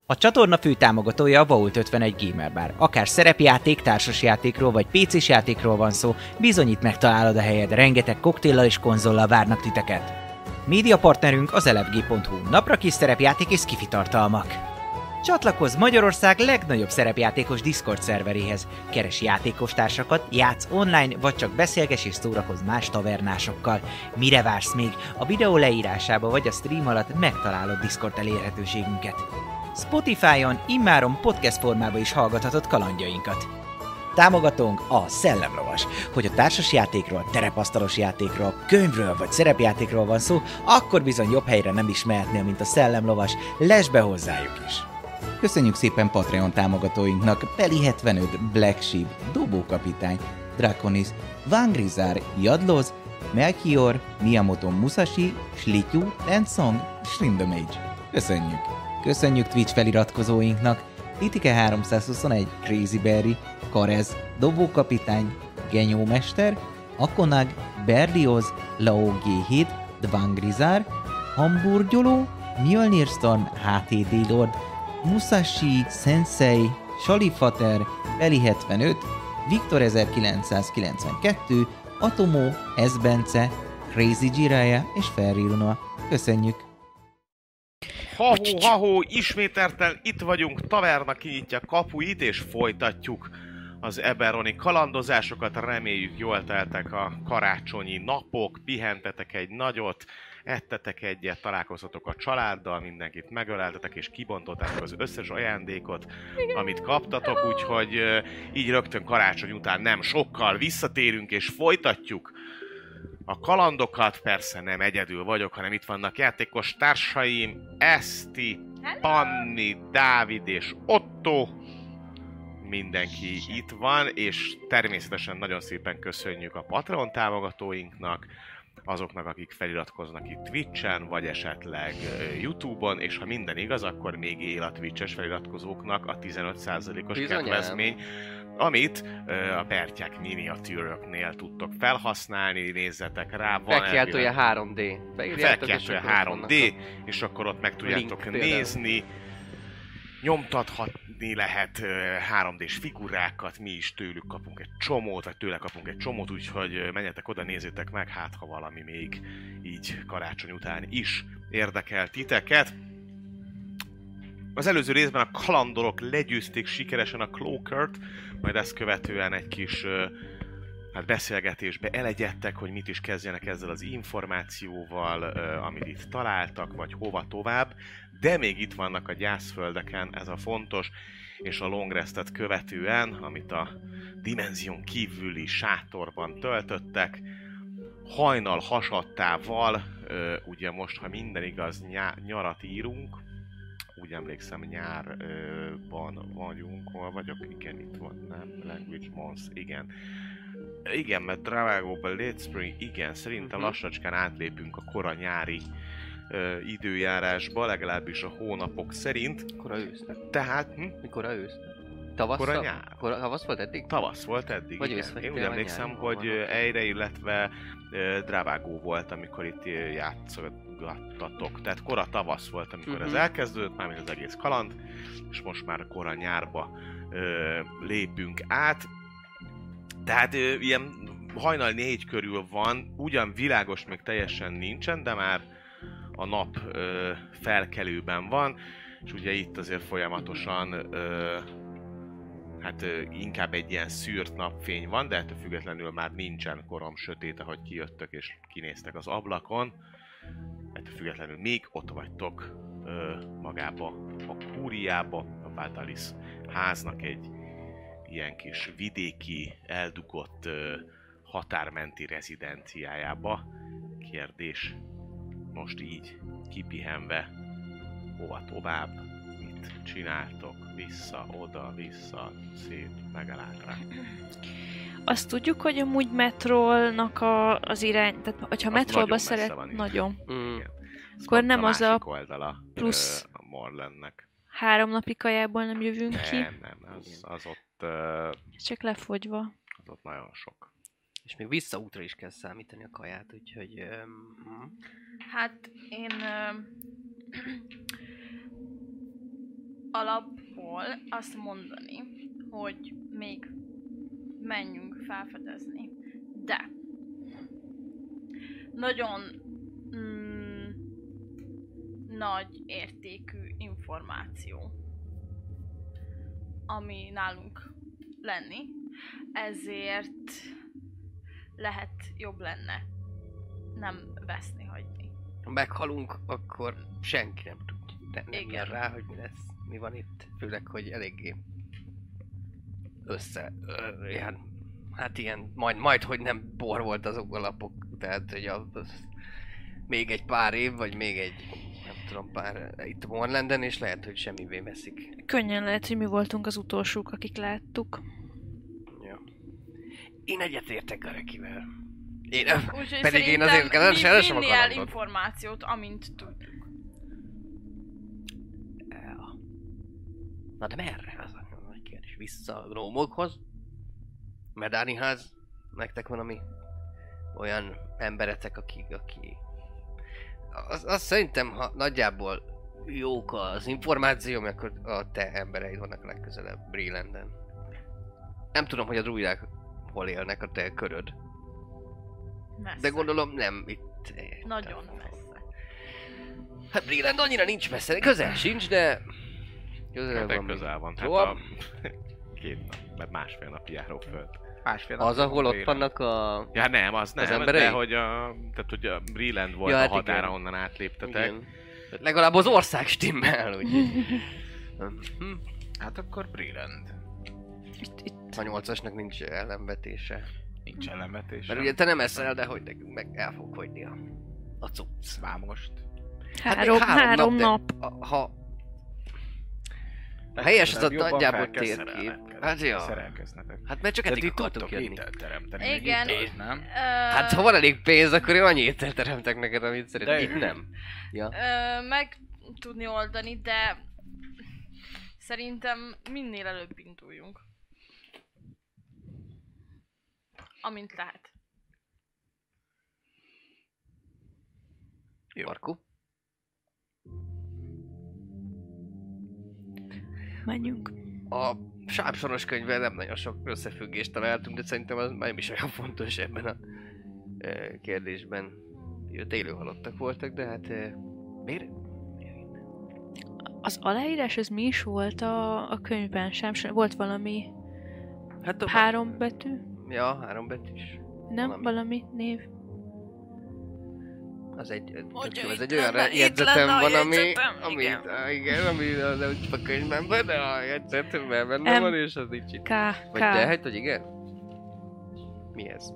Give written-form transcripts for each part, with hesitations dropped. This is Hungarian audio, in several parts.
A csatorna fő támogatója a Vault 51 Gamer Bar. Akár szerepjáték, társasjátékról vagy PC-s játékról van szó, bizonyít megtalálod a helyed, rengeteg koktéllal és konzollal várnak titeket. Média partnerünk az elefg.hu, napra kis szerepjáték és skifi tartalmak. Csatlakozz Magyarország legnagyobb szerepjátékos Discord szerveréhez. Keres játékostársakat, játsz online, vagy csak beszélges és szórakozz más tavernásokkal. Mire vársz még? A videó leírásába vagy a stream alatt megtalálod Discord elérhetőségünket. Spotify-on immáron podcast formában is hallgathatod kalandjainkat. Támogatónk a Szellemlovas. Hogy a társasjátékról, terepasztalos játékról, könyvről vagy szerepjátékról van szó, akkor bizony jobb helyre nem is mehetnél, mint a Szellemlovas. Lesz be hozzájuk is! Köszönjük szépen Patreon támogatóinknak: Peli 75, Black Sheep, Dobókapitány, Draconis, Vangrizár, Jadloz, Melchior, Miyamoto Musashi, Slityu, Lensong, Shrindamage. Köszönjük! Köszönjük Twitch feliratkozóinknak: Titike 321, Crazy Berry, Karez, Dobókapitány, Genyómester, Akonag, Berlioz, Lao G7, Dvangrizár, Hamburgyoló, Mjölnir Storm, HTD Lord, Musashi, Sensei, Salifater, Peli 75, Viktor 1992, Atomo, Esbence, Crazy Jiraiya és Ferriruna. Köszönjük! Ha-hó, ismételten itt vagyunk, taverna kinyitja kapuit, és folytatjuk az eberoni kalandozásokat. Reméljük, jól teltek a karácsonyi napok, pihentetek egy nagyot, ettetek egyet, találkoztatok a családdal, mindenkit megöleltetek, és kibontottátok az összes ajándékot, amit kaptatok, úgyhogy így rögtön karácsony után nem sokkal visszatérünk, és folytatjuk a kalandokat. Persze nem egyedül vagyok, hanem itt vannak játékos társaim, Eszti, Panni, Dávid és Otto. Mindenki itt van, és természetesen nagyon szépen köszönjük a Patreon támogatóinknak, azoknak, akik feliratkoznak itt Twitchen, vagy esetleg YouTube-on, és ha minden igaz, akkor még él a Twitch-es feliratkozóknak a 15%-os kedvezmény, amit a Pertyák miniatűröknél tudtok felhasználni, nézzetek rá. Felkiáltója 3D. Felkiáltója 3D, és akkor ott meg tudjátok nézni. Nyomtathatni lehet 3D-s figurákat, mi is tőlük kapunk egy csomót, vagy tőle kapunk egy csomót, úgyhogy menjetek oda, nézzétek meg, hát ha valami még így karácsony után is érdekel titeket. Az előző részben a kalandorok legyőzték sikeresen a Cloakert, majd ezt követően egy kis beszélgetésbe elegyedtek, hogy mit is kezdjenek ezzel az információval, amit itt találtak, vagy hova tovább. De még itt vannak a gyászföldeken, ez a fontos, és a long restet követően, amit a dimenzión kívüli sátorban töltöttek, hajnal hasadtával, ugye most, ha minden igaz, nyarat írunk, úgy emlékszem, nyárban vagyunk, hol vagyok? Igen, itt van, nem? Language Months, igen. Igen, mert Dravagóban Late Spring, igen, szerintem lassacskán átlépünk a kora nyári időjárásba, legalábbis a hónapok szerint. Kora ősznek. Tehát... Mikor a ősz? Tavasz? Kora nyár. Tavasz volt eddig? Tavasz volt eddig, vagy igen. Én úgy emlékszem, hogy Eire, illetve Dravago volt, amikor itt játszogattatok. Tehát kora tavasz volt, amikor ez elkezdődött, mármint az egész kaland, és most már kora nyárba lépünk át. Tehát ilyen hajnal 4 körül van, ugyan világos még teljesen nincsen, de már a nap felkelőben van, és ugye itt azért folyamatosan inkább egy ilyen szűrt napfény van, de ettől függetlenül már nincsen korom sötét, ahogy kijöttök és kinéztek az ablakon. Ettől függetlenül még ott vagytok magába a kúriába, a Vadalis háznak egy ilyen kis vidéki, eldugott határmenti rezidenciájába. Kérdés, most így kipihenve, hova tovább, mit csináltok, vissza, oda, vissza, szét, megállásra. Azt tudjuk, hogy amúgy metrolnak az irány, tehát hogyha metrolba szeret, nagyon. Akkor nem az a plusz a Morlandnek. 3 napi kajából nem jövünk ki. Nem, az ott... Csak lefogyva. Az ott nagyon sok. És még visszaútra is kell számítani a kaját, úgyhogy... Hát én alapból azt mondani, hogy még menjünk felfedezni. De nagyon nagy értékű információ, ami nálunk lenni, ezért lehet jobb lenne nem veszni hagyni. Ha meghalunk, akkor senki nem tud tenni rá, hogy mi lesz, mi van itt. Főleg, hogy eléggé ilyen, majd hogy nem bor volt azok a lapok, tehát hogy még egy pár év, vagy még egy, nem tudom, pár itt a Morlanden, és lehet, hogy semmivé veszik. Könnyen lehet, hogy mi voltunk az utolsók, akik láttuk. Ja. Én egyetértek a Rekivel. Pedig én azért kell sem a információt, amint tudjuk. Na de merre? Az a nagy kérdés. Vissza a grómokhoz? Medáni ház? Nektek valami olyan emberetek, aki... Azt szerintem, ha nagyjából jók az információ, akkor a te embereid vannak legközelebb Brelanden. Nem tudom, hogy a druidák hol élnek a te köröd. Messze. De gondolom nem itt. Nagyon messze. Hát Breland annyira nincs messze, közel sincs, de... Közel van. Szóval... Hát mert másfél nap járó föld. Az, ahol ott vannak a... Ja nem, az emberei? De hogy tehát hogy a Breland volt a határa, onnan átléptetek. Igen. Legalább az ország stimmel, úgyhogy... Hát akkor Breland. A 8-asnak nincs ellenvetése. Nincs ellenvetése. Mert ugye te nem eszel, de hogy nekünk meg el fog hagyni a cucc. Már most. Három nap. Ha helyes az a nagyjából térkép. Hát jó. Szerelkeznetek. Hát mert csak eddig akartok jönni. Teremteni. Igen. Nem? Hát ha van elég pénz, akkor én annyi ételt teremtek neked, amit szeretnék. Itt nem. Ja. Meg tudni oldani, de szerintem minél előbb induljunk. Amint lehet. Jó. Marku? Menjünk. A sápsoros könyvvel nem nagyon sok összefüggést találtunk, de szerintem az nem is olyan fontos ebben a kérdésben. Élő halottak voltak, de hát miért? Az aláírás, ez mi is volt a könyvben? Sem volt valami hát 3 betű? Ja, 3 betűs. Nem? Valami név? Az egy olyan jegyzetem van, ami a könyvben van, de a jegyzetemben benne van, és az így itt. Vagy de, hát, hogy igen? Mi ez?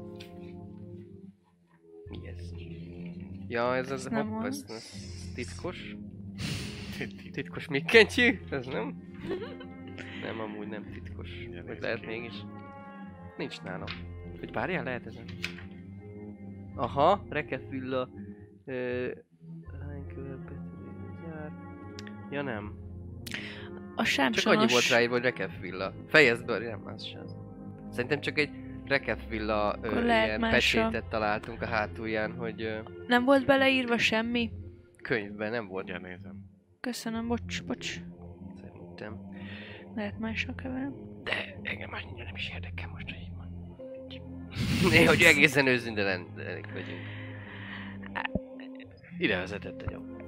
Mi ez? Ja, ez hopp, ez titkos. Titkos mikkentyű? Ez nem? Nem, amúgy nem titkos. Vagy lehet mégis. Nincs nálam. Hogy várjál, lehet ezen? Aha, Rekefülla. Hány következő? Ja nem. A sámsonos... Csak annyi volt ráírva, hogy Rekefülla. Fejezd be, nem, az sem. Szerintem csak egy Rekefülla ilyen pecsétet találtunk a hátulján, hogy... Nem volt beleírva semmi? Könyvben nem volt. Ja, nézem. Köszönöm, bocs. Szerintem. Lehet mással keverem. De engem már nem is érdekel most, hogy így van. Hogy egészen őszintén elég vagyunk. Ide vezetett a nyom.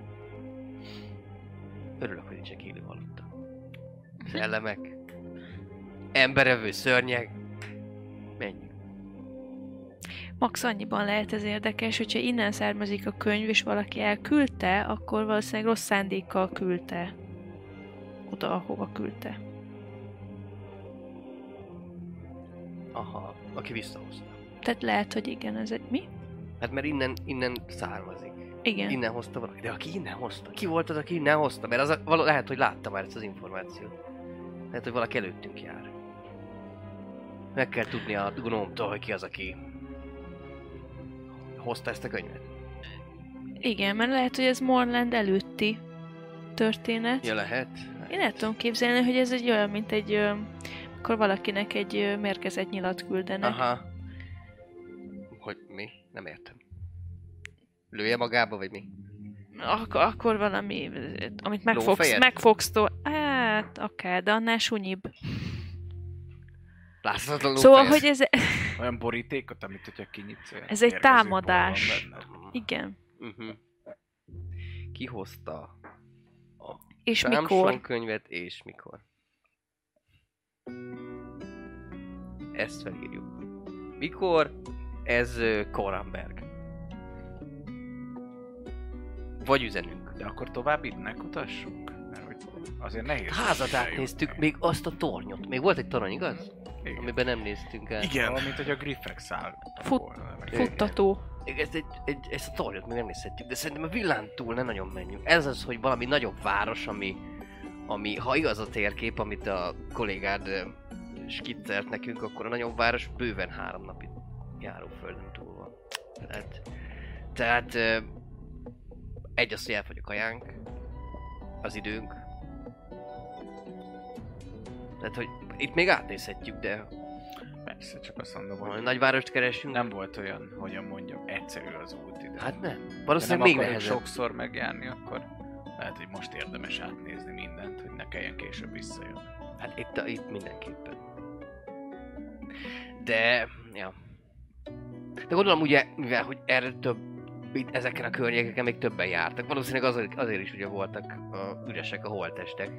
Örülök, hogy nincsenek élő halottak. Szellemek. Emberevő szörnyek. Menjünk. Max annyiban lehet ez érdekes, hogyha innen származik a könyv, és valaki elküldte, akkor valószínűleg rossz szándékkal küldte. Oda, ahova küldte. Aha, aki visszahozta. Tehát lehet, hogy igen, ez egy mi? Hát mert innen származik. Igen. Innen hozta valaki. De aki innen hozta? Ki volt az, aki innen hozta? Mert az lehet, hogy látta már ezt az információt. Lehet, hogy valaki előttünk jár. Meg kell tudni a gnómtól, hogy ki az, aki hozta ezt a könyvet. Igen, mert lehet, hogy ez Morland előtti történet. Ja, lehet. Én el tudom képzelni, hogy ez egy olyan, mint egy... akkor valakinek egy mérgezett nyilat küldenek. Aha. Hogy mi? Nem értem. Lője magába, vagy mi? Akkor valami, amit Lófejet? megfogsz hát, akár, de annál sunyibb. Láthatatlan Szóval, lófejet. hogy ez... Olyan borítékot, amit hogyha kinyitsz, olyan Ez egy mérgező támadás. bor van benne. Igen. Kihozta a És Samson mikor? könyvet, és mikor. Ezt felírjuk. Mikor? Ez Koramberg. Vagy üzenünk. De akkor tovább innen utassunk? Mert hogy azért nehéz. Házat eljutni. átnéztük, még azt a tornyot. Még volt egy torony, igaz? Igen. Amiben nem néztünk el. Igen. Valamint, hogy a griffek szálltak Fut- volna. meg- Futtató. Ezt a tornyot még nem nézhetjük, de szerintem a villán túl ne nagyon menjünk. Ez az, hogy valami nagyobb város, ami ha igaz a térkép, amit a kollégád skiccelt nekünk, akkor a nagyobb város bőven 3 napi járóföldön túl van. Tehát egy az, hogy elfogy a kajánk, az időnk. Tehát, hogy itt még átnézhetjük, de Persze, csak azt mondom, ha hogy nagyvárost keresünk, nem volt olyan, hogyan mondjam, egyszerű az út ide. hát nem. ha Valószínűleg nem még akarjuk nehezebb. sokszor megjárni, akkor lehet, hogy most érdemes átnézni mindent, hogy ne kelljen később visszajönni. Hát itt mindenképpen. De, ja. De gondolom ugye, mivel hogy erre itt ezeken a környékeken még többen jártak. Valószínűleg azért is ugye voltak üresek a holttestek.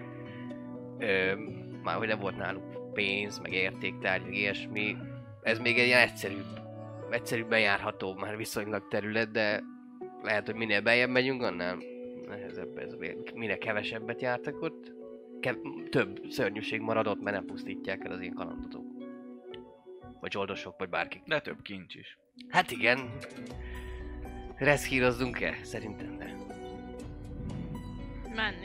Már hogy nem volt náluk pénz, meg értéktárgy, meg ilyesmi. Ez még egy ilyen egyszerűbben járható már viszonylag terület, de lehet, hogy minél beljebb megyünk, annál nehezebb ez. Minél kevesebbet jártak ott, több szörnyűség maradott, mert nem pusztítják el az én kalandozók. Vagy zsoldosok, vagy bárkik. De több kincs is. Hát igen. Reszkírozzunk-e? Szerintem de. Menni.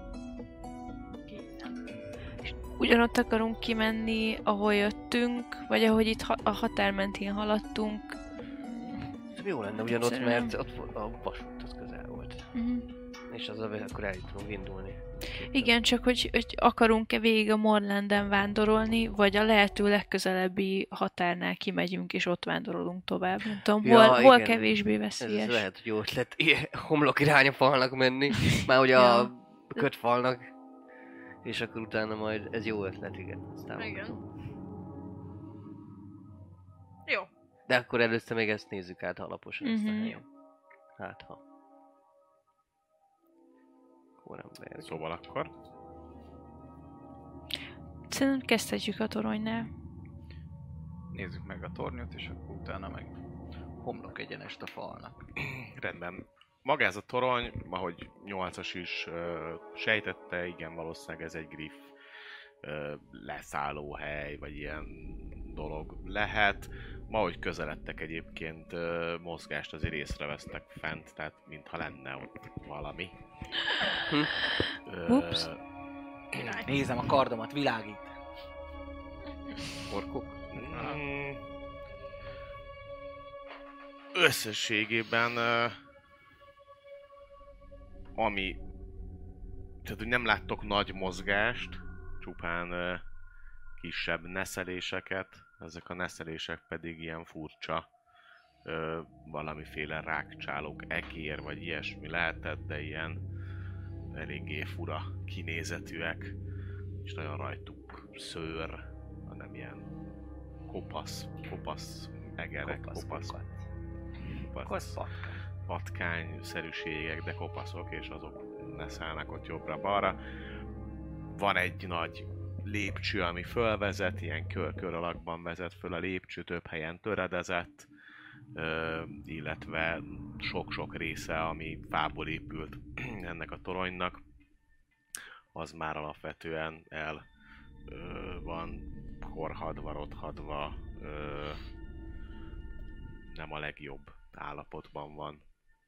Ugyanott akarunk kimenni, ahol jöttünk, vagy ahogy itt a határ mentén haladtunk. Jó lenne ugyanott, Szerintem. mert ott a vasút az közel volt. És az akkor el tudunk indulni. Igen, csak hogy akarunk-e végig a Morlanden vándorolni, vagy a lehető legközelebbi határnál kimegyünk, és ott vándorolunk tovább. Nem tudom, Ja, hol igen. kevésbé Ez veszélyes. lehet, hogy jó ötlet homlok irányba falnak menni. Már ugye a kötfalnak. És akkor utána majd ez jó ötlet, igen. Aztán Igen. mondom. Jó. De akkor először még ezt nézzük át alaposan ezt a Mhm. helyen. Hát ha. Koramberg. Szóval akkor. Szerintem kezdhetjük a toronynál. Nézzük meg a tornyot, és akkor utána meg homlok egyenest a falnak. Rendben. Maga ez a torony, ahogy 8-as is sejtette, igen, valószínűleg ez egy griff leszállóhely, vagy ilyen dolog lehet. Ma, hogy közeledtek egyébként, mozgást azért észrevesztek fent, tehát mintha lenne ott valami. Ups. Nézem a kardomat, világít. Orkok. Összességében ami... Tehát, hogy nem láttok nagy mozgást, csupán kisebb neszeléseket. Ezek a neszelések pedig ilyen furcsa, valamiféle rákcsálók, ekér vagy ilyesmi lehetett, de ilyen eléggé fura kinézetűek, és nagyon rajtuk szőr, hanem ilyen kopasz egerek, kopasz patkányszerűségek, de kopaszok, és azok neszelnek ott jobbra-balra. Van egy nagy lépcső, ami fölvezet, ilyen kör alakban vezet föl a lépcső, több helyen töredezett, illetve sok-sok része, ami fából épült ennek a toronynak, az már alapvetően el van korhadva, rothadva, nem a legjobb állapotban van.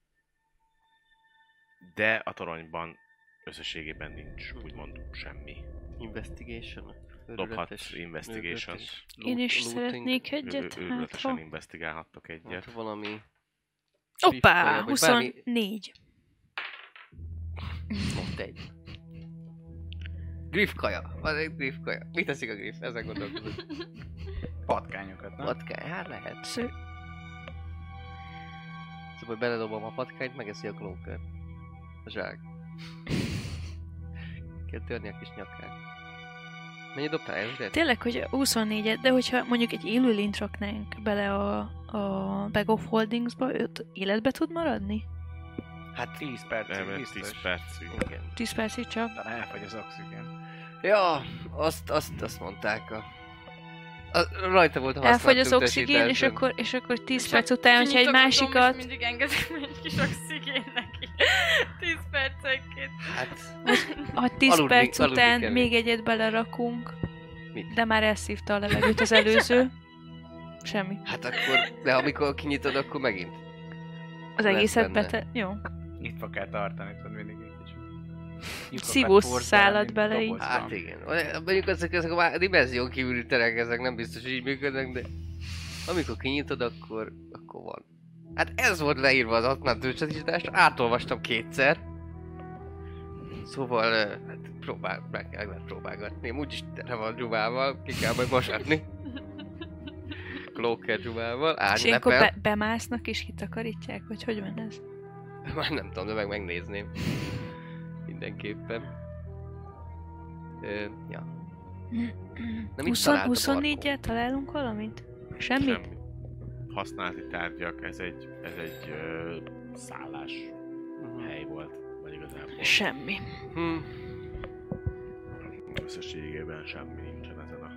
De a toronyban összességében nincs úgymond semmi. Investigation. Dobhatsz investigation. Én is szeretnék egyet, hát Őrületesen ha... investigálhattok egyet. Hát valami... Hoppá, vagy bármi- 24. Ott egy. Griffkaja. Van egy griffkaja. Mit teszik a griff? Ezen gondolkodok. Patkányokat, nem? Patkány, hát lehet. Sző... hogy beledobom a patkányt, megeszi a klókert. A zsák. Kell törni a kis nyakát. Mennyi dobtál ezret? Tényleg, hogy 24-et, de hogyha mondjuk egy élőlényt raknánk bele a Bag of Holdingsba, őt életbe tud maradni? Hát 10 percig biztos. 10 percig. Igen. 10 percig csak? Talán elfogy az oxigén. Ja, azt mondták rajta volt a elfogy az oxigén, és akkor 10 perc után, hogyha egy másikat... mindig engedek egy kis oxigén neki. 10 percenként. Hát... Ha 10 perc után kevés. még egyet belerakunk, Mit? de már elszívta a levegőt az előző. Semmi. Hát akkor... De amikor kinyitod, akkor megint. Az lesz egészet benne. Jó. Nyitva kell tartani, tudod mindig egy kicsit. Lyukokat Szívós hordál, szállat mint bele így. dobozban. Hát igen. Mondjuk ezek a dimenzión kívüli terek, ezek nem biztos, hogy így működnek, de... Amikor kinyitod, akkor van. Hát ez volt leírva az Atman tőcsatistásra, átolvastam 2-szer. Szóval, hát meg kell próbálgatni. Úgyis tere van dzsumával, ki kell majd mosatni. Klóker dzsumával, És ilyenkor árnylepel. bemásznak és kitakarítják, vagy hogy van ez? Már nem tudom, de megnézném. Mindenképpen. Ja. Na, mit talált a 24-jel találunk valamit? Semmit? Semmi. Használati tárgyak, ez egy szállás hely volt, vagy igazából. Semmi. Összességében semmi nincsen ezen a...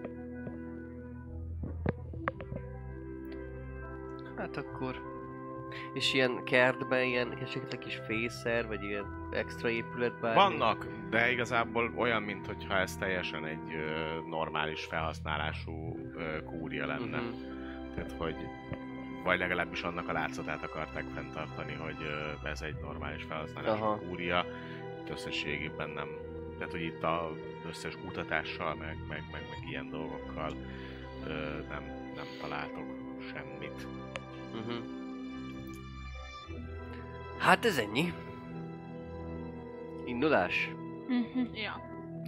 Hát akkor... És ilyen kertben, ilyen esetleg kis fészer, vagy ilyen extra épület bármi? Vannak, de igazából olyan, mintha ez teljesen egy normális felhasználású kúria lenne. Tehát, hogy vagy legalábbis annak a látszatát akarták fenntartani, hogy ez egy normális felhasználású kúria. Itt összességében nem, tehát hogy itt az összes kutatással, meg ilyen dolgokkal nem találtok semmit. Hát ez ennyi. Indulás. Ja.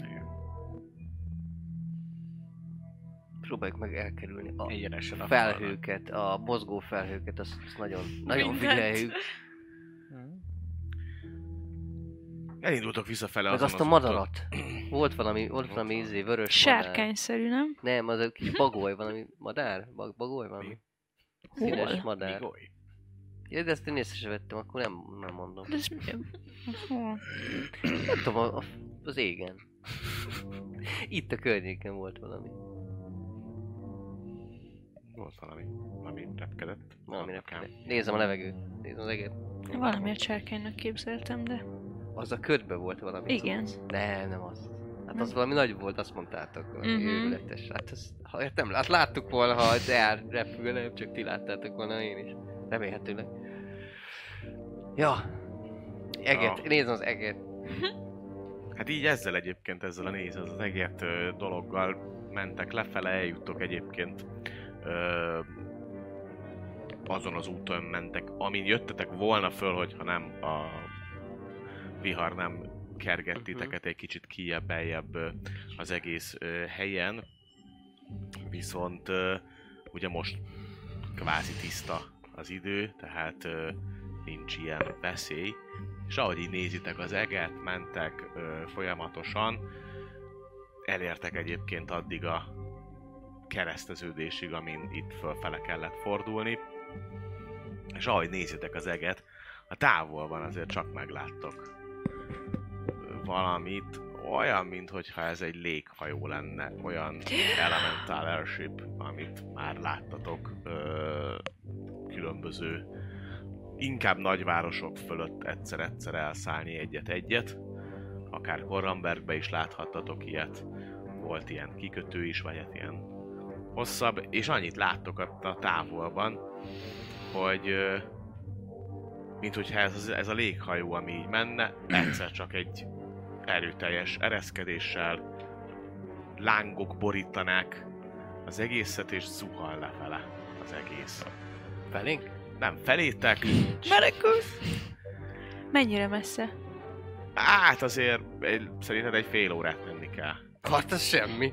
Próbáljuk meg elkerülni a Egyenesen a felhőket, a mozgó felhőket, azt nagyon figyeljük. Elindultok visszafele Meg azon azt a az madarat. Volt valami vörös Sárkányszerű, nem? Nem, az egy kis bagoly, valami madár? Bagoly valami? Színes madár. Migoly. Ja, de ezt én észre sem vettem, akkor nem mondom. De ez hol? Nem tudom, az égen. Itt a környéken volt valami. Volt valami repkedett. Valami repkedett. Nézem a levegőt, nézem az eget. Valamiért sárkánynak képzeltem, de... Az a ködbe volt valami. Igen. Nem az. Hát az valami nagy volt, azt mondtátok, valami őrületes. Hát hát láttuk volna, ha elrepül, nem csak ti láttátok volna, én is. Remélhetőleg. Ja. Eget, nézem az eget. Hát így ezzel a az eget dologgal mentek lefele, eljuttok egyébként azon az úton mentek, amin jöttetek volna föl, hogyha nem a vihar nem kergett titeket egy kicsit kijebb-beljebb az egész helyen. Viszont ugye most kvázi tiszta az idő, tehát nincs ilyen veszély. És ahogy így nézitek az eget, mentek folyamatosan, elértek egyébként addig a kereszteződésig, amin itt fölfele kellett fordulni. És ahogy nézitek az eget, a távolban azért csak megláttok valamit, olyan, mintha ez egy léghajó lenne, olyan elemental airship, amit már láttatok különböző, inkább nagyvárosok fölött egyszer-egyszer elszállni egyet-egyet. Akár Korrambergbe is láthattatok ilyet, volt ilyen kikötő is, vagy hát ilyen hosszabb, és annyit láttok a távolban, hogy minthogyha ez a léghajó, ami így menne, egyszer csak egy erőteljes ereszkedéssel lángok borítanák az egészet, és zuhan lefele az egész. Felénk? Nem, felétek. Menekülsz! Mennyire messze? Hát azért szerinted egy fél órát menni kell. Hát az semmi.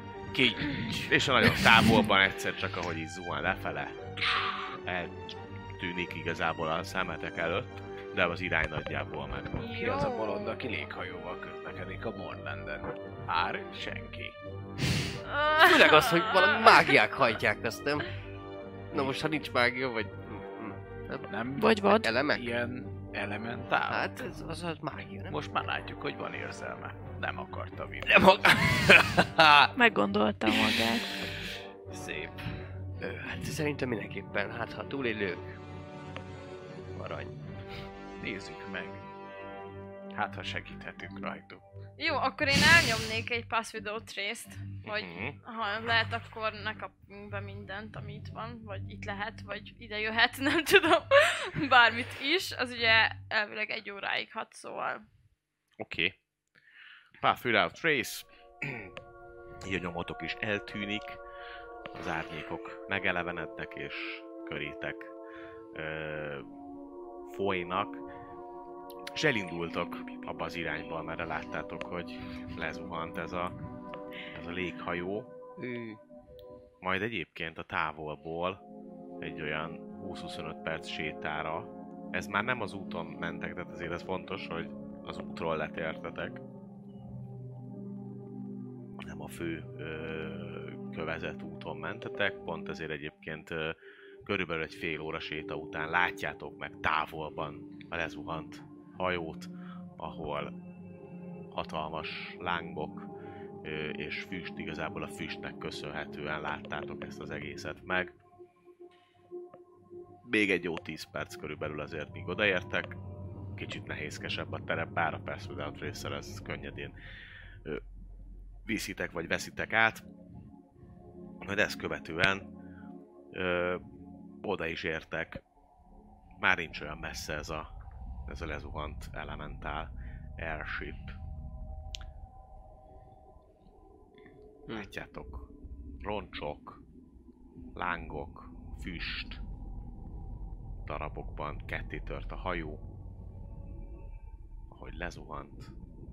És a nagyon távolban egyszer csak, ahogy így zuhan lefele, tűnik igazából a szemetek előtt, de az irány nagyjából megvan. Ki az a bolond, aki léghajóval közlekedik a Mordlanden? Senki. Főleg az, hogy valami mágiák hajtják, azt nem? Na most, ha nincs mágia, vagy... Nem Vagy vad. Elemek? ilyen elementál? Hát ez az mágia, nem? Most már látjuk, hogy van érzelme. Nem akarta vinni. Nem Meggondolta magát. Szép. Hát szerintem mindenképpen, hát ha túlélők... Arany. Nézzük meg. Hát, ha segíthetünk rajtuk. Jó, akkor én elnyomnék egy Pass Without Trace-t, hogy Mhm. ha lehet, akkor ne kapjunk be mindent, ami itt van, vagy itt lehet, vagy ide jöhet, nem tudom, bármit is. Az ugye elvileg 1 óráig hat, szóval... Oké. Path Without Trace. Így a nyomotok is eltűnik. Az árnyékok megelevenednek és körétek folynak. És elindultok abba az irányba, amerre láttátok, hogy lezuhant ez a léghajó. Majd egyébként a távolból egy olyan 20-25 perc sétára, ez már nem az úton mentek, tehát azért ez fontos, hogy az útról letértetek. Nem a fő kövezett úton mentetek, pont ezért egyébként körülbelül egy fél óra séta után látjátok meg távolban a lezuhant hajót, ahol hatalmas lángok és füst, igazából a füstnek köszönhetően láttátok ezt az egészet meg. Még egy jó 10 perc körülbelül azért, míg odaértek. Kicsit nehézkesebb a terep, bár a Pass Without Trace-szel ez könnyedén viszitek vagy veszitek át. Majd ezt követően oda is értek. Már nincs olyan messze ez a lezuhant elementál airship. Látjátok, roncsok, lángok, füst, darabokban ketté tört a hajó, ahogy lezuhant.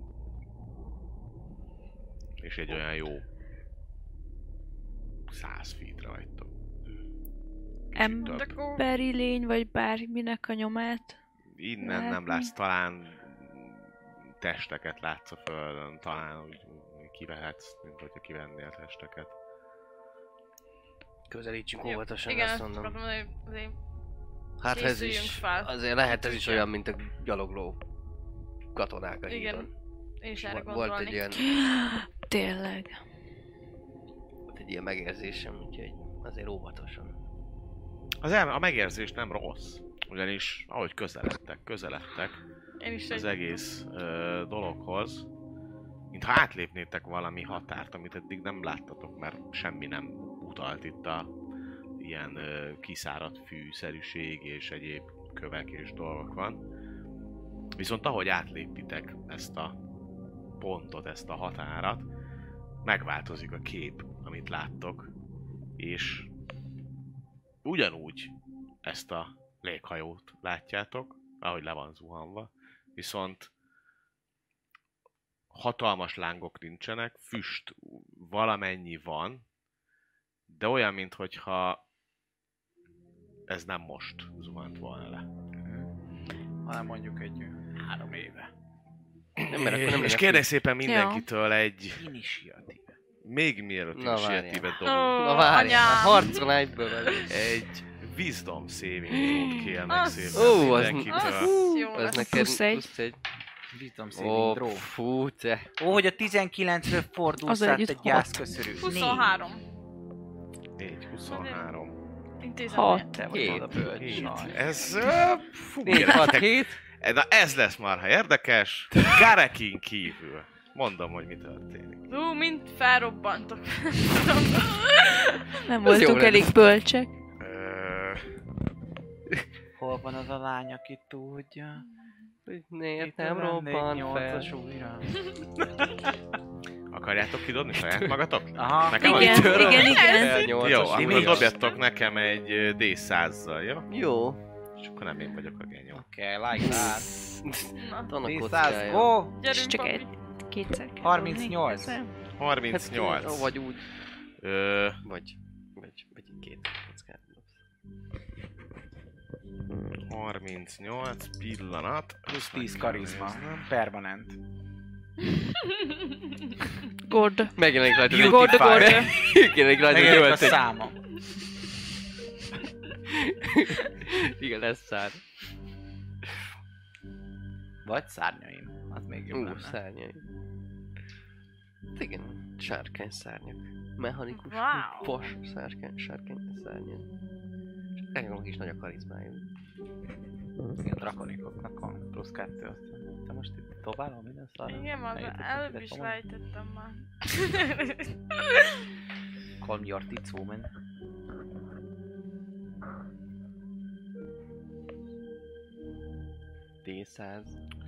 És egy olyan jó 100 feetre vagytok. Kicsit több. Emberi lény, vagy bárminek a nyomát. Innen nem látsz, talán testeket látsz a földön, talán úgy kivehetsz, mint hogyha kivennél testeket. Közelítsünk Jó, óvatosan, igen, azt mondom. azért Hát ez készüljünk is, fel. azért lehet ez is olyan, mint a gyalogló katonák a Igen. hídon. Én is erre Volt gondolnék. egy ilyen, Tényleg. megérzésem, úgyhogy azért óvatosan. A megérzés nem rossz, ugyanis ahogy közeledtek Én is az egy... egész dologhoz, mintha átlépnétek valami határt, amit eddig nem láttatok, mert semmi nem utalt itt a ilyen kiszáradt fűszerűség és egyéb kövek és dolgok van. Viszont ahogy átlépitek ezt a pontot, ezt a határat, megváltozik a kép, amit láttok, és ugyanúgy ezt a léghajót látjátok, ahogy le van zuhanva, viszont hatalmas lángok nincsenek, füst valamennyi van, de olyan, minthogyha ez nem most zuhant volna le. Hanem mondjuk egy 3 éve. Nem, mert akkor nem És lenne kérlek szépen mindenkitől egy... Initiatív. Még mielőtt Na, initiatívet Ó, dobunk, Na várj, anyám. harcolj egyből velük. egy wisdom saving throw-t kérlek Az- szépen Ó, az- mindenkitől. Az jó Ez lesz. neked Plusz egy. plusz egy. Biztom Ó, szépen dró. fú, te. Ó, hogy a 19-ről fordulsz Az át együtt egy hat. gyászköszörű. 23. 4, 23. Intézem. Hat. Te vagy Két. a bölcs. 7. Aj. Ez... Fú, 4, 6, 7. Na ez lesz marha érdekes. Garekin kívül. Mondom, hogy mi történik. Mint felrobbantok. Nem Ez jó voltunk lenne. elég bölcsek. Ö, Hol van az a lány, aki tudja? Miért nem robban fel? újra. Akarjátok kidobni saját magatok? Aha. Nekem Igen, van itt? igen, igen. Jó, Nyolcas. akkor mi? dobjatok nekem egy D100-zal, jó? Jó. És akkor nem én vagyok a genyó. Okay, like that. Na, Tanok D100, kockája. go! És gyerünk, csak papi. egy kétszer kell 38. dobni. 38. Vagy úgy. Ö, Vagy két kockát dobsz. 38 pillanat. Plusz 10 karizma. Permanent. God. Megjelenik rajta egy God, God. Megjelenik rajta egy Megjelenik a öltöny. száma. Igen, lesz szár. Vagy szárnyaim. Az még jobb lenne. Szárnyai. Igen, sárkány szárnyak. Mechanikus, Wow. vas sárkány szárnyak. Sárkányoknak is nagy a karizmájuk. Igen, drakonikoknak van plusz 2, aztán te most itt dobálom minden szarra? Igen, az Eljutott előbb ide is tovább? lejtettem már. Calm your tits, woman. D100.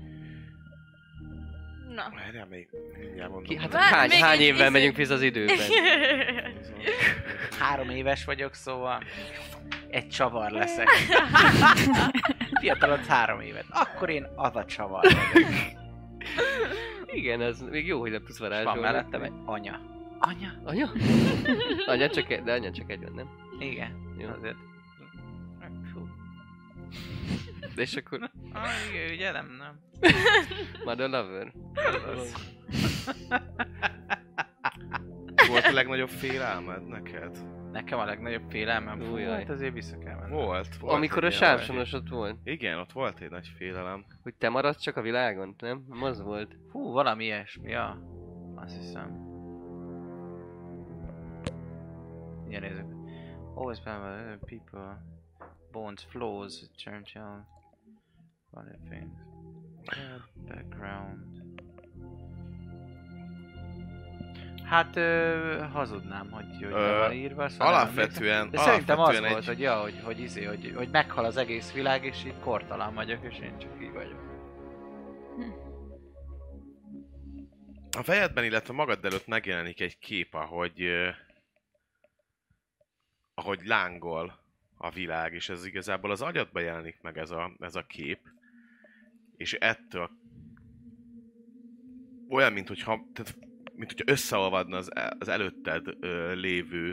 Na. Várjál még, mindjárt mondom. Ki, hát Várj, még hány egy évvel izé- megyünk vissza az időben? 3 éves vagyok, szóval egy csavar leszek. Fiatalodsz 3 évet. Akkor én az a csavar vagyok. Igen, ez még jó, hogy nem tudsz És van varázsolni. mellettem egy anya. Anya? Anya? De anya csak egy van, nem? Igen. Jó. Azért. Fú. De és akkor... Igen, ugye nem. Mother Lover? Volt a legnagyobb félelmed neked? Nekem a legnagyobb félelmem. Fú, Ujjaj. hát azért vissza kell mennem. Volt Amikor a egy ilyen sávsonos ott volt. Igen, ott volt egy nagy félelem. Hogy te maradsz csak a világon, nem? Az volt. Hú, valami ilyesmi, ja. Azt hiszem. Ugye nézzük. Always remember people, bones, flows, Churchill, funny things, background. Hát hazudnám, hogy be van írva, szóval nem Alapvetően, de szerintem az alapvetően volt, hogy ja, hogy meghal az egész világ, és így kortalan vagyok, és én csak így vagyok. a fejedben, illetve magad előtt megjelenik egy kép, ahogy lángol a világ, és ez igazából az agyadban jelenik meg ez a kép. És ettől olyan, mintha összeolvadna az előtted lévő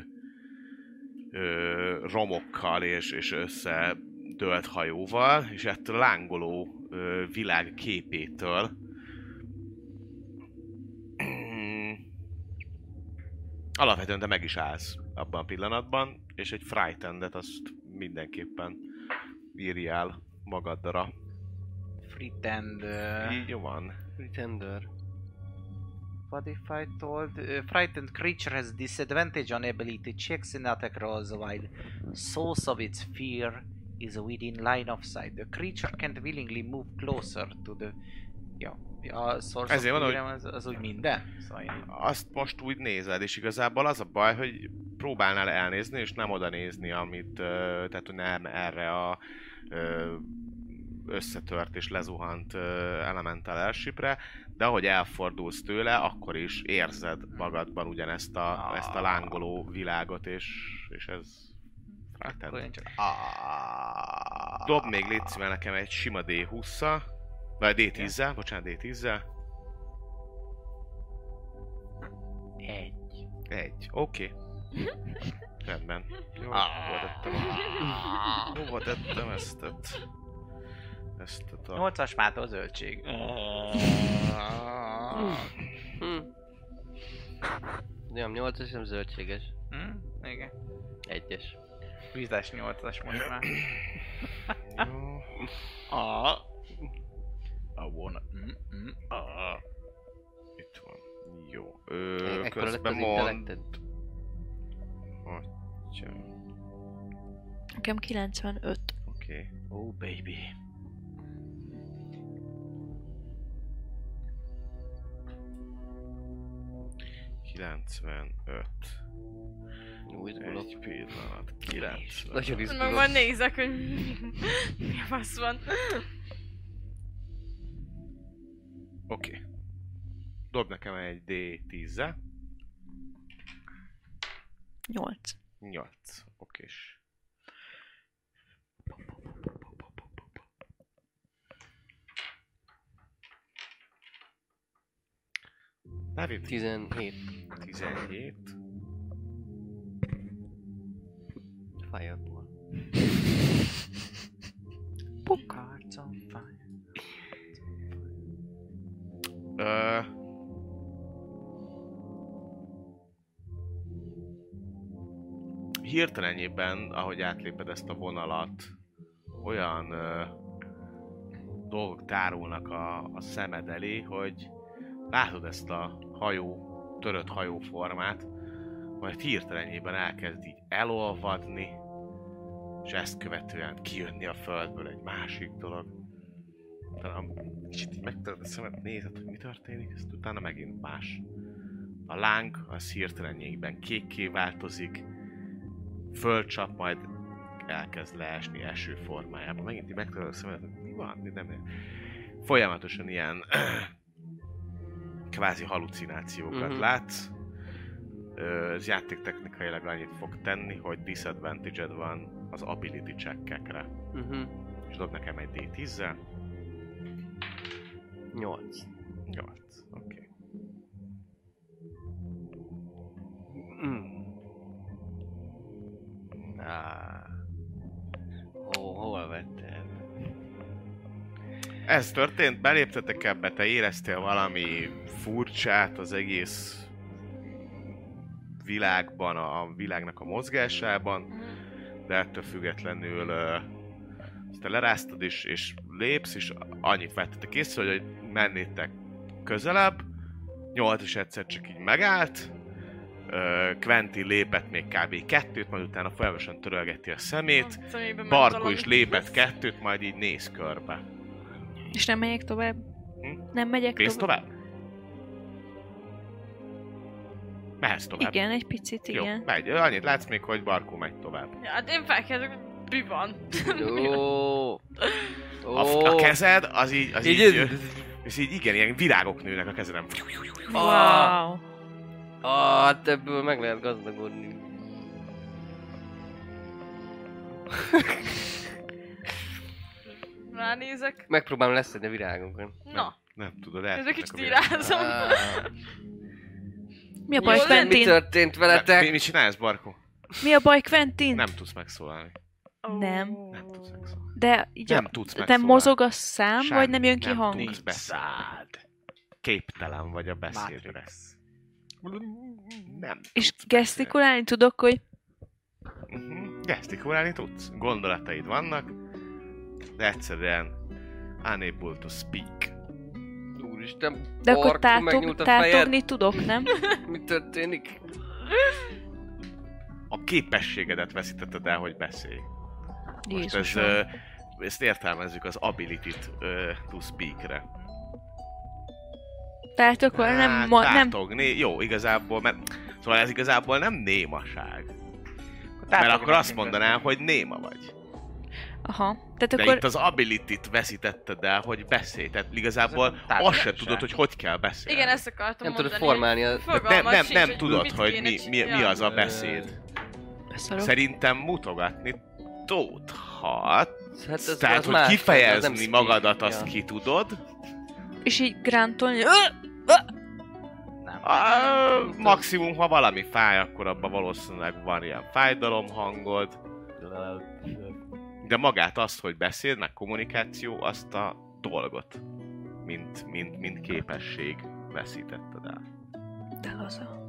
romokkal és összedőlt hajóval, és ettől a lángoló világ képétől alapvetően te meg is állsz abban a pillanatban, és egy frightened-et azt mindenképpen írjál magadra. Frightened... Így van. Pretender. What if I told... frightened creature has disadvantage on ability checks and attack rolls while source of its fear is within line of sight. The creature can't willingly move closer to the... Ja, a source Ezért of van, fear az úgy minden? Szóval én... Azt most úgy nézed, és igazából az a baj, hogy próbálnál elnézni, és nem oda nézni, amit, tehát hogy nem erre a összetört és lezuhant elemental airshipre, de ahogy elfordulsz tőle, akkor is érzed magadban ugyanezt ezt a lángoló világot, és ez Akkor én csak... Dob még légy szíves nekem egy sima D20-szal, vagy D10-zel, bocsánat, D10-zel. Egy. Oké. Rendben. Jó, hova tettem ezt a... 8-as mától zöldség. Nem, 8-as nem zöldséges. Igen. 1-es. Vízes 8-as most már. Jó. I wanna... Itt van. Jó. Ekkora lett Közben az mond... intellekted. Atya. Nekem 95. Oké. Oh baby. Jó, izgulok. Egy pillanat. 90. Nagyon Meg izgulok. majd nézek, hogy mi a fasz van. Oké. Dob nekem egy D10-zel. 8. 8. Okés. David? 17. 17. Fireball. Hearts on fire. Hirtelenjében, ahogy átléped ezt a vonalat, olyan dolgok tárulnak a szemed elé, hogy látod ezt a törött hajóformát, majd hirtelenjében elkezd így elolvadni, és ezt követően kijönni a földből egy másik dolog. Utána kicsit így megtöröd a szemed, nézed, hogy mi történik, ezt utána megint más. A láng az hirtelenjében kékké változik, fölcsap, majd elkezd leesni eső formájában. Megint így megtöröd a szemed, hogy mi van? Nem. Folyamatosan ilyen kvázi halucinációkat látsz. Ez játéktechnikailag annyit fog tenni, hogy disadvantage-ed van az ability check-ekre. És dob nekem egy D10-zel. 8. 8, oké. Hol vetted? Ez történt, beléptetek ebbe, te éreztél valami furcsát az egész világban, a világnak a mozgásában, de ettől függetlenül te leráztad és lépsz, és annyit vettetek észre, hogy mennétek közelebb, 8 is egyszer csak így megállt, Quentin lépett még kb. 2-t, majd utána folyamatosan törölgeti a szemét, Barkó is lépett 2-t, majd így néz körbe. És nem megyek tovább? Nem megyek Mész tovább? tovább? Mehetsz tovább. Igen, egy picit, igen. Jó, megy. Annyit látsz még, hogy Barkó megy tovább. Ja, hát én felkezdek, mi van? A kezed, az így és így igen, ilyen virágok nőnek a kezedem. Wow. Hát ebből meg lehet gazdagodni. Ránézek. Megpróbálom leszedni a virágokat. Na, Nem tudod, ez egy eltűnnek kicsit a virágok. irázom. Mi a baj, Jól Mi Quentin? történt veletek? Mit csinálsz, Barkó? Mi a baj, Quentin? Nem tudsz megszólalni. Nem. Nem tudsz megszólalni. De így Nem a... tudsz Nem megszólalni. mozog a szám, Semmi, vagy nem jön ki nem hang? tudsz beszélni. Képtelen vagy a beszédre. Nem És tudsz gesztikulálni tudok, hogy... Gesztikulálni tudsz. Gondolataid vannak, de egyszerűen unable to speak. Úristen, De akkor Barkó megnyúlt a fejed. tátogni tudok, nem? Mi történik? A képességedet veszítetted el, hogy beszélj. Most Jézusom. ezt értelmezzük az ability-t to speak-re. Tehát akkor nem... nem... Tátogni, jó, igazából, szóval ez igazából nem némaság. Mert akkor azt mondanám, hogy néma vagy. Aha. Tehát De akkor... itt az ability-t veszítetted el, hogy beszélj. Tehát igazából azt se tudod, hogy kell beszélni. Igen, ezt akartam Nem mondani. tudod formálni a... Nem tudod, mit hogy kéne mi az a beszéd. Beszarok. Szerintem mutogatni tudhat. Hát ez Tehát, az hogy más, az kifejezni nem magadat, speak, azt ja. ki tudod. És így grántolni... Maximum, ha valami fáj, akkor abban valószínűleg van ilyen fájdalomhangod. De magát azt, hogy beszéd, meg kommunikáció, azt a dolgot, mint képesség veszítetted el. De laza.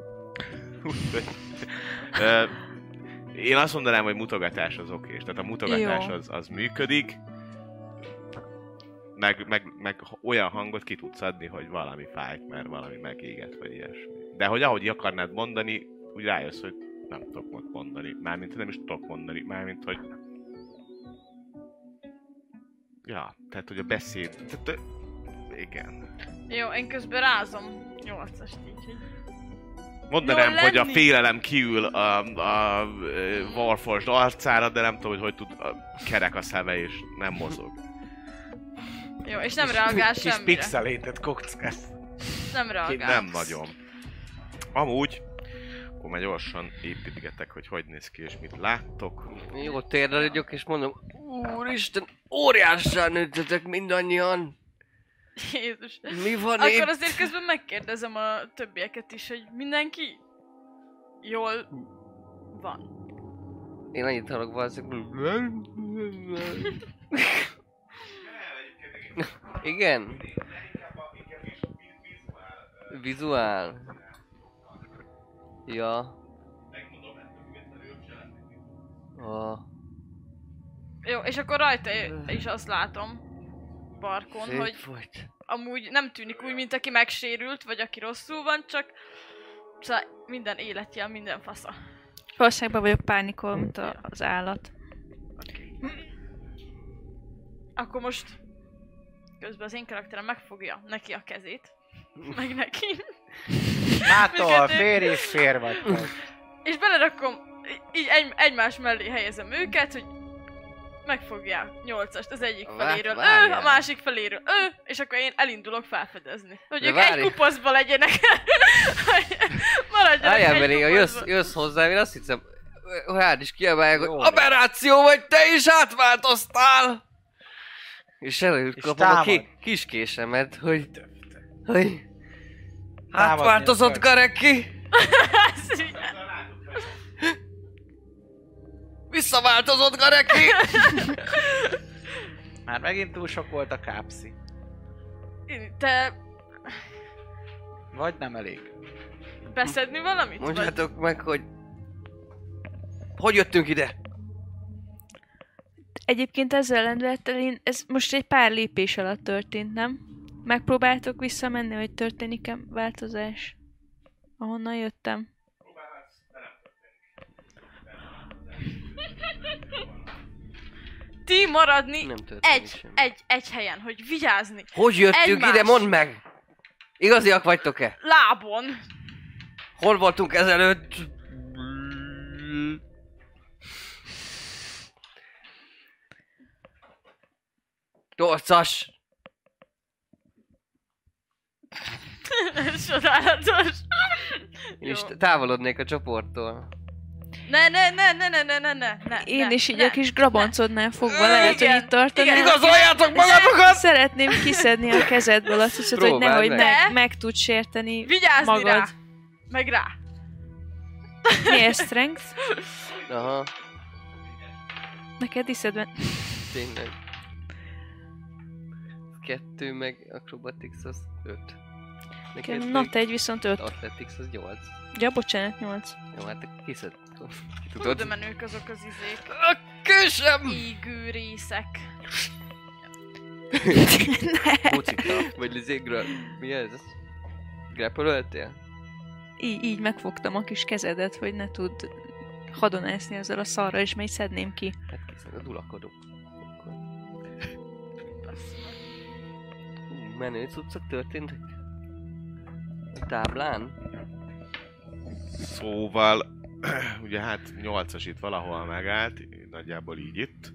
Én azt mondanám, hogy mutogatás az okés. Tehát a mutogatás Jó. az működik, meg olyan hangot ki tudsz adni, hogy valami fájt, mert valami megéget, vagy ilyesmi. De hogy ahogy akarnád mondani, úgy rájössz, hogy nem tudok mondani. Mármint nem is tudok mondani, mármint hogy... Ja, tehát hogy a beszéd... Tehát, igen. Jó, én közben rázom 8-ast így, hogy... Mondanám, Jól hogy a lenni. félelem kiül a Warforged arcára, de nem tudom, hogy tud kerek a szeme és nem mozog. Jó, és nem reagál Kis semmire. pixelétet kockás. Nem reagál. Nem nagyon. Amúgy, akkor már gyorsan építgetek, hogy néz ki és mit láttok. Jó, térre vagyok és mondom, úristen, óriássá nőttetek mindannyian. Jézus. Mi van Akkor itt? azért közben megkérdezem a többieket is, hogy mindenki jól van. Én annyit hallok valószínűleg. Igen? Vizuál. Ja. Jó, és akkor rajta is azt látom, Barkon, hogy Szétfolyt. amúgy nem tűnik úgy, mint aki megsérült, vagy aki rosszul van, csak szóval minden életjel, minden fasza. Valószínűleg be vagyok pánikol, mint az állat. Akkor most közben az én karakterem megfogja neki a kezét, meg neki. Mától, fér és fér vagy. És belerakom, így egymás mellé helyezem őket, hogy megfogják 8-ast az egyik feléről, várjál. a másik feléről, és akkor én elindulok felfedezni. Hogy De ők várj. egy kupaszba legyenek. Maradjanak Álljál, egy mert kupaszba. jössz hozzám, én azt hiszem, rád is kiabálják, hogy Jó, aberráció vagy, te is átváltoztál! És előtt És kapom a támad. kis késemet, hogy Támadni átváltozott akar. Gareki! Ez így- Visszaváltozott Gareki! Már megint túl sok volt a kápszi. Te Vagy nem elég. beszedni valamit? Vagy? Mondjátok meg, hogy jöttünk ide? Egyébként ezzel lendülettel ez most egy pár lépés alatt történt, nem? Megpróbáltok visszamenni, hogy történik-e változás? Ahonnan jöttem. Ti maradni Nem történik semmi. egy helyen, hogy vigyázni. Hogy jöttünk Egymás. ide, mondd meg! Igaziak vagytok-e? Lábon. Hol voltunk ezelőtt? Torcas! Csodálatos. Én is Jó. távolodnék a csoporttól. Ne. Én is így a kis grabancodnál fogva lehet, hogy Igen, itt tartanám. igen. Igazoljátok magadokat! Szeretném kiszedni a kezedből a cuccot, hogy Próbáld nehogy meg. meg tud sérteni Vigyázni magad. rá. Meg rá. Miért strength? Aha, Neked iszedve... tényleg. 2 meg Acrobatics az 5. Neked Not 1, viszont 5. Athletics az 8. Ja, bocsánat, 8. Jó, hát kiszed. Ki Hú, tudod? de menők azok az izék. A kösem! Ígű részek. Pucita. Vagy lizégra... Mi ez? Grapple-öltél? Így megfogtam a kis kezedet, hogy ne tud hadonászni ezzel a szarral, és még szedném ki. Hát kiszed a dulakodok. Akkor. Menő cuccok történtek? A táblán? Szóval, ugye hát 8-as itt valahol megállt, nagyjából így itt.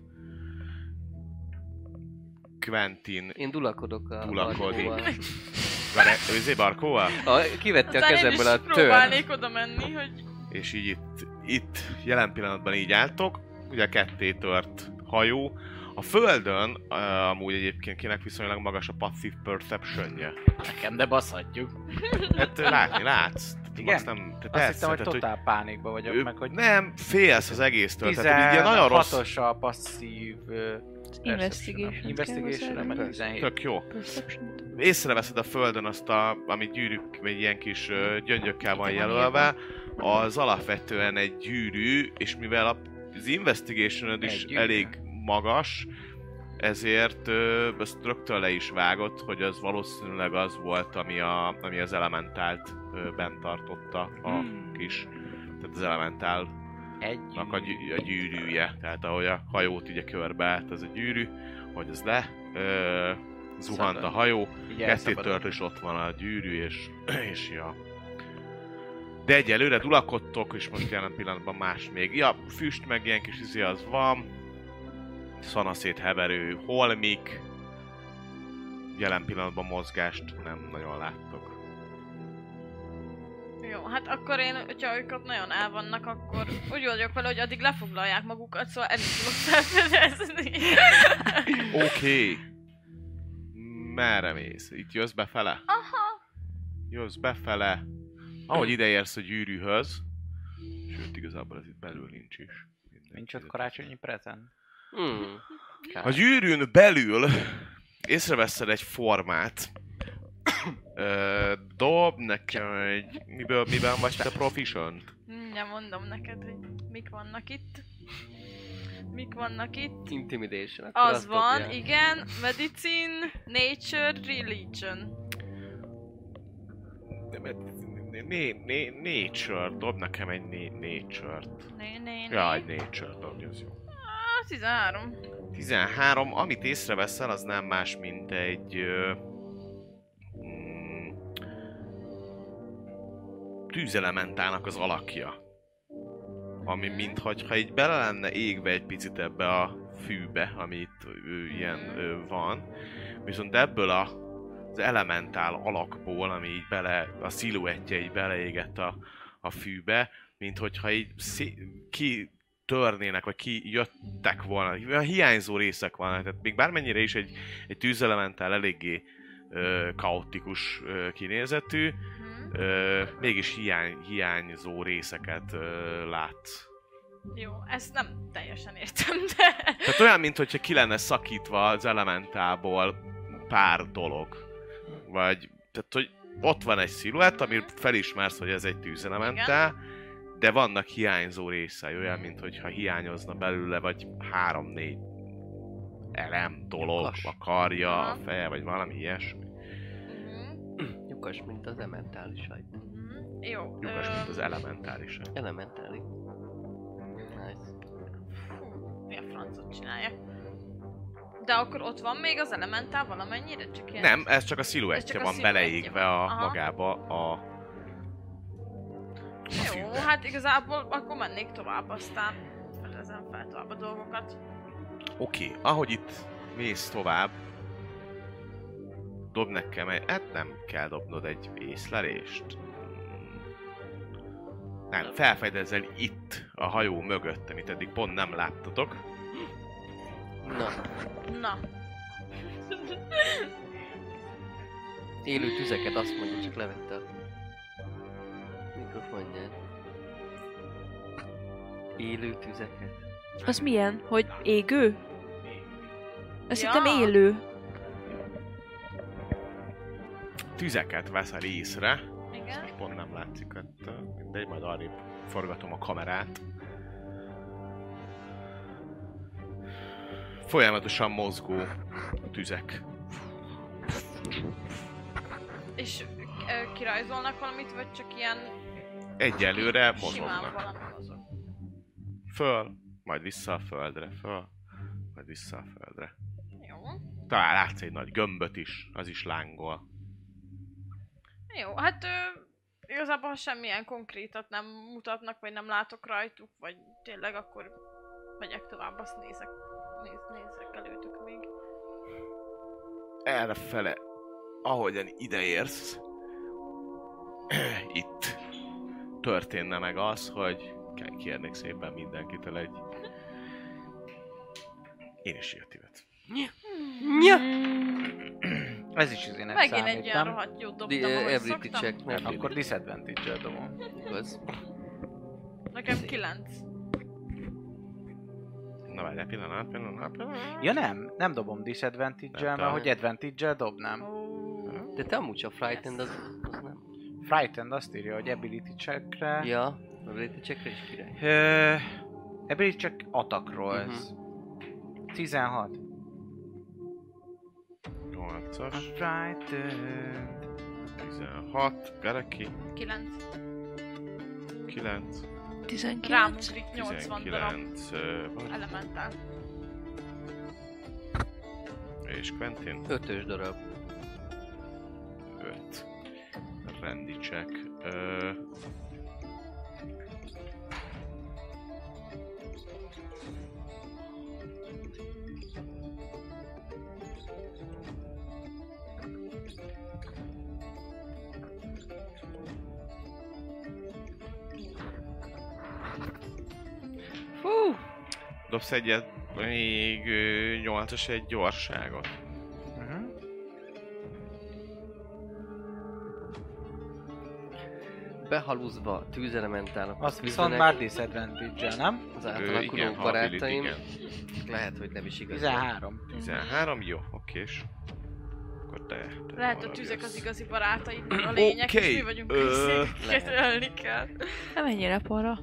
Quentin Én dulakodok a Dulakodik. Barkóval. vele, Barkóval, Kivette a Aztán én kezemből is a tört. próbálnék oda menni, hogy... és így itt jelen pillanatban így álltok, ugye ketté tört hajó. A földön amúgy egyébként kinek viszonylag magas a passive perception-je. Nekem, de baszhatjuk. Hát látni látsz. Igen? Azt nem, te Azt persze, hittem, hogy tehát, totál pánikba vagyok, meg hogy nem, félsz az egésztől, tehát így ilyen nagyon rossz. 16-os a passzív... Investigation. Investigation, meg 17. Tök jó. Perception. Észreveszed a földön azt ami gyűrűk, vagy ilyen kis gyöngyökkel van Ide van jelölve, az alapvetően egy gyűrű, és mivel az investigation is Egy gyűrű. elég magas, ezért ezt rögtön le is vágott, hogy az valószínűleg az volt, ami az elementált bent tartotta a kis, tehát az elementálnak a gyűrűje. Tehát ahogy a hajót ugye körbe állt az a gyűrű, hogy az zuhant a hajó, ketté tört, és ott van a gyűrű, és ja. De egyelőre dulakodtok, és most jelen pillanatban más még. Ja, füst meg ilyen kis izé az van. Szanaszét heverő holmik. Jelen pillanatban mozgást nem nagyon láttok. Jó, hát akkor én, hogyha ők ott nagyon el vannak, akkor úgy vagyok vele, hogy addig lefoglalják magukat, szóval elindulok felfedezni. Oké. Merre mész? Itt jössz befele? Aha. Jössz befele. Ahogy ideérsz a gyűrűhöz. Sőt, igazából ez itt belül nincs is. Nincs ott karácsonyi prezent. A gyűrűn belül észreveszed egy formát. Dob nekem egy... Miben vagy te proficient? Mindjárt mondom neked, hogy mik vannak itt. Mik vannak itt? Intimidation. Az van, igen. Medicine, Nature, Religion. Nature, dob nekem egy Nature-t. Ja, egy Nature, dobj, az jó. 13. 13, amit észreveszel, az nem más, mint egy... tűzelementának az alakja. Ami minthogyha így bele lenne égve egy picit ebbe a fűbe, ami itt ilyen van. Viszont ebből az elementál alakból, ami így a sziluettje így beleégett a fűbe, minthogyha így kitörnének, vagy kijöttek volna, olyan hiányzó részek vannak. Tehát még bármennyire is egy tűzelementál eléggé kaotikus kinézetű, mégis hiányzó részeket látsz. Jó, ezt nem teljesen értem, de... Tehát olyan, mintha ki lenne szakítva az elementálból pár dolog. Vagy, tehát hogy ott van egy sziluett, amit felismersz, hogy ez egy tűzelementál, de vannak hiányzó részei, olyan, mintha hiányozna belőle, vagy 3-4 elem, dolog, a karja, a feje, vagy valami ilyesmi. Lyukas, mint az elementális sajt. Jó. Lyukas, mint az elementális. Elementális. Nice. Mi a francot csinálja? De akkor ott van még az elementál valamennyire? Csak ilyen... Nem, ez csak a sziluettje van beleégve magába a... Jó, hát igazából akkor mennék tovább, aztán felezem fel tovább a dolgokat. Oké, ahogy itt mész tovább, dob nekem hát nem kell dobnod egy észlelést. Nem, felfedezel itt, a hajó mögött, amit eddig pont nem láttatok. Na. Élő tüzeket, azt mondja, csak levette a mikrofonját. Élő tüzeket. Az milyen? Hogy égő? Azt Ja. hittem élő. Tüzeket veszel észre. Igen. Most pont nem látszik ettől, mindegy, majd arrébb forgatom a kamerát. Folyamatosan mozgó tüzek. És kirajzolnak valamit, vagy csak ilyen... Egyelőre Simán mozognak. valami mozog. Föl, majd vissza a földre, föl, majd vissza a földre. Jó. Talán látsz egy nagy gömböt is, az is lángol. Jó, hát igazából ha semmilyen konkrétat nem mutatnak, vagy nem látok rajtuk, vagy tényleg akkor megyek tovább, azt nézek előtük még. Errefele, ahogyan ideérsz, itt történne meg az, hogy kérnék szépen mindenkitől egy initiatívet. Ez is izének Megint számít, egy olyan nem? rohadt jót dobtam, ahogy Ability szoktam. check, nem? Akkor disadvantage-el dobom. Igaz. Nekem 9. Na várj, pillanat. Ja nem dobom disadvantage-el, mert hogy advantage-el dobnám. De te amúgy a Frightened az nem. Frightened azt írja, hogy ability checkre. Ja, ability checkre is király. Ability check attackról ez. 16. 8-as, Frightened. 16, Gareki, 9. 9, 19. Rám ugrik 80 darab 19, elementál. és Quentin, 5-ös darab. 5. Rendi check. Fú! Dobsz egyet, még 8-as egy gyorságot. behaluzva tűzelementálnak. Azt viszont már disadvantage-el, nem? Az átalakuló igen, barátaim. igen. Lehet, hogy nem is igaz. 13. 13, jó, okés. Akkor te Lehet, hogy valami tüzek az jössz. igazi barátaid, meg a lények, Oké, és mi vagyunk ö, őket ölni kell. Nem ennyire porra.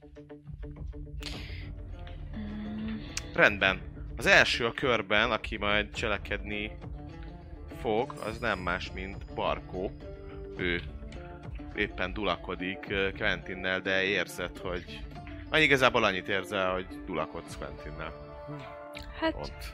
Rendben. Az első a körben, aki majd cselekedni fog, az nem más, mint Barkó. Ő éppen dulakodik Quentinnel, de érzed, hogy... Igazából annyit érzel, hogy dulakodsz Quentinnel. Hát, Ott.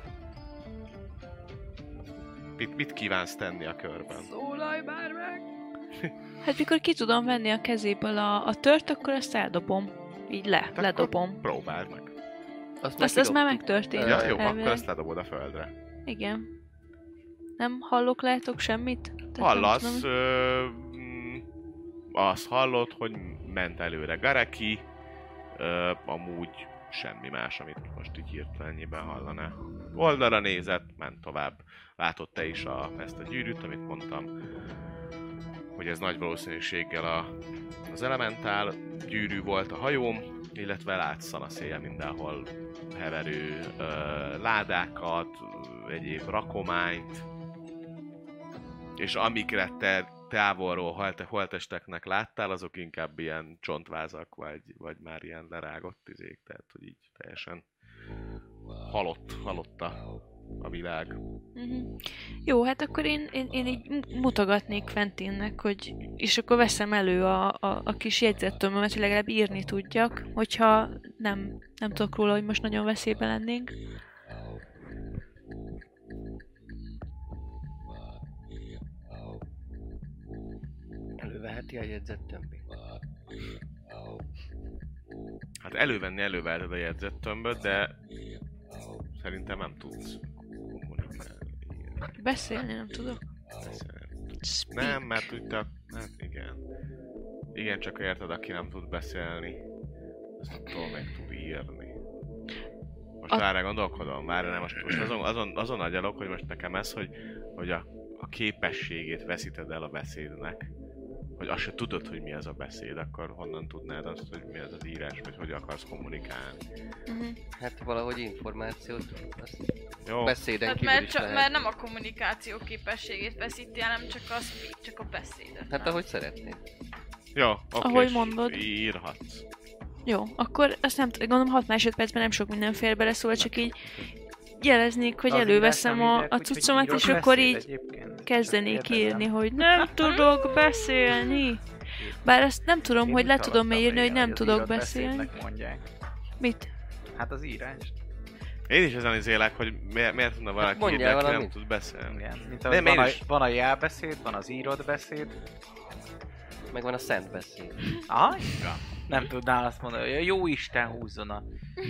Mit kívánsz tenni a körben? Szólalj már meg! hát mikor ki tudom venni a kezéből a tört, akkor azt eldobom. Így ledobom. Próbáld meg. Azt már megtörtént. Ja, jó, elvileg. akkor ezt ledobod a földre. Igen. Nem hallok, látok semmit? Tehát nem Hallasz, tudom. azt hallod, hogy ment előre Gareki, amúgy semmi más, amit most így hirtelennyében hallaná. Oldalra nézett, ment tovább. Látod te is ezt a gyűrűt, amit mondtam, hogy ez nagy valószínűséggel az elementál gyűrű volt a hajóm, illetve látsz szanaszéjjel mindenhol heverő ládákat, egyéb rakományt, és amikre te távolról holtesteknek láttál, azok inkább ilyen csontvázak, vagy már ilyen lerágott izék, tehát hogy így teljesen halott a világ. Uh-huh. Jó, hát akkor én így mutogatnék Quentinnek, hogy... És akkor veszem elő a kis jegyzettömbömet, hogy legalább írni tudjak, hogyha nem tudok róla, hogy most nagyon veszélyben lennénk. Előveheti a jegyzettömbét. Hát előveheted a jegyzettömböt, de szerintem nem tudsz kommunikálni. Beszélni nem tudok. Speak. Nem, mert úgy te... Hát igen. Igen, csak érted, aki nem tud beszélni, azt attól meg tud írni. Most várjál, gondolkodom, várjál, nem, most azon agyalok, hogy most nekem ez, hogy a képességét veszíted el a beszédnek. Hogy azt se tudod, hogy mi az a beszéd, akkor honnan tudnád azt, hogy mi az az írás, vagy hogy akarsz kommunikálni. Uh-huh. Hát valahogy információt, azt Jó, beszéden Hát kívül is mert lehet. nem a kommunikáció képességét veszíti, hanem csak a beszédet. Hát ahogy szeretnéd. jó, oké, Ahogy mondod. írhatsz. Jó, akkor azt nem tudom, gondolom 6 másodpercben nem sok minden fér bele, szóval csak így jeleznék, hogy Az előveszem írás, a amit úgyhogy cuccomat, írod, és akkor beszél így egyébként. kezdenék Csak kérdezem. írni, hogy nem tudok beszélni. Bár azt nem tudom, Én hogy úgy le tudom hallottam írni, hogy régen, nem az tudok írott beszélni. beszédnek mondják. Mit? Hát az írás. Én is ezen izélek, hogy miért tudna valaki írni, mondjál aki nem valamit. tud beszélni. Igen. Mint Nem, ahogy én is. van a jelbeszéd, van az írott beszéd. Megvan a szent beszéd. Aha, igen. Nem tudnál azt mondani, hogy jó Isten húzzon a...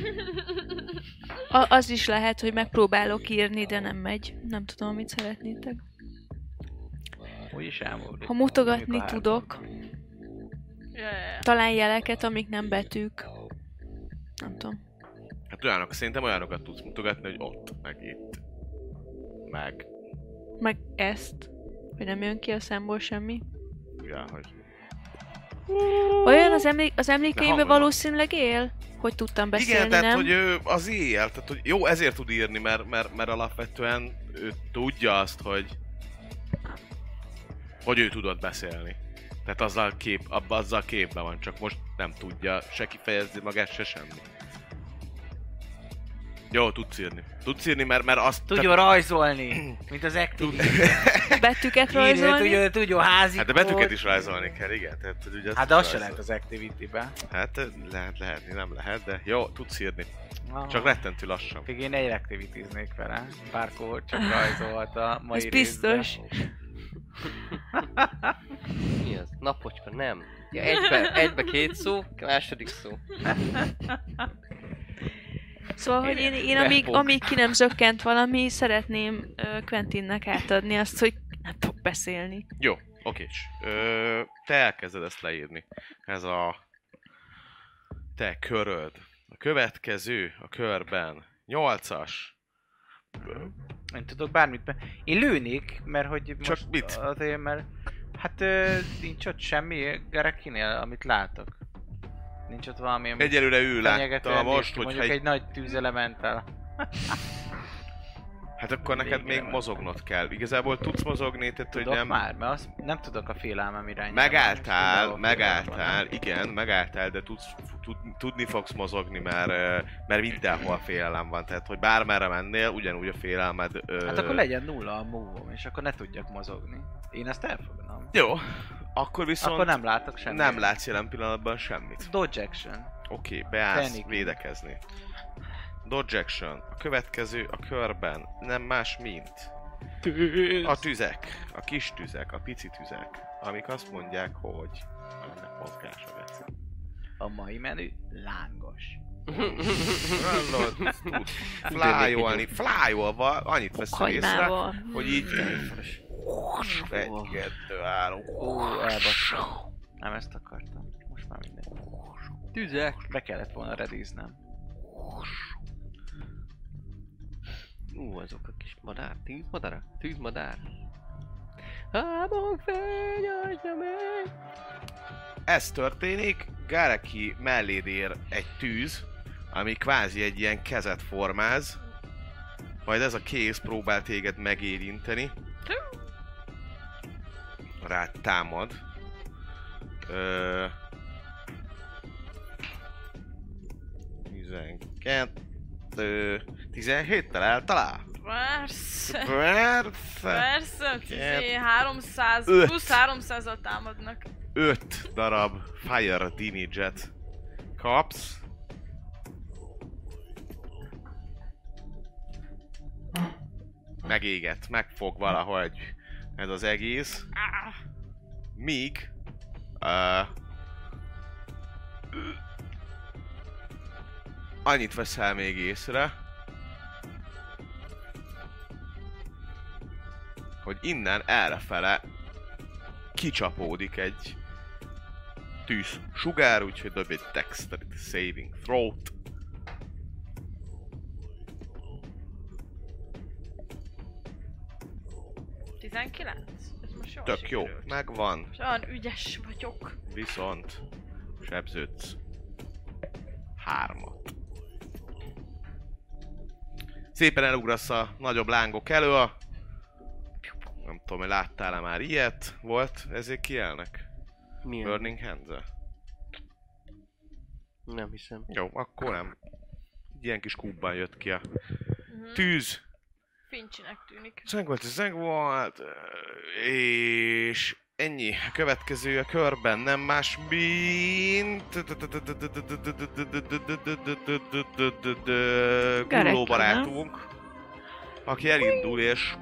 Az is lehet, hogy megpróbálok írni, de nem megy. Nem tudom, mit szeretnétek. Úgyis elmúlik. Ha mutogatni Amikor tudok, Ja. talán jeleket, amik nem betűk. Nem tudom. Hát szerintem olyanokat tudsz mutogatni, hogy ott, meg itt. Meg, Meg ezt, hogy nem jön ki a számból semmi. ja, hogy... Olyan az emlékeimben hangosan. valószínűleg él, hogy tudtam beszélni, Igen, tehát nem? hogy ő az éjjel, tehát hogy jó, ezért tud írni, mert alapvetően ő tudja azt, hogy ő tudott beszélni. Tehát azzal képben van, csak most nem tudja se kifejezni magát, se semmi. Jó, tudsz írni. Tudsz írni, mert azt... Tudjon rajzolni, mint az Activity. Betűket Írni, rajzolni. tudjon házi. Hát de betűket is rajzolni kell, igen. Tehát, hogy ugye Hát azt az se rajzol. lehet az Activity-ben. Hát lehetni, nem lehet, de jó, tudsz írni. Csak rettentő lassan. Még én egy activitiznék vele. Bárkó csak rajzolt a mai Ez biztos. Mi az? Napocska? Nem. Ja, egybe két szó, második szó. Szóval, hogy én Befog. amíg ki nem zökkent valami, szeretném Quentinnek átadni azt, hogy nem tudok beszélni. Jó, okés. Te elkezded ezt leírni. Ez a te köröd. A következő a körben 8-as. Én tudok bármit Én lőnék, mert hogy Csak most mit? azért, mert Hát nincs ott semmi Garekinél, amit látok. Nincs ott valami, ami Egyelőre ő fenyegetően látta néz most, ki, hogyha mondjuk egy nagy tűzelementál. Hát akkor neked Végre még van. mozognod kell. Igazából tudsz mozogni, tehát hogy Tudok nem... már, mert azt nem tudok a félelmem irányába. Megálltál, igen, megálltál, de tudni fogsz mozogni, mert mindenhol félelem van. Tehát, hogy bármerre mennél, ugyanúgy a félelmed... Hát akkor legyen 0 a move-om, és akkor ne tudjak mozogni. Én ezt elfogadom. Jó, akkor viszont Akkor nem látok semmit. nem látsz jelen pillanatban semmit. Dodge action. Oké, beállsz Panic. védekezni. Dodge action. A következő a körben nem más, mint a tüzek, a kis tüzek, a pici tüzek, amik azt mondják, hogy ennek mozgása lesz. A mai menü lángos. Tud flyolva, annyit veszel észre, Hagymával. hogy így 1, 2, 3, Elbasztam. Nem ezt akartam. Most már mindegy. Tüzek! Be kellett volna redíznem. Azok a kis madár, tűzmadár, tűzmadár. Háború fény, adja meg! Ez történik, Gareki melléd ér egy tűz, ami kvázi egy ilyen kezet formáz. Majd ez a kéz próbál téged megérinteni. Rád támad. 17-tel eltalál? Persze. Persze! Persze, 300 Öt. plusz 300-al támadnak. 5 darab Fire Damage-et kapsz. Megégett, megfog valahogy ez az egész. Míg annyit veszel még észre, hogy innen errefele kicsapódik egy tűz sugár, úgyhogy dobj egy Dexterity Saving Throw-t. Ez most jól Tök jó, sikerült. megvan, És olyan ügyes vagyok. viszont sebződsz 3-at. Szépen elugrasz a nagyobb lángok elől. Nem tudom, hogy láttál-e már ilyet? Volt Ezekielnek? Milyen? Burning Hands-e? Nem hiszem. Jó, akkor nem. Ilyen kis kúbban jött ki a Mhm. tűz. Fincsinek tűnik. Zeng volt, és ennyi. A következő a körben nem más, mint... Gulló barátunk, aki elindul és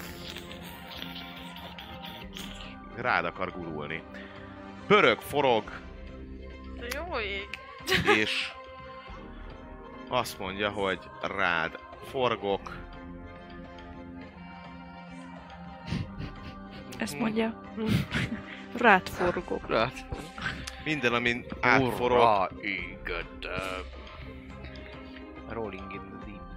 rád akar gurulni. Pörög, forog, De jó ég. és azt mondja, hogy rád forgok. Ezt mondja. Rád forgok. Rát. Minden, amin átforog, Urra, ígött. Rolling in the deep.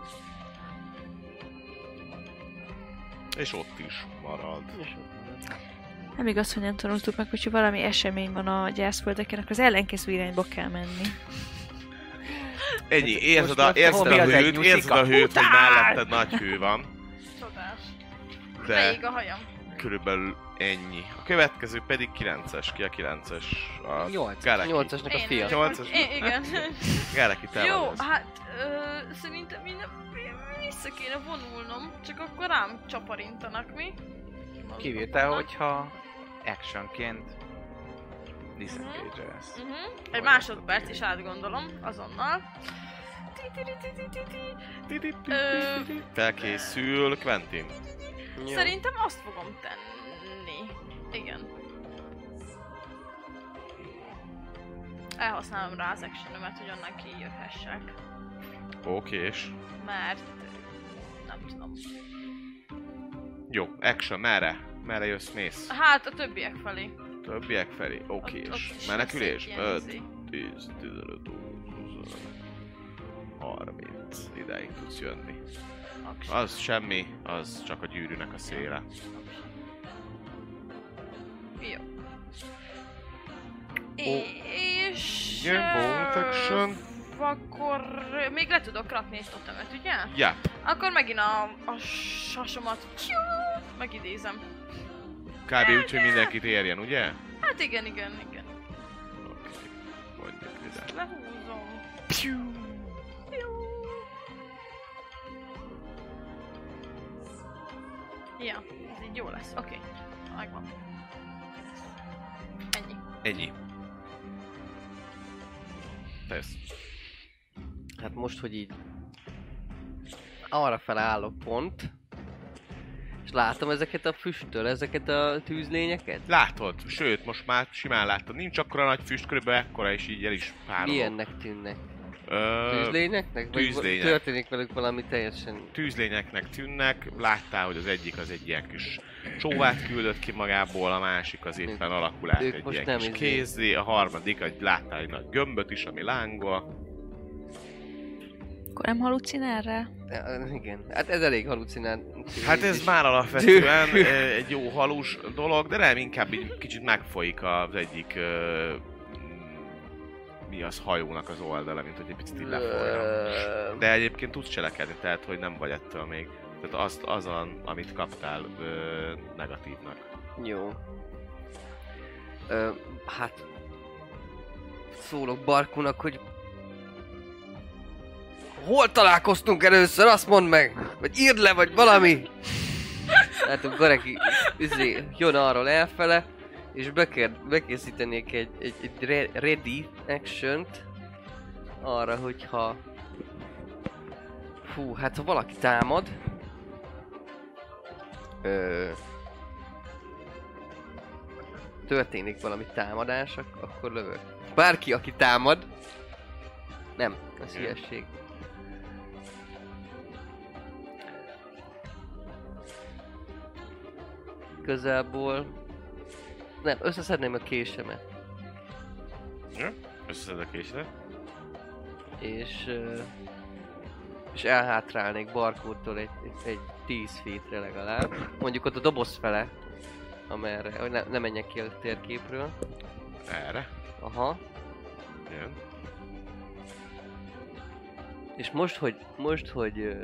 és ott is marad. Nem igaz, hogy nem tanultuk meg, hogyha valami esemény van a gyászföldeken, akkor az ellenkező irányba kell menni. Ennyi, érzed most a hol mi az egy hőt, nyuszika? érzed a hőt, hogy Futál! melletted nagy hő van, Csodás. de Beég a hajam. körülbelül ennyi. A következő pedig 9-es, ki a 9-es? A 8. Gareki. 8-asnak a Én fia. vagyok. 8-as? Igen. Gareki, te Jó, vagy ez. hát szerintem vissza kéne vonulnom, csak akkor rám csaparintanak, mi? Kivétel, hogyha actionként disengage-elsz. Egy másodperc is átgondolom, azonnal. Felkészül Quentin. Jó. Szerintem azt fogom tenni. Igen. Elhasználom rá az actionömet, hogy onnan kijöhessek. Okés. Mert... nem tudom. Jó, action, merre? Merre jössz, mész? Hát a többiek felé. Többiek felé, Ott okés. is Menekülés? lesz egy ilyen 5, izé. 10, 15, 20, 30. Idáig tudsz jönni. Action. Az semmi, az csak a gyűrűnek a széle. Jó. És... Igen, bonus action. Akkor még le tudok rakni egy totemet, ugye? Ja. Akkor megint a sasomat megidézem. Kb. Úgy, hogy mindenkit érjen, ugye? Hát igen. Oké. Mondjuk ide. Lehúzom. Ja, ez így jó lesz. Oké. Megvan. Ennyi. Persze. Hát most, hogy így arra felállok pont, és látom ezeket a füsttől, ezeket a tűzlényeket? Látod, sőt, most már simán látod. Nincs akkora nagy füst, körülbelül ekkora, és így el is párolog. Milyennek tűnnek? Tűzlényeknek? Tűzlények. Vagy történik velük valami teljesen... Tűzlényeknek tűnnek, láttál, hogy az egyik az egy ilyen kis csóvát küldött ki magából, a másik az éppen alakul át egy ilyen kis kézzé, a harmadik, hogy láttál egy nagy gömböt is, ami lángol. Akkor nem halucinál rá? Igen, hát ez elég halucinált. Hát ez már alapvetően egy jó halus dolog, de nem, inkább így kicsit megfolyik az egyik mi az hajónak az oldala, mint hogy egy picit így lefolyna. De egyébként tudsz cselekedni, tehát hogy nem vagy ettől még. Tehát azon, amit kaptál negatívnak. Jó. Hát... Szólok Barkunak, hogy... Hol találkoztunk először? Azt mondd meg! Vagy írd le, vagy valami! Látom, Gareki jön arról elfele, és bekészítenék egy ready action-t arra, hogyha... Fú, hát ha valaki támad... Történik valami támadás, akkor lövök. Bárki, aki támad... Nem, ez hülyesség. Közelból... Nem, összeszedném a késemet. Ja, összeszed a késedet. És elhátrálnék Barkótól egy 10 feetre legalább. Mondjuk ott a doboz fele, amerre, hogy ne menjek ki a térképről. Erre. Aha. Jön. És most, hogy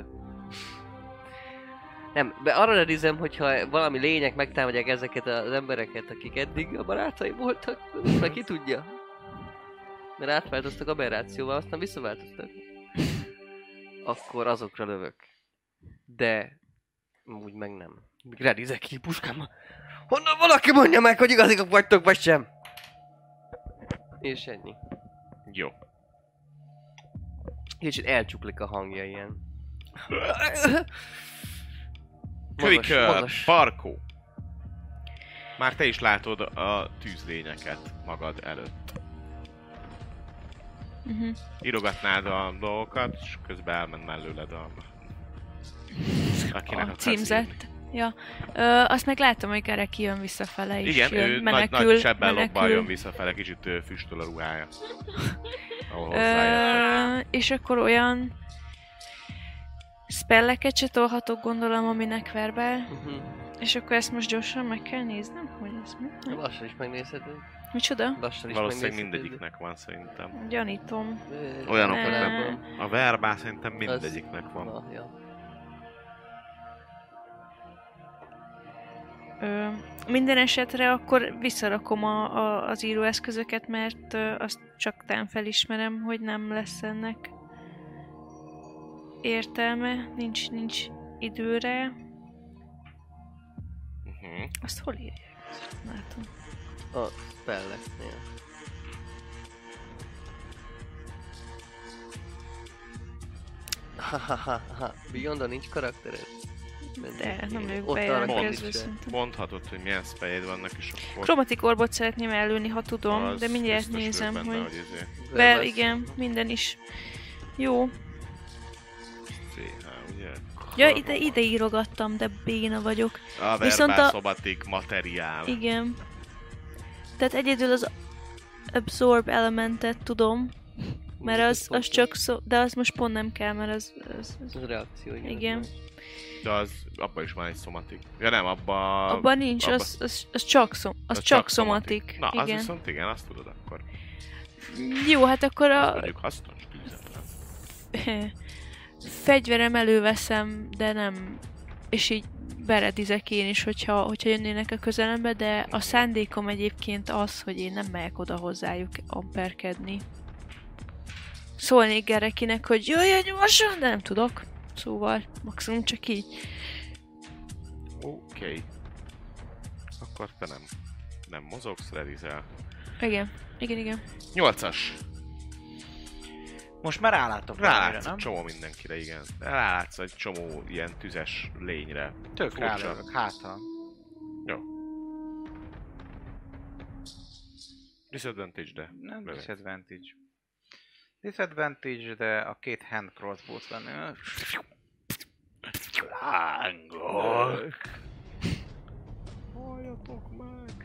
nem, de arra redizem, hogyha valami lények megtámadják ezeket az embereket, akik eddig a barátai voltak, meg ki tudja. Mert átváltoztak aberrációval, aztán visszaváltoztak. Akkor azokra lövök. De... úgy meg nem. Redizek ki puskámmal. Honnan valaki mondja meg, hogy igazikak vagytok, vagy sem? És ennyi. Jó. Kicsit elcsuklik a hangja ilyen. Kövik, Barkó. Már te is látod a tűzlényeket magad előtt. Írogatnád a dolgokat, és közben elment mellőled akinek a címzett. Ja. Azt meg láttam, hogy Gareki jön visszafele is. Igen, jön, ő menekül, nagy sebben lobbal jön visszafele, kicsit füstöl a ruhája. És akkor olyan spelleket se tolhatok, gondolom, aminek verbál. És akkor ezt most gyorsan meg kell néznem, hogy ez mi? Lassan is megnézheted. Micsoda? Valószínűleg mindegyiknek van szerintem. Gyanítom. Olyanok, nem. A verbál szerintem mindegyiknek van. Na, ja. Minden esetre akkor visszarakom az íróeszközöket, mert azt csak tán felismerem, hogy nem lesz ennek értelme, nincs időre. Azt hol írják? Látom. A spelleknél. Ha, Beyond-on nincs karaktered? De nem vagyok Ott bejelentkezve szerintem. Mondhatod, hogy milyen spelljed vannak, és akkor... Chromatic Orbot szeretném előni, ha tudom, az de mindjárt biztos nézem, benne, hogy... izé. Igen, minden is. Jó. CH, ugye? Ja, ide írogattam, de béna vagyok. A Viszont verbal szobatik materiál. Igen. Tehát egyedül az Absorb elementet tudom. Mert az csak szó, de az most pont nem kell, mert az reakció, igen. De abban is van egy szomatik. Ja nem, abban... Abban nincs, az csak szomatik. Na, igen. az viszont igen, azt tudod akkor. Jó, hát akkor Az a mondjuk hasznos tűzetlen. fegyverem előveszem, de nem... És így beredizek én is, hogyha jönnének a közelembe, de a szándékom egyébként az, hogy én nem megyek oda hozzájuk amperkedni. Szólnék Gerekinek, hogy jöjjön gyorsan, de nem tudok. Szóval maximum csak így. Oké. Akkor te nem mozogsz, redizel. Igen. 8-as. Most már rálátok valamire, Rálátsz nem? egy csomó mindenkire, igen. Rálátsz egy csomó ilyen tüzes lényre. Tök Furcsa. rálövök, hátra. Jó. Disadvantage, de Nem lövök. disadvantage. Disadvantage, de a 2 hand crossbow-t venni. Lángol! Halljatok meg!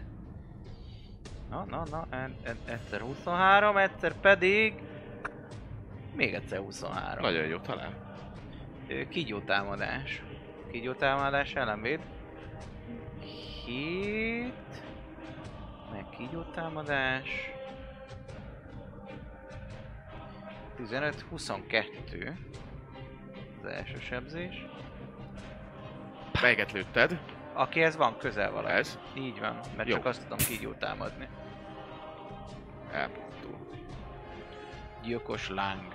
Na, egyszer 23, egyszer pedig... Még egyszer 23. Nagyon jó talán. Kígyó támadás. Kígyó támadás ellenvéd. 7... Meg kígyó támadás. 15, 22. Az első sebzés. Melyiket lőtted? Akihez van közel valami. Ez? Így van, mert Jó. csak azt tudom kígyó támadni. Elpusztul. Gyilkos láng.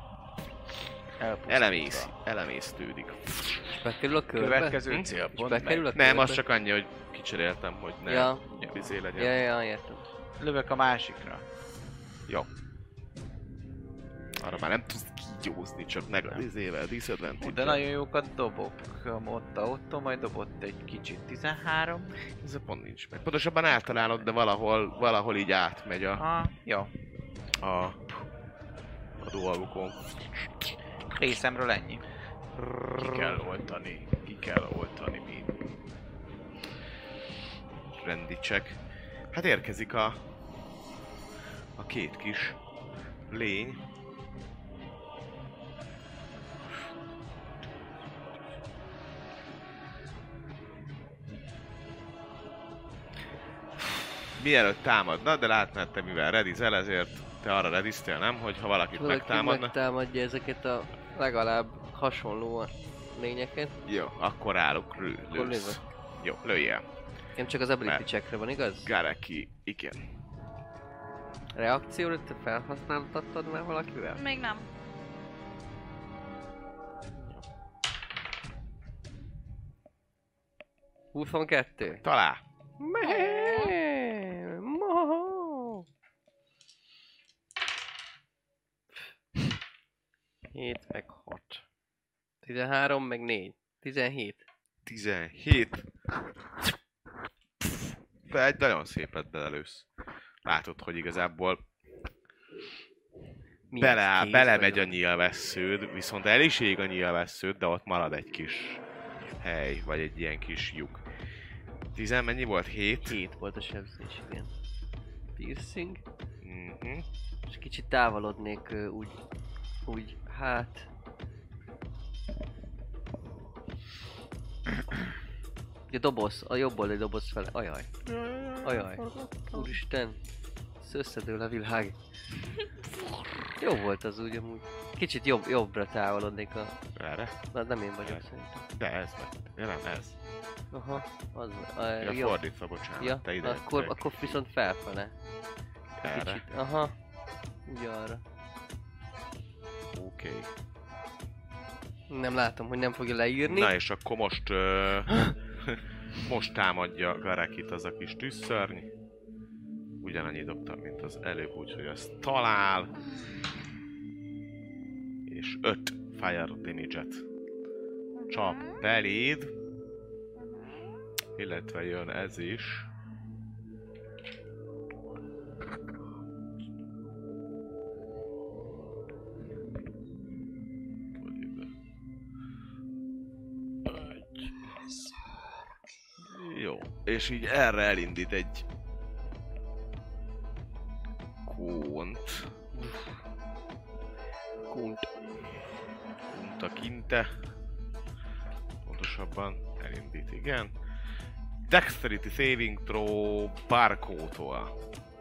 Elemésztődik. És bekerül a körbe? Következő Hm? célpont. És bekerül a meg. körbe? Nem, az csak annyi, hogy kicseréltem, hogy ne Ja. bizé legyen. Ja, értem. Lövök a másikra. Jó. Arra már nem tudsz kígyózni, csak negalizével, disadvantage. De nagyon jókat dobok. Otto majd dobott egy kicsit. 13. Ez a pont nincs meg. Pontosabban eltalálod, de valahol így átmegy Jó. a dolgokon. Részemről ennyi. Ki kell oltani mind. Rendicsek. Hát érkezik a két kis lény. Mielőtt támadna, de látnád te mivel redizel, ezért te arra rediztél, nem? Hogy ha valakit Valaki megtámadna. megtámadja ezeket a legalább hasonló lényeket. Jó, akkor állok, Akkor lősz. lövök. Jó, lőjél. Nem csak az ability Mert- checkre van, igaz? Gareki, igen. Reakcióra te felhasználtattad már valakivel? Még nem. Hú, 22. Talál. Mohó. 7 meg 6. 13 meg 4. 17. 17. De egy nagyon szépet belelősz. Látod, hogy igazából Milyen kéz belemegy a vagyok. nyílvessződ, viszont el is ég a nyílvessződ, de ott marad egy kis hely, vagy egy ilyen kis lyuk. 10 mennyi volt? 7? 7 volt a sebzés, igen. Piercing. Mhm. És kicsit távolodnék úgy, hát... A doboz, a jobb oldali doboz fele. Ajaj. Úristen. Összedől a világ. Jó volt az úgy amúgy. Kicsit jobbra távolodnék a... Erre? Na, nem én vagyok szerintem. De ez meg. Ja nem, ez. Aha, az... Ja, jobb. fordítva, bocsánat. Ja, te ide akkor jöttél. viszont felfele. Erre. Kicsit, aha. Úgy arra. Oké. Nem látom, hogy nem fogja leírni. Na és akkor most... most támadja Garekit az a kis tűzszörny. Ugyanannyit dobtam, mint az előbb, úgyhogy azt talál. És 5 fire damage-et csap beléd. Illetve jön ez is. Jó, és így erre elindít egy kónt. Kunt. Kunta kinte. gyorsabban elindít, igen. Dexterity saving throw Barkótól.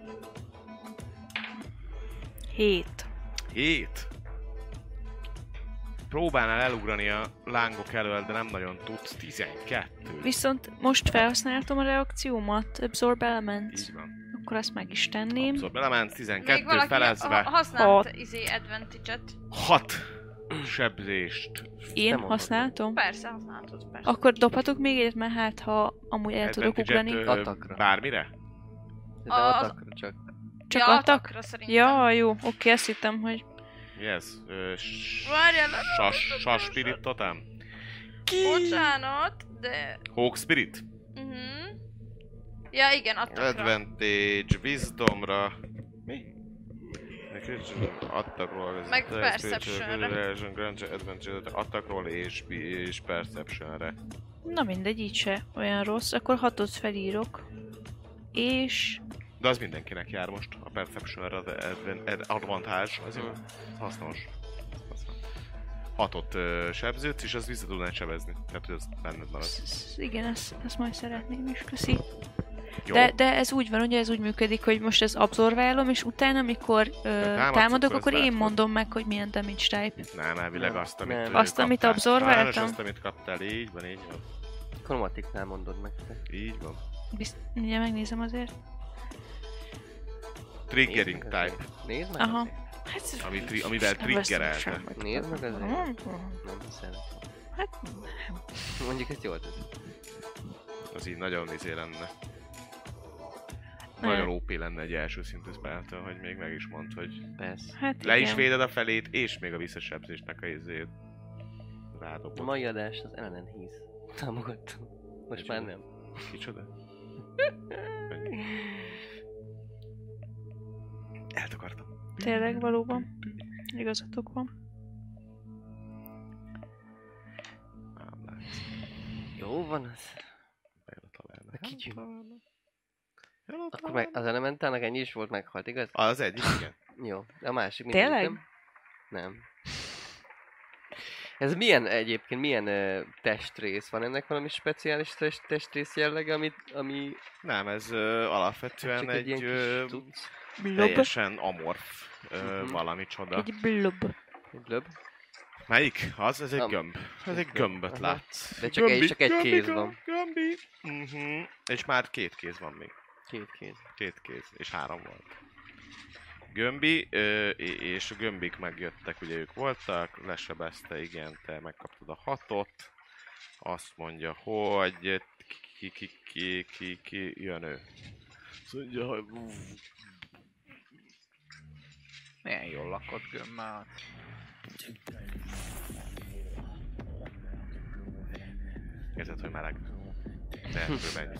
7. 7. Próbálnál elugrani a lángok elől, de nem nagyon tudsz. 12. Viszont most felhasználtam a reakciómat, Absorb Elements. Így van. Akkor azt meg is tenném. Abszolv belement, Még 12 valaki felezve. használt Hat. advantage-et. 6 sebzést. Én Nem használtam? Persze, használhatod, persze. Akkor dobhatok még egyet, mert hát ha amúgy el tudok Advantage-et, ugrani. Atakra. Bármire? De Az- atakra csak. Csak ja, adtak? atakra szerintem. Ja, jó, oké, azt hittem, hogy... Yes. Várjál, Sas Spirit Totem? bocsánat, de... Hawk Spirit? Ja, igen, atakra. Advantage Wisdomra. Mi? Attackról, Meg Perceptionre. Attackról és Perceptionre. Na mindegy, így se olyan rossz. Akkor 6-ot felírok. És... De az mindenkinek jár most. A Perceptionre az advantage, az jó. Hasznos. 6-ot sebződsz, és az vissza tudnád sebezni. Tehát, hogy az benned marad. Igen, ezt majd szeretném is, köszi. Jó. De ez úgy van, ugye ez úgy működik, hogy most ez abszorválom, és utána, amikor támadok, akkor én mondom meg, hogy milyen damage type. Nem, elvileg azt, amit Nem. Azt, amit kaptál. abszorváltam? Sajnos azt, amit kaptál, így van, így van. Chromaticnál mondod meg te. Így van. Mindjárt megnézem azért. Triggering Nézd meg type, azért. Nézd meg Aha. azért. Hát, amivel nem veszem triggerelte. semmit. Nézd meg azért. Mhm. Nem hiszem. Hát, Mondjuk ezt jól tudod. Az így nagyon lenne. Nem. Nagyon OP lenne egy első szintű spelltől, hogy még meg is mondd, hogy Persze. hát le is igen. véded a felét, és még a visszasebzésnek a izét A rádobod. mai adást az Ellen Heath támogattam. Most már nem. Kicsoda? Eltakartam. Tényleg, valóban. Igazatok van. Ám látsz. Jó van az. Bejön a taverna. A kicsiny. Jön a Akkor meg az Elementálnak ennyi is volt meghalt, igaz? Az egyik, igen. Jó, de a másik még Tényleg? nem? Nem. Ez milyen egyébként, milyen testrész? Van ennek valami speciális testrész jellege, ami Nem, ez alapvetően csak egy ilyen kis cucc? Blob. teljesen amorf Mhm. valami csoda. Egy blob. Egy löb? Melyik? Az? Ez egy Nem. gömb. Ez egy gömböt Aha. látsz. De csak egy kéz van. Gömbi. És már 2 kéz van még. 2 kéz. 2 kéz. És 3 volt. Gömbi, és a gömbik megjöttek, ugye ők voltak, lesebezte, igen, te megkaptad a 6-ot. Azt mondja, hogy ki jön ő. Azt mondja, hogy Milyen jól lakott gömmel. érzed, hogy meleg. De menj.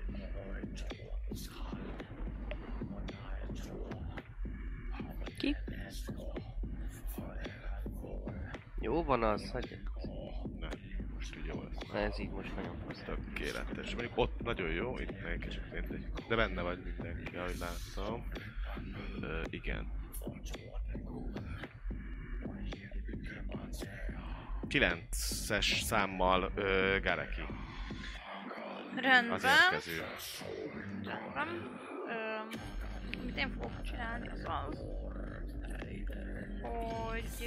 Ki? Jó van az, hogy Nem, most így jó lesz. ez így most nagyon fasz. Tökéletes. Mondjuk ott nagyon jó, itt meg kicsit mindegy. De benne vagy mindenki, ahogy láttam. Igen. 9-es számmal Gareki. Az Rendben. érkező. Rendben. Amit én fogok csinálni, az az, hogy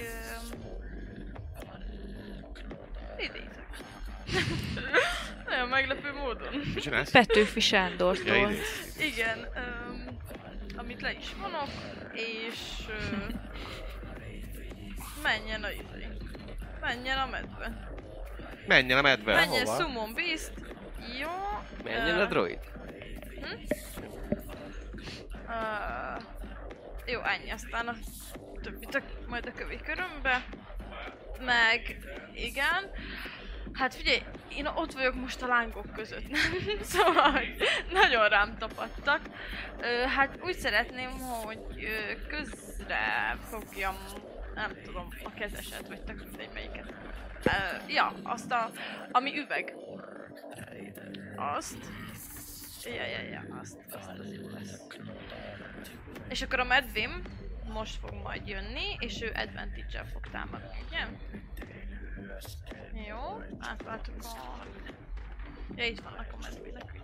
idézek. Nagyon meglepő módon. Mit csinálsz? Petőfi Ja, Sándortól. idéz. Igen, amit le is vonok, és menjen a izé. Menjen a medve. Menjen a medve. Menjen Hova? Summon Beast. Jó. Menjen a droid. Jó, ennyi, aztán a többit majd a kövi körömbe. Meg, igen. Hát figyelj, én ott vagyok most a lángok között, nem? Szóval, hogy nagyon rám tapadtak. Hát úgy szeretném, hogy közre fogjam, nem tudom, a kezeset, vagy tök mindegy melyiket. Ja, azt ami üveg. Azt. Ja, azt az jó lesz. És akkor a medvém most fog majd jönni, és ő advantage-el fog támadni, ugye? Jó, átváltuk a... Ja, itt vannak a medvének.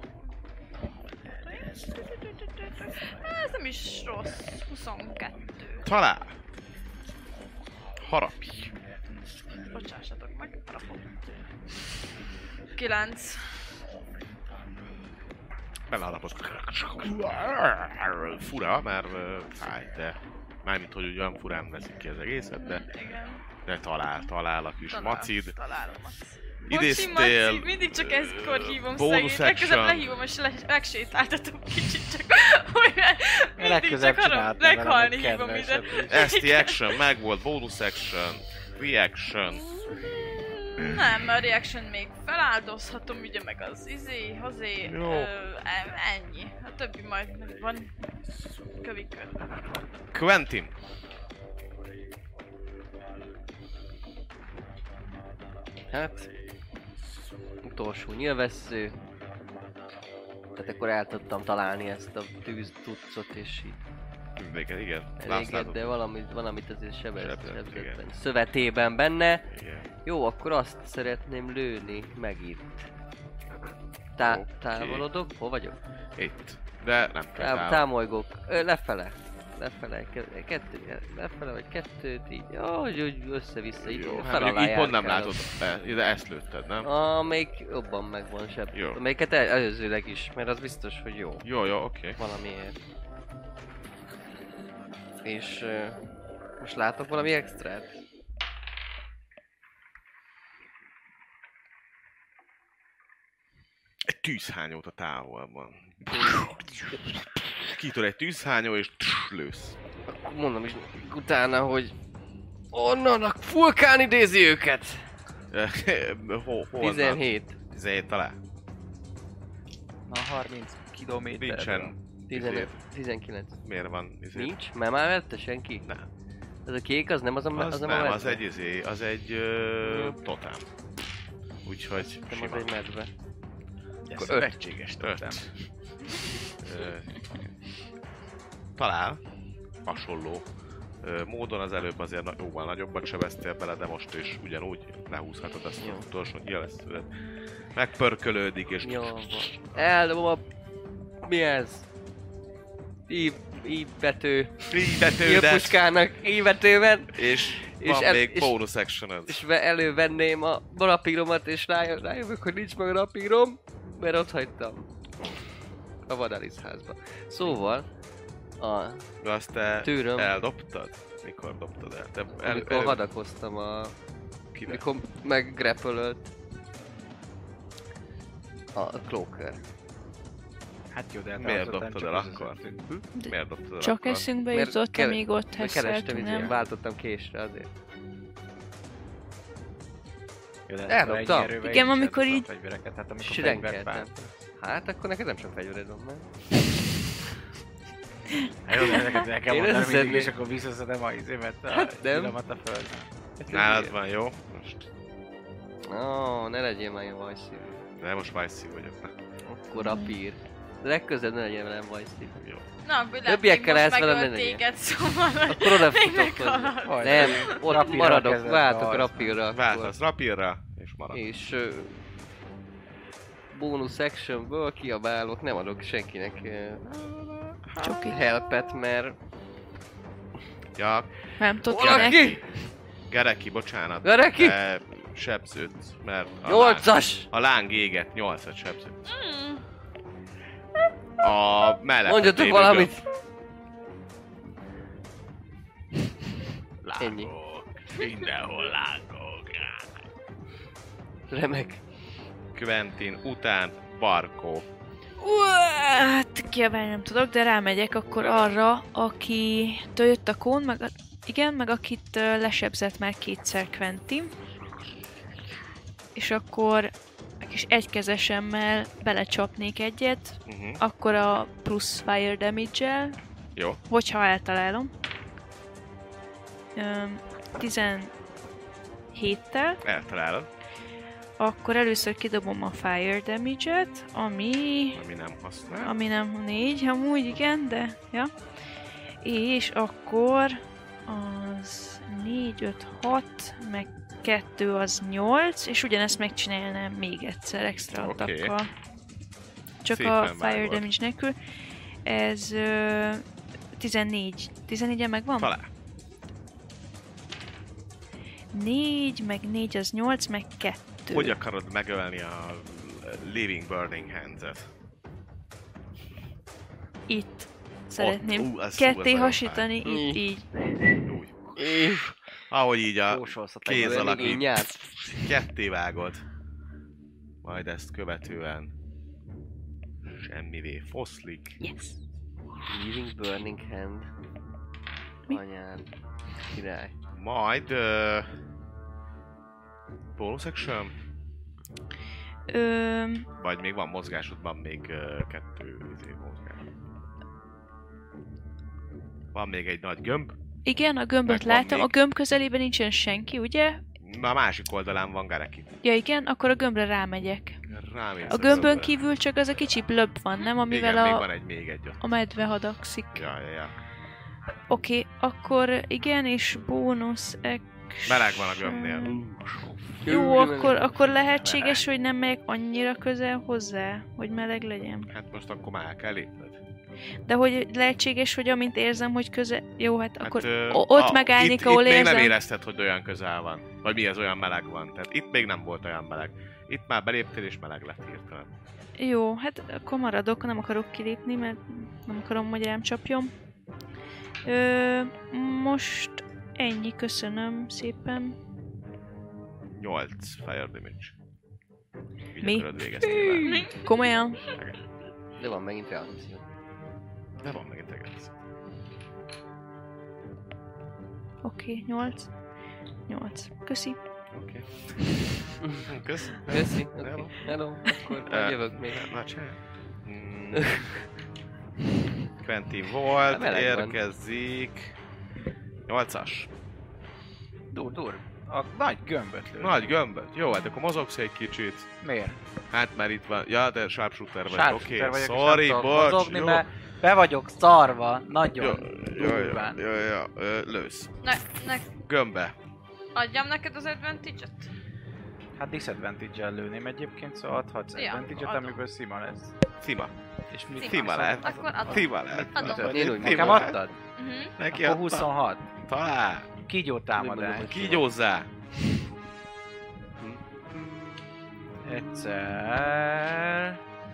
Ez nem is rossz. 22. Talál! Harapj! Bocsássatok meg, harapok. 9. Belállapot. Fura, mert fáj, de... Mármint, hogy olyan furán veszik ki az egészet, Igen. de talál a kis macid. Találom a macid. Idéztél... Maci, mindig csak ezkor hívom bonus szegényt. Legközelebb action. lehívom és megsétáltatom kicsit csak, hogy mindig Legközelebb csak csináltam meghalni velem hívom egy ide. Esti action megvolt, bonus action, reaction. Nem, a reaction még feláldozhatom, ugye meg az hazé, Jó. ennyi. A többi majd meg van kövikön. Quentin. Hát... Utolsó nyilvessző. Tehát akkor el tudtam találni ezt a tűztuccot és így Igen, eléget, de valamit azért Sebzett, sebzetlen igen. szövetében benne. Igen. Jó, akkor azt szeretném lőni meg itt. Oké. Távolodok? Hol vagyok? Itt. De nem kell távol. Támolygok. Lefele. Lefele vagy kettőt, így. Úgy össze-vissza, így Jó, fel hát alá így pont nem járkálok. látod, de ezt lőtted, nem? Amelyik jobban megvan sebb. Jó. Amelyiket előzőleg is, mert az biztos, hogy jó. Jó, oké. Valamiért. És most látok valami extrát? Egy tűzhányót a távolban. Kitör egy tűzhányó és lősz. Akkor mondom is utána, hogy onnan a vulkán idézi őket! Hol? 17. 17 talál. Na 30 kilométer. Nincsen. 15. 19. Miért van? Nincs? Már vette senki? Nem. Ez a kék, az nem az a Az a nem, medve? az egy totám. Úgyhogy Nem, sima. az egy medve. Akkor öt. szövetséges totem. Talál. Hasonló módon az előbb azért jóval nagyobbat sebeztél bele, de most is ugyanúgy lehúzhatod azt Jó. az utolsó nyilvessződet. Megpörkölődik és... Jó van. Eldobom a... Mi ez? Ívető. Nyilpuskának ívetőben. És És van el- még és- bonus action És elővenném a rapíromat, és rájövök, hogy nincs meg a rapírom, mert ott hagytam. A Vadalisz házba. Szóval, De azt te Tűröm. eldobtad? Mikor dobtad el? Te amikor hadakoztam Kire? mikor meggrepölölt a Cloaker. Hát jó, de Miért azután dobtad csak el az akkor? ötlet. Miért dobtad el Csak akkor? eszünkbe Mert jutott, kere- amíg ott Kerestem, hesszeltünk, ilyen, nem? váltottam késre azért. Jó, de Eldobtam. ennyi erővel Igen, én is amikor eldobtam így- fegyvereket, hát amikor Sirenkeltem. fegyvert Hát akkor neked nem sok fegyvered van, nem? Hát jó, de ezeket el kell Én mondani összeszedném. mindig, és akkor visszaszedem a izémet, a Hát nem. illamat a földre. Nálad van, jó? Most. Ne legyél már ilyen vajszívű. De most vajszív vagyok. Akkor rapír. De legközelebb ne legyen velem vajszívű. Jó. Na, akkor lehet, Többiekkel még most ezt velem megölt ne legyen. téged, szóval... Akkor oda Még futok hozzá. meghalad. Nem, ott Rapírral maradok, kezdett váltok a harc. rapírra akkor. Váltasz rapírra, és marad. És bonus actionből kiabálok, nem adok senkinek Csoki. helpet, mert Ja, Nem tudok valaki! kinek. Gereki, bocsánat. Gereki! De sebzőt, mert a 8-as! a láng éget, 8-at sebzőt. Mm. A mellett. Mondjatok valamit! Lángok. Ennyi. Mindenhol lángok. Remek. Quentin után Barkó. Hát kiabálni nem tudok, de rámegyek akkor arra, akitől jött a kón, meg akit lesebzett már kétszer Quentin. És akkor a kis egykezesemmel belecsapnék egyet, akkor a plusz fire damage-el, Jó. hogyha eltalálom. 17-tel. Eltalálod. Akkor először kidobom a fire damage-et, ami nem használ. Ami nem 4, amúgy igen, de ja. És akkor az 4, 5, 6, meg 2 az 8, és ugyanezt megcsinálnám még egyszer extra Oké. attakkal. Csak Szépen a fire vágod. damage nélkül. Ez 14. 14-en megvan? Talán. 4, meg 4 az 8, meg 2. Hogy akarod megölni a Living Burning Hands-et? Itt. Szeretném az ketté nagyon hasítani, itt fáj. így. Úgy. Ahogy így a Jósolsz a kéz Olyan alak így igényel. ketté vágod. Majd ezt követően semmivé foszlik. Yes. Living Burning Hand. Mi? Anyád. Király. Majd bonus action? Vagy még van mozgásodban még 2 mozgás. Van még egy nagy gömb. Igen, a gömböt Megvan látom. még. A gömb közelében nincsen senki, ugye? A másik oldalán van Gareki. Ja igen, akkor a gömbre rámegyek. Rámész A gömbön kívül csak az a kicsi blöbb van, nem? Amivel igen, még van egy ott. a medve hadagszik. Ja. Oké, akkor igen, és bónusz action. Meleg van a gömbnél. Jó, akkor lehetséges, hogy nem megyek annyira közel hozzá, hogy meleg legyen. Hát most akkor már el kell lépned. De hogy lehetséges, hogy amint érzem, hogy közel... Jó, hát akkor ö, ott megállnék, ahol itt még érzem. nem érezted, hogy olyan közel van. Vagy mi az, olyan meleg van. Tehát itt még nem volt olyan meleg. Itt már beléptél és meleg lett hirtelen. Jó, hát akkor maradok, nem akarok kilépni, mert nem akarom, hogy rám csapjon. Most ennyi, köszönöm szépen. 8 fire damage. Így Mi? akarod végezni vele. Komolyan? De van megint reakció. De van megint egész. Oké, 8. 8. Köszi. Oké. Kösz. Köszi. Hello. Okay. Hello. Akkor majd jövök még. Na csinálj. Quentin volt, meleg van. érkezik. 8-as. Dur. A nagy gömböt lő. Nagy gömböt. Jó, hát akkor mozogsz egy kicsit. Miért? Hát mert itt van. Ja, de sharpshooter vagy. Sharpshooter Oké, vagyok, és nem sorry, tudok bocs. mozogni, Jó. mert be vagyok szarva, Jó, nagyon jó, durván. jó, lősz. Ne, Gömbbe. adjam neked az advantage-et? Hát disadvantage-el lőném egyébként, szóval adhatsz Ja, advantage-et, adom. amiből szima lesz. Szima. És mi? Szima lehet. Akkor adom. Szima lehet. Adom. Én úgy Nekem Szima. adtad? Mhm. Neki Akkor adta. 26. Talán. Kígyó támadás. Kígyózzá. Egyszer...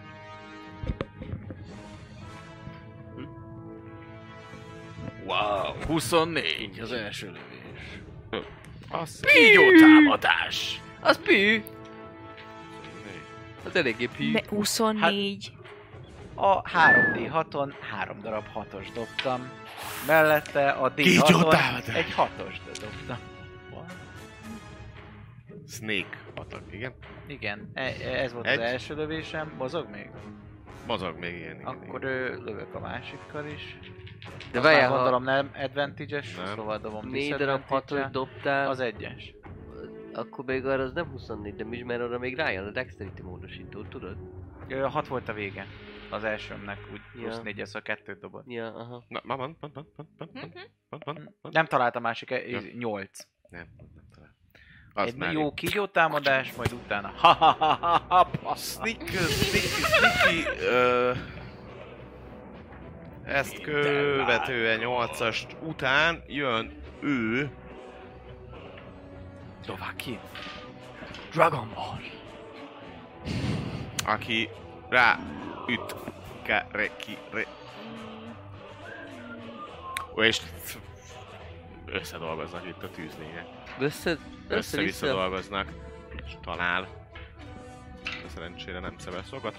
Wow. 24 az első lövés. Az Kígyó támadás! Az pű! Az eléggé pű. 24. A 3D6-on 3 darab 6-os dobtam. Mellette a Kígyó D6-on támadás. egy 6-os dobtam. Snake attack, igen. Igen, ez volt Egy. az első lövésem. Mozog még? Mozog még ilyen. igen, Akkor igen. lövök a másikkal is. De Azt már várjál, ha gondolom nem advantage-es, Nem. szóval dobom 4 darab 6-os disadvantage-el. dobtál, Az egyes. akkor még arra az nem 24 damage, mert arra még rájön a dexterity módosító, tudod? 6 volt a vége. Az elsőmnek úgy plusz Ja. 4, szóval 2 dobott. Ja, aha. Na, van. Nem találtam másik, Ja. 8. Nem talán. Az Egy már jó kígyó támadás, majd utána ha. Sneaky, ezt követően 8-as után jön ő, Dovaki. Dragon Ball. aki rá üt Garekire. És összedolgoznak itt a tűzlények. Össze-vissza dolgoznak, és talál. De szerencsére nem szebeszolgat.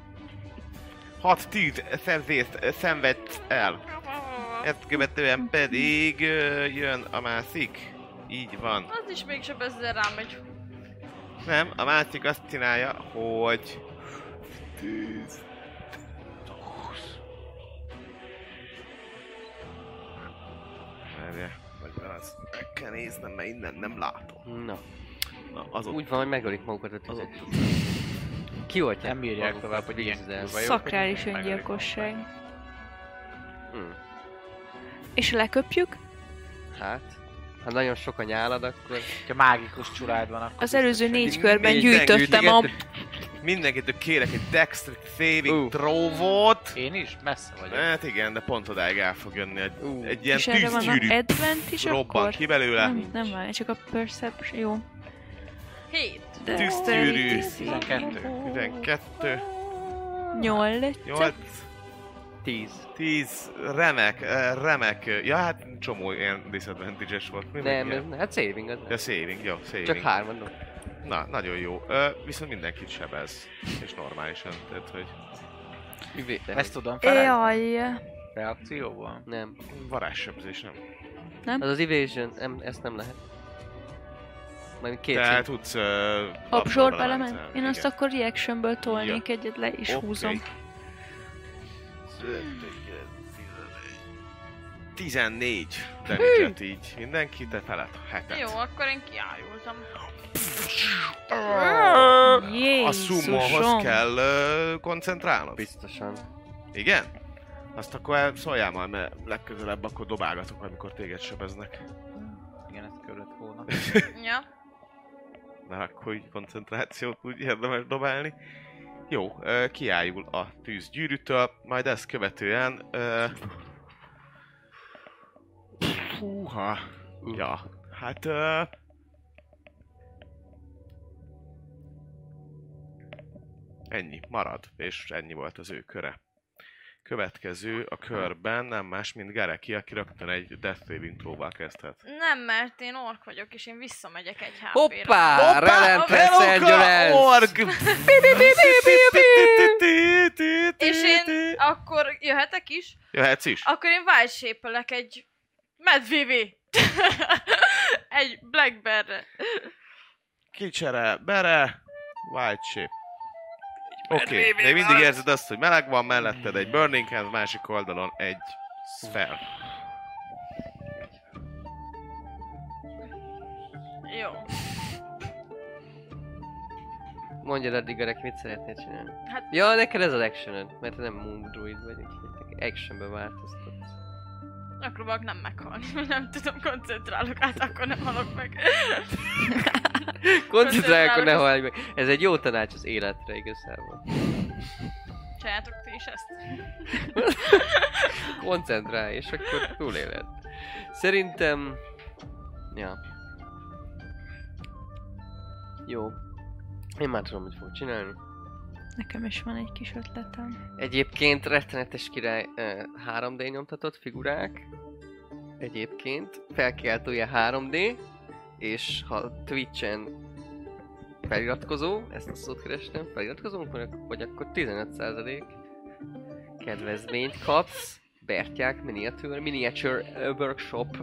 6 tűz szerzést szenvedsz el. Ezt követően pedig jön a másik. Így van. Az is még sebezzel rámegy. Nem, a másik azt csinálja, hogy... 10... 20... Várjál, vagy az meg kell néznem, mert innen nem látom. Na, Na, az ott... úgy van, hogy megölik magukat a tüzek. ott. Ki volt? Nem bírják tovább, hogy ilyen kurva jók, Szakrális hogy megölik öngyilkosság. Hmm. És lekopjuk? Hát, Ha nagyon sok a nyálad, akkor... Ha mágikus csurád van, akkor... Az előző 4 körben Négy gyűjtöttem a... Mindenkitől kérek egy Dexterity saving throw-ot. Én is? Messze vagyok. Hát igen, de pont odáig el fog jönni egy ilyen És erre van a tűzgyűrű advantage robban akkor? ki belőle. Nem várj, csak a perception, jó. 7. Tűzgyűrű. 12. 8. 8. 10. 10. Remek. Ja, hát csomó ilyen disadvantage-es volt. Mi Nem, meg ilyen? hát saving az. Ja, saving, jó, saving. Csak 3 dob. Na, nagyon jó. Viszont mindenkit sebez. És normálisan, tehát hogy Ezt tudom felelni? Jaj. Reakcióval? Nem. varázssebzés, nem? Az evasion, ezt nem lehet. Majd 2 Te szint. tudsz... Absorb element? absorb Én azt akkor reactionből tolnék Ja. egyet le és húzom. 14 damage-et így mindenki, te felett 7-et. Jó, akkor én kiájultam. A summonhoz Jézusom! kell koncentrálnod? Biztosan. Igen? Azt akkor szóljál majd, mert legközelebb akkor dobálgatok, amikor téged sebeznek. Igen, ezt kellett volna. Ja. Mert akkor így koncentrációt úgy érdemes dobálni. Jó, kiájul a tűzgyűrűtől, majd ezt követően... Húha! Ja, hát... Ennyi, marad, és ennyi volt az ő köre. Következő a körben nem más, mint Gareki, aki rögtön egy Death Saving Throw-val kezdhet. Nem, mert én ork vagyok, és én visszamegyek egy HP-ra. Hoppá! Relentless Endurance! Org! És én akkor jöhetek is? Jöhetsz is? Akkor én wild shape-elek egy medvévé. Egy black bear-re. Kicsere, bere, Wild Shape. Oké, de mindig érzed azt, hogy meleg van, melletted egy Burning Hand, másik oldalon egy Spell. Jó. Mondjad addig, Garek, mit szeretnél csinálni? Hát- Ja, neked ez az actioned, mert te nem Moon Druid vagy, úgyhogy te actionbe változtatsz. Megpróbálok nem meghalni, nem tudom, koncentrálok át, akkor nem halok meg. Koncentrálj, akkor ne halj meg. Ez egy jó tanács az életre igazából. Csináljátok ti is ezt? Koncentrálj, és akkor túléled. Szerintem... Ja. Jó. Én már tudom, mit fogok csinálni. Nekem is van egy kis ötletem. Egyébként rettenetes király 3D nyomtatott figurák. Egyébként felkiáltója 3D. És ha Twitch-en feliratkozó, ezt a szót kerestem, feliratkozunk, vagy akkor 15% kedvezményt kapsz. Bertyák Miniature Workshop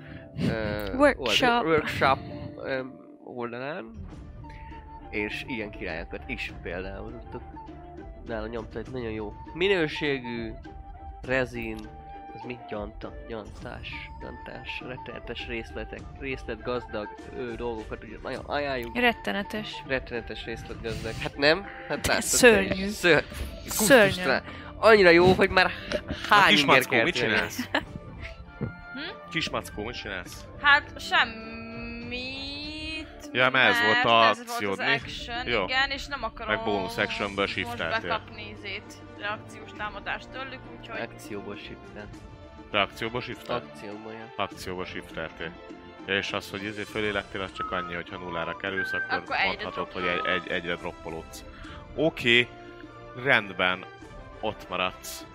workshop oldalán. És ilyen királyokat is például tudtok. Nála nyomta egy nagyon jó minőségű rezin, ez mit gyantás, rettenetes részletgazdag dolgokat, ugye nagyon ajánljuk. Rettenetes részletgazdag. Hát nem? Hát látod. Szörnyű. Szörnyű. Annyira jó, hogy már hány inger Kismackó, mit csinálsz? Kismackó, mit csinálsz? Hát semmit. Ja, mert ez volt a akciód, az mi? action, Jó. igen, és nem akarom Meg bonus actionből most shifteltél. bekapni reakciós támadást tőlük, úgyhogy... Akcióból shiftel. Reakcióba shiftel? Akcióból, ja. Akcióba shifteltél. Ja, és az, hogy ezért fölélektél, az csak annyi, hogyha nullára kerülsz, akkor Akkor egyre mondhatod, hogy droppolok. egyre droppolódsz. Oké, rendben, ott maradsz.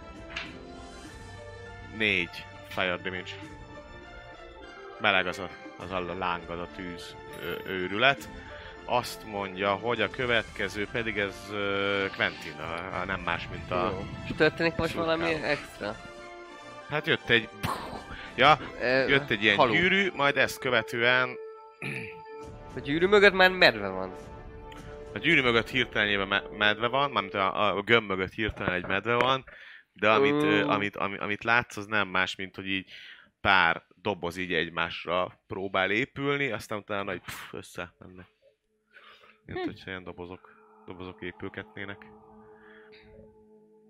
4 fire damage. Meleg az a láng, az a tűz őrület. Azt mondja, hogy a következő pedig ez Quentin, nem más, mint a... Jó. És történik most Szurkál. valami extra? Hát jött egy... Ja, jött egy ilyen haló. gyűrű, majd ezt követően... A gyűrű mögött már medve van. A gyűrű mögött hirtelenében medve van, mármint a gömb mögött hirtelen egy medve van, de amit látsz, az nem más, mint hogy így pár doboz így egymásra próbál épülni, aztán utána így össze mennek. Mint hogyha ilyen dobozok épülgetnének.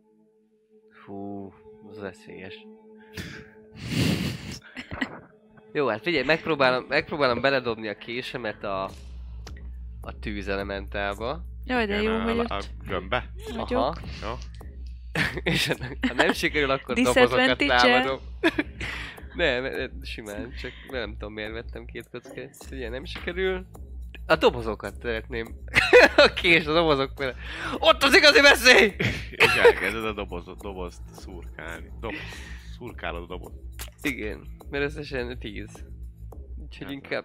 Fú, ez veszélyes. Jó, hát figyelj, megpróbálom beledobni a késemet a tűzelementálba. Jaj, de jó, hogy a ott gömbbe. vagyok. Aha. Jó. És ha nem sikerül, akkor Disadvantage-e? dobozokat támadom. Nem, simán, csak nem tudom miért vettem 2 kockát. Ugye nem sikerül. A dobozokat szeretném. A kés, a dobozok vele. Ott az igazi veszély! És elkezded a dobozt szurkálni. Szurkálod a dobozt. Igen, mert összesen 10. Úgyhogy inkább...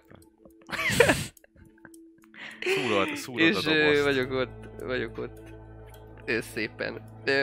Szúrod És a dobozt. vagyok ott. Szépen.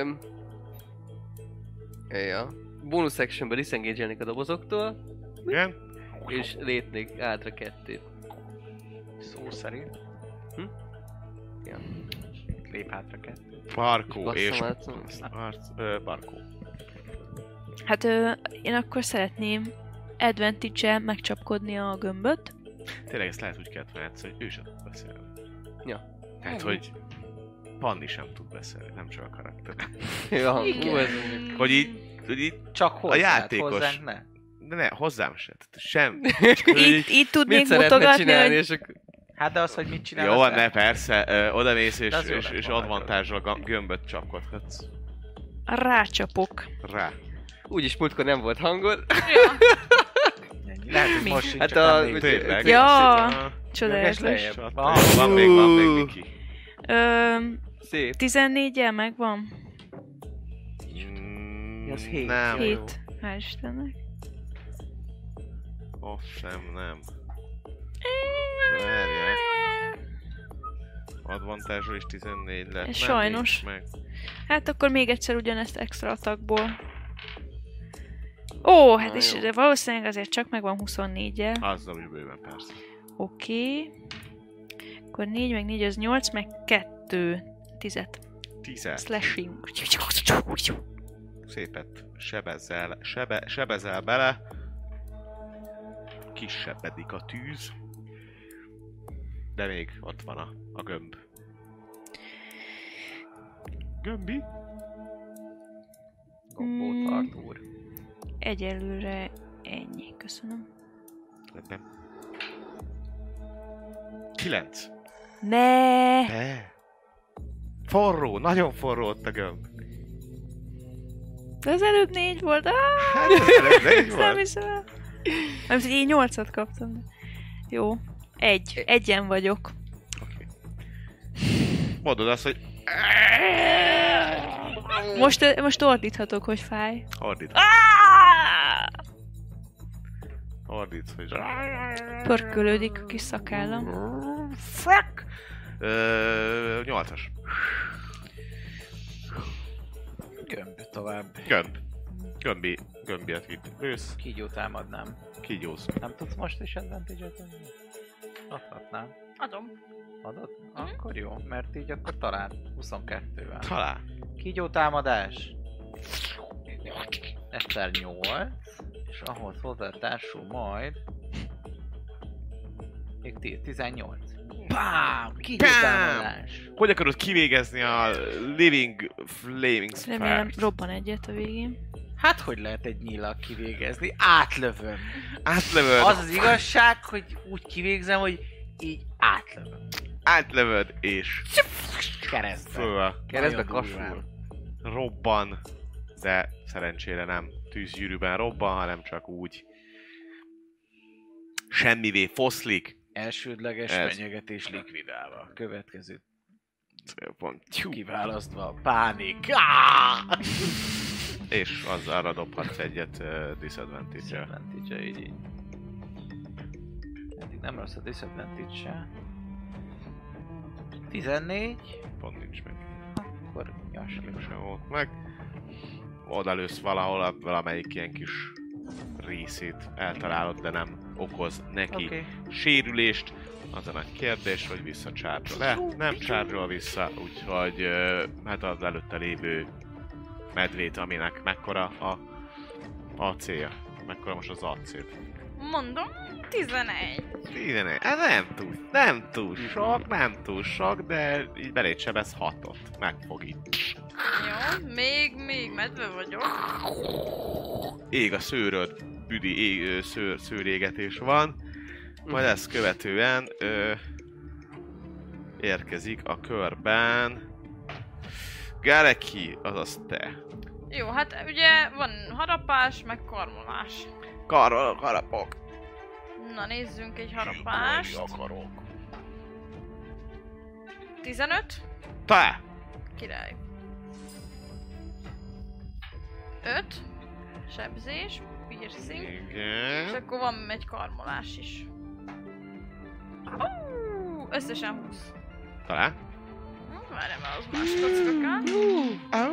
Ja. Bonus actionben disengage-elnék a dobozoktól, Igen? és lépnék hátra 2. Szó szerint. Ja. Lép hátra 2. Barkó és... Basszom Barkó. Hát én akkor szeretném advantage-el megcsapkodni a gömböt. Tényleg ezt lehet úgy kellett játszani, hogy ő sem tud beszélni. Ja. Tehát, hogy Panni sem tud beszélni, nem csak a karakter. Ja, Igen. Hogy így Csak hozzá, játékos. hozzánk ne. de ne, hozzám se. Tehát sem. Itt tudnék mit szeretne mutogatni, csinálni, hogy és akkor... Hát de az, hogy mit csinál, Jó, az ne, persze, odamész De az jó és lett volna, advantage-ral gömböt csapkodhatsz rácsapok. rá. Úgyis múltkor nem volt hangod. ennyi. Lehet, hogy Mi? most sincs, Hát csak a- nem lép. Tényleg? Ja. Ah, Csodálatos. lejjebb. Van még Miki. Szép. 14-jel megvan? Az hét. Nem. 7. Hál' Istennek. Nem. Várjál. Advantage is 14 lett. Nem, Sajnos. nincs meg. Hát akkor még egyszer ugyanezt extra attackból. Ó, hát Na és jó. de valószínűleg azért csak megvan 24-jel. Azzal is bőven persze. Oké. Akkor 4 meg 4 az 8, meg 2. 10. 10. Slashing. Szépet sebezel bele. Kisebbedik a tűz. De még ott van a gömb. Gömbi? Gombót tart úr. Egyelőre ennyi, köszönöm. Rendben. 9. Ne! De. Forró, nagyon forró ott a gömb. De az előbb 4 volt. Hát ez előbb nem Nem volt. hiszem el. Nem, hogy én 8-at kaptam. Jó. Egyen vagyok. Oké. Mondod azt, hogy Most ordíthatok, hogy fáj. ordítsz, hogy Pörkölődik a kis szakállam. Fuck! 8-as. Gömb tovább. Gömbiet itt lősz, Kígyó támadnám. kígyóz. Nem tudsz most is advantage-et adni? Adhatnám. Adom. Adod? Akkor jó, mert így akkor talán 22-vel. Talán. Kígyó támadás. Egyszer 8. És ahhoz hozzátársul majd... Még 18. Bám! Kígyó Bám! támadás. Hogy akarod kivégezni a Living Flaming Remélem Sparks? robban egyet a végén. Hát hogy lehet egy nyíllal kivégezni? Átlövöm. Átlövöd. Az az igazság, hogy úgy kivégzem, hogy így átlövöm. Átlövöd és Keresztbe. föl Keresztbe Nagyon kasul. durván. robban, de szerencsére nem tűzgyűrűben robban, hanem csak úgy semmivé foszlik. Elsődleges Ez. fenyegetés likvidálva. Következő Pont. kiválasztva. Pánik. És az arra dobhatsz egyet disadvantage-el. Disadvantage, így. Eddig nem rossz a disadvantage se. 14. Pont nincs meg. Akkor nyaslik. Sem volt meg. Oda lősz valahol, valamelyik ilyen kis részét eltalálod, de nem okoz neki Oké. sérülést. Az a nagy kérdés, hogy visszacsárgyol-e. Nem csárgyol vissza, úgyhogy hát az előtte lévő medvét, aminek mekkora a célja. Mekkora most az acél. Mondom, 11. Ez nem túl sok, de így beléd sebez 6-ot. Megfog így. Jó, még medve vagyok. Ég a szőröd, büdi szőrégetés van. Majd ezt követően érkezik a körben Gareki, azaz te. Jó, hát ugye van harapás, meg karmolás. Harapok. Na nézzünk egy harapást. Akarok. 15. Te! Király. 5. Sebzés, piercing. És Igen. akkor van egy karmolás is. Összesen 20. Talán? Várjál, mert az más kocka kell.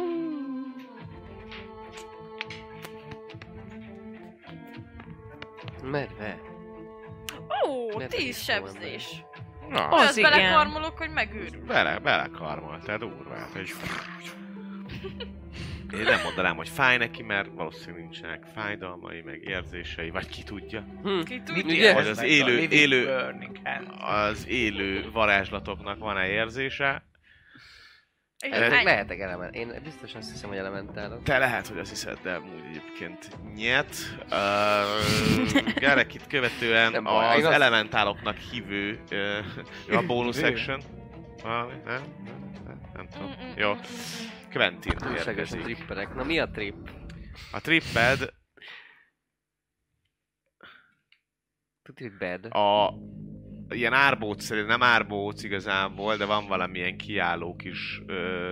Medve. Ó, Medve 10 is sebzés. Na, Az Az igen. belekarmolok, hogy megőrül. belekarmoltál durván. Én nem mondanám, hogy fáj neki, mert valószínűleg nincsenek fájdalmai, meg érzései, vagy ki tudja. Ki Ugye? tudja? Vagy az élő Burning Hand. az élő varázslatoknak van-e érzése? És Ezek ennyi. lehetek element. Én biztos azt hiszem, hogy elementálok. Te lehet, hogy azt hiszed, de úgy egyébként nyet. Garekit követően Nem baj, az én azt- elementáloknak hívő a bonus action. Nem tudom. Jó. Quentin Túlságosan érkezik. tripperek. Na mi a trip? A tripped Tudod, hogy bad. ilyen árbócszerű, nem árbóc igazából, de van valamilyen kiálló kis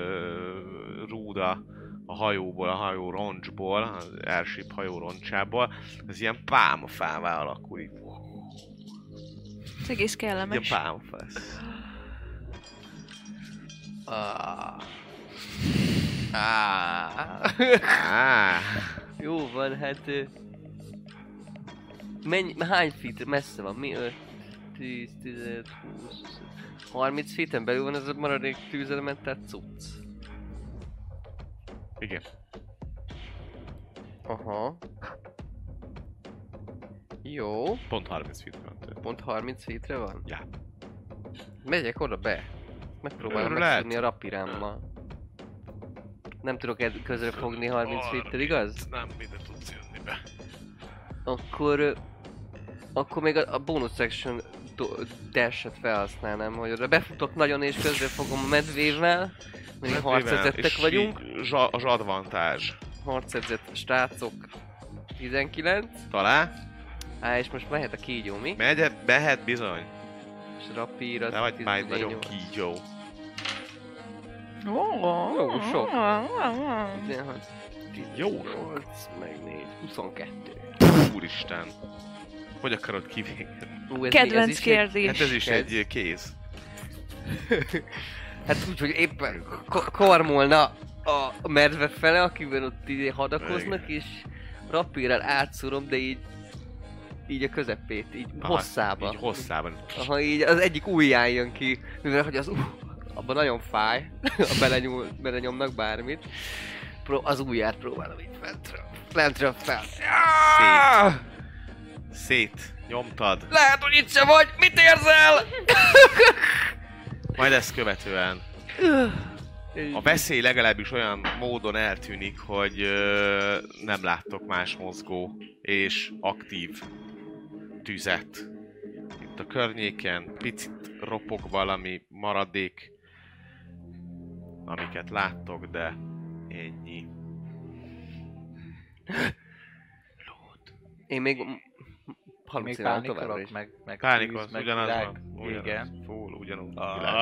rúda a hajóból, a hajó roncsból, az airship hajó roncsából. Ez ilyen pálmafává alakul. Így. Ez egész Ilyen kellemes. pálmafa lesz. Jó van, hát... hány feet messze van? Mi? 5, 10, 15, 20... 30 feet-en belül van ez a maradék tűzelementált cucc. Igen. Aha. Jó. Pont 30 feet van tőle. Pont 30 feetre van? Ja. Megyek oda be. Megpróbálom Lehet. megszűrni a rapirámmal. Nem tudok közre fogni 30 feet-tel, igaz? Nem, minden tudsz jönni be. Akkor még a bonus section dash-et felhasználnám, hogy oda befutok nagyon és közre fogom a medvével. Még harcedzettek vagyunk. Az advantage. Harcedzett srácok 19. Talán? És most mehet a kígyó, mi? Mehet bizony. És rapír az De vagy már 14 nagyon volt. kígyó. Jó, sok. 16, Jó 18, meg 4, 22. Úristen. Hogy akarod kivégezni? Ez Kedvenc is kérdés. Hát ez is egy kéz. Hát úgy, hogy éppen karmolna a medve fele, akivel ott így hadakoznak, és rapírrel átszúrom, de így a közepét, így Aha, hosszába. Így hosszában. Aha, így az egyik ujján jön ki, mivel hogy az abban nagyon fáj, ha belenyomnak bármit. Az ujját próbálom így fentről fel. Szét. Nyomtad. Lehet, hogy itt se vagy, mit érzel? Majd ezt követően a veszély legalábbis olyan módon eltűnik, hogy nem láttok más mozgó és aktív tüzet. Itt a környéken picit ropog valami maradék, amiket láttok, de ennyi. Én még Még halucinálok továbbra pánikolok, is. meg Pánikolsz, tűz, meg ugyanaz világ. van. Igen. Full, ugyanúgy.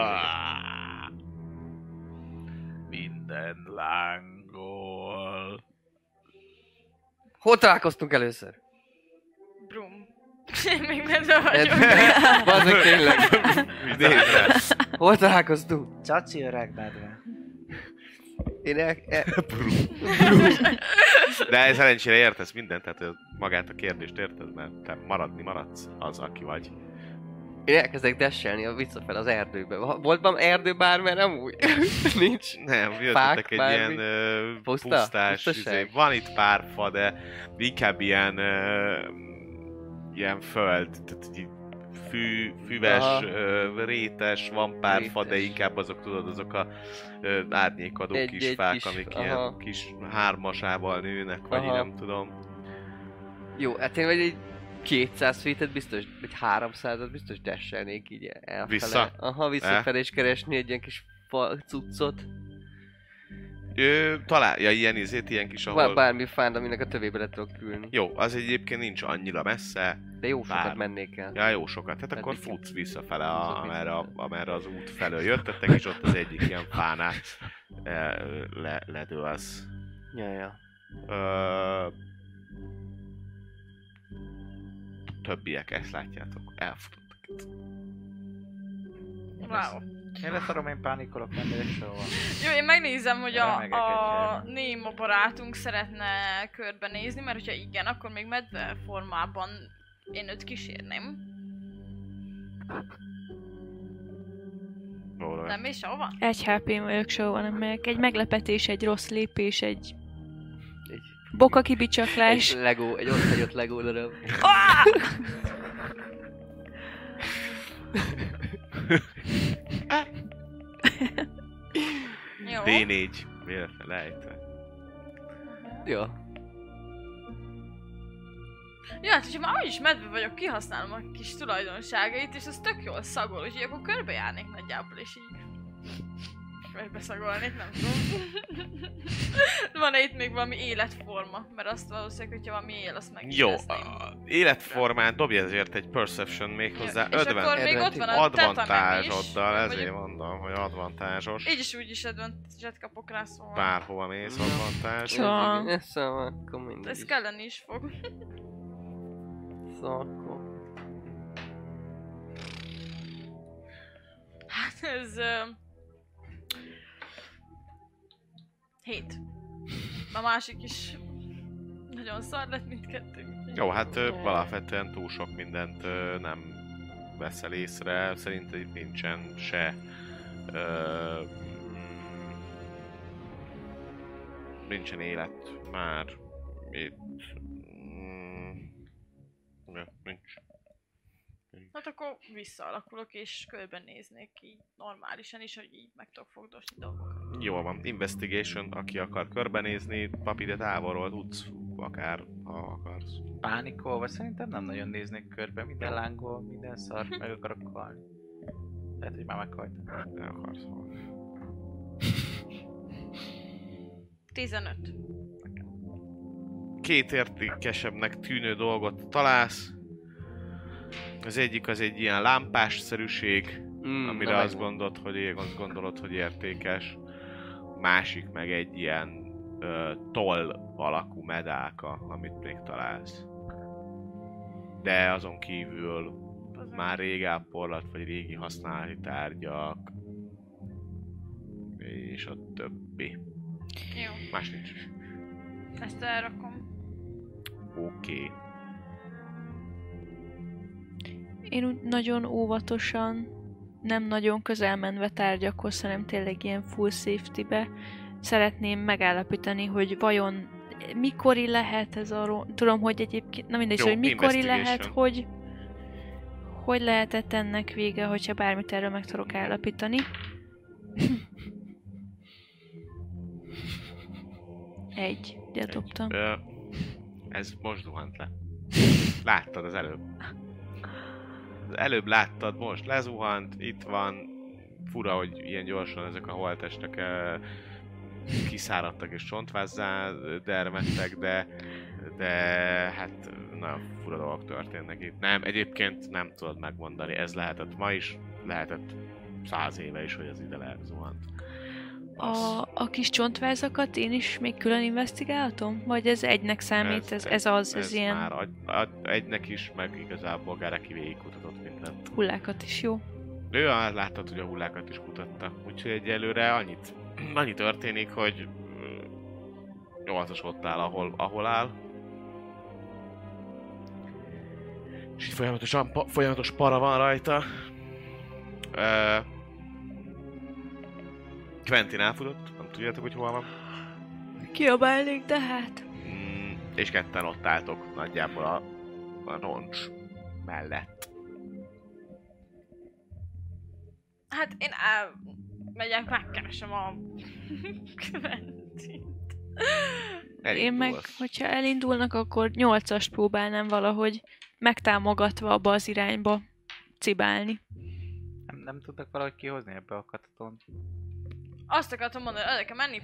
Minden lángol. Hol találkoztunk először? Brum. Én még medve vagyok. Bazdmeg tényleg. Nézd. Hol találkoztunk? Csaci öreg medve. Én De szerencsére értesz mindent, tehát magát a kérdést érted, mert te maradsz az, aki vagy. Én elkezdek dashelni visszafel az erdőbe. Volt van erdő bármere amúgy? Nincs. Nem, Fák, jöttetek egy bármi? ilyen Puszta? pusztás, Pusztaság? van itt pár fa, de inkább ilyen föld, tehát így füves, Aha. rétes, van pár fa, de Rétes. inkább azok tudod, azok a árnyékadó Egy- kis egy fák, kis- amik aha. ilyen kis hármasával nőnek, vagy én Aha. nem tudom. Jó, hát én vagy egy 200 feet-et biztos, vagy 300-at biztos dashelnék így elfele. Vissza? Aha, visszafele és keresni egy ilyen kis cuccot. Találja ilyen kis, ahol... Bármi fánd, aminek a tövébe le tudok ülni. Jó, az egyébként nincs annyira messze. De jó sokat Bár. mennék el. Ja, jó sokat. Hát akkor Meddig? futsz visszafele, amerre az út felől jöttetek, és ott az egyik ilyen fánál ledőlsz. Ja. Többiek ezt látjátok, elfutottak. Wow. Én leszarom, én pánikolok, nem megyek sehova. Jó, én megnézem, hogy Remegek a egy Néma barátunk szeretne körbenézni, mert hogyha igen, akkor még medve formában én őt kísérném. Róla. Nem és sehova? 1 HP-n vagyok, sehova nem megyek. Egy meglepetés, egy rossz lépés, egy Egy, boka kibicsaklás. egy Lego, egy ott hagyott Lego darab. Jó. D4, véletlen lejtve. Jó. Ja, hát hogyha már úgyis medve vagyok, kihasználom a kis tulajdonságait, és az tök jól szagol, úgyhogy akkor körbejárnék nagyjából, és így... Vagy beszagolnék, nem tudom. Van-e itt még valami életforma? Mert azt valószínűleg, hogyha valami él, azt Jó, megnézném. életformán dobj ezért egy perception még hozzá. És akkor még ott van a advantásoddal, tetamem is. ezért mondom, hogy advantásos. Így is úgy is advantage-et kapok rá, szóval. Bárhova mész, advantázs. Szóval- Szóval akkor mindegy. Ez kelleni is fog. Szóval akkor... Hát ez... 7. A másik is nagyon szar lett mindkettő. Jó, hát alapvetően túl sok mindent nem veszel észre. Szerintem itt nincsen se... nincsen élet már itt. Nincs. Hát akkor visszaalakulok és körbenéznék így normálisan is, hogy így meg tudok fogdosni dolgokat. Jó van, investigation, aki akar körbenézni, papi, de távolról tudsz, akár, ha akarsz. Pánikolva szerintem nem nagyon néznék körbe, minden lángol, minden szar, meg akarok halni. Lehet, hogy már meghaltam. De akarsz halni. 15. Két értékesebbnek tűnő dolgot találsz. Az egyik az egy ilyen lámpásszerűség, amire azt gondolod, hogy értékes. Másik meg egy ilyen toll alakú medálka, amit még találsz. De azon kívül már rég elporlat, vagy régi használati tárgyak, és a többi. Jó, Más nincs. ezt elrakom. Oké. Én úgy nagyon óvatosan, nem nagyon közel menve tárgyakhoz, hanem tényleg ilyen full safety-be szeretném megállapítani, hogy vajon mikori lehet ez a... Tudom, hogy egyébként... Na mindegy, Jó, hogy mikori investigation. lehet, hogy lehetett ennek vége, hogyha bármit erről meg tudok állapítani. Egy, ugye dobtam. Ez most zuhant le. Láttad az előbb. Az előbb láttad, most lezuhant, itt van. Fura, hogy ilyen gyorsan ezek a holttestek kiszáradtak és csontvázzá dermedtek, de hát nagyon fura dolgok történnek itt. Nem, egyébként nem tudod megmondani, ez lehetett ma is, lehetett 100 éve is, hogy ez ide lezuhant. A kis csontvázakat én is még külön investigálhatom? Vagy ez egynek számít? Ez ilyen már egynek is, meg igazából Gareki végigkutatott mindent. hullákat is, jó? Ő láttad, hogy a hullákat is kutatta. Úgyhogy egyelőre annyi történik, hogy nyolcas ott áll, ahol áll. És itt folyamatos para van rajta. Quentin elfutott, nem tudjátok, hogy hol van. Kiabálnék, de hát... És ketten ott álltok nagyjából a roncs mellett. Hát én megyek, megkeresem a Quentint. Én meg, Elindulsz. hogyha elindulnak, akkor 8-ast próbálnám valahogy megtámogatva abba az irányba cibálni. Nem tudtak valahogy kihozni ebbe a kataton? Azt akartam mondani, el kell menni.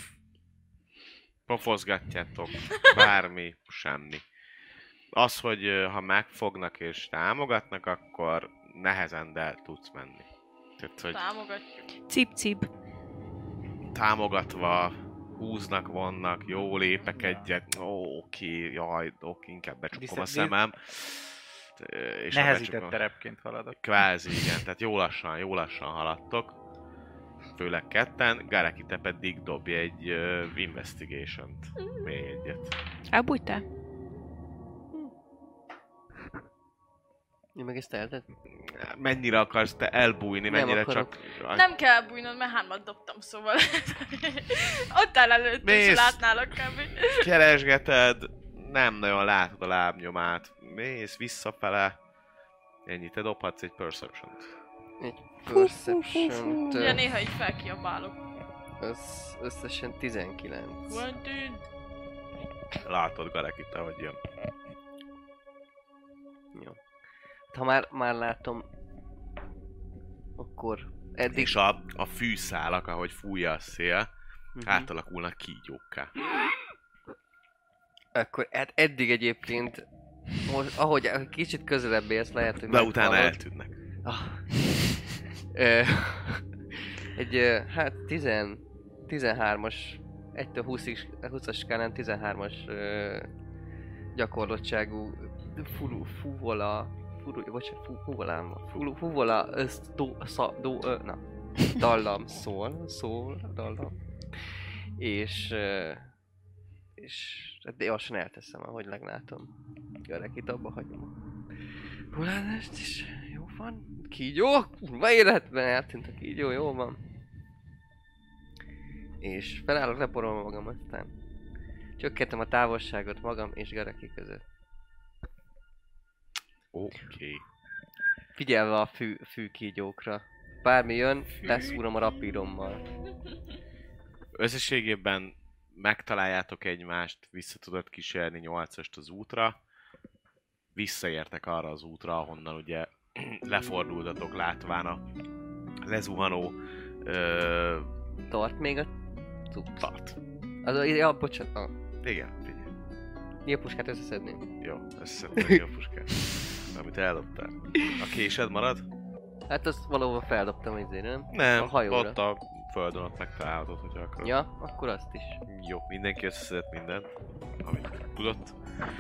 Pofozgatjátok, bármi, semmi. Az, hogy ha megfognak és támogatnak, akkor nehezen, de tudsz menni. Tehát, hogy Támogatjuk. Cip-cip. támogatva húznak, vannak, jó lépek egyet, oké, jaj, inkább becsukom a szemem. És ha Nehezített becsukom- terepként haladok. Kvázi, igen, tehát jó lassan haladtok. Főleg ketten, Gareki, te pedig dobj egy investigation-t. Még egyet. Elbújtál? Én meg ezt elted? Mennyire akarsz te elbújni, Nem mennyire akarok. csak... Nem kell bújnod, mert 3-at dobtam, szóval... Ott áll előtt, és Mész. látnálok kb. Keresgeted, nem nagyon látod a lábnyomát. Mész visszafele. Ennyi, te dobhatsz egy perception-t. Egy perception-t. Ugye néha így felkiabálok. Összesen 19. Quentin! Látod Gareki, te, hogy jön. Jó. Ha már látom, akkor eddig... És a fűszálak, ahogy fújja a szél, átalakulnak kígyókká. Akkor hát eddig egyébként, most, ahogy kicsit közelebb érsz, lehet, hogy De utána meghalod. eltűnnek. Ah. Hát 13-as, 1-től 20-as skálán 13-as gyakorlottságú dallam dallam. És hát gyorsan elteszem, ahogy meglátom. Garekit abba hagyom. Pulánást is jó van. Kígyó, kurva életben eltűnt a kígyó, jó van. És felállok, leporolom magam, aztán csökkentem a távolságot magam és Gareki között. Oké. Figyelve a fű kígyókra. Bármi jön, leszúrom a rapírommal. Összességében megtaláljátok egymást, vissza tudod kísérni 8-ast az útra. Visszaértek arra az útra, ahonnan ugye lefordultatok látván a lezuhanó Tart még a cucc. tart. Ja, bocsánat. Ah. Igen, figyelj. Mi a puskát összeszedném? Jó, összeszedtem a puskát. Amit eldobtál. A késed marad? Hát azt valahova feldobtam izé, nem? Nem, A hajóra. ott a földön ott megtalálhatod, hogyha akarod. Ja, akkor azt is. Jó, mindenki összeszedett mindent, amit tudott.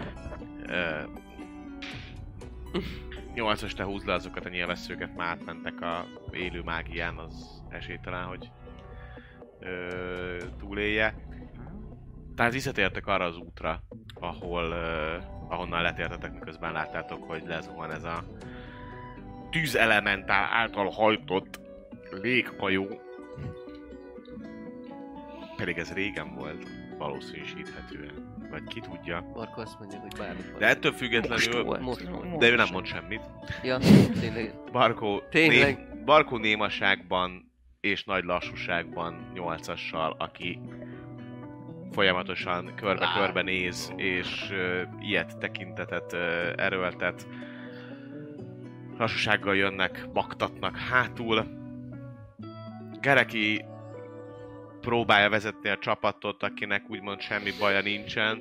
8-as te húzd le azokat a nyilvesszőket, már átmentek a élő mágián, az esélytelen, hogy túlélje. Tehát visszatértek arra az útra, ahonnan letértetek, miközben láttátok, hogy lezuhan ez a tűzelementál által hajtott léghajó. Pedig ez régen volt, valószínűsíthetően. Vagy ki tudja. Marko azt mondja, hogy bármikor. De ettől függetlenül, Most. de ő nem mond semmit. Ja, tényleg. Tényleg? Barkó némaságban és nagy lassúságban 8-assal, aki folyamatosan körbe-körbe néz, és ilyet tekintetet erőltet. Lassúsággal jönnek, baktatnak hátul. Gareki próbálja vezetni a csapatot, akinek úgymond semmi baja nincsen.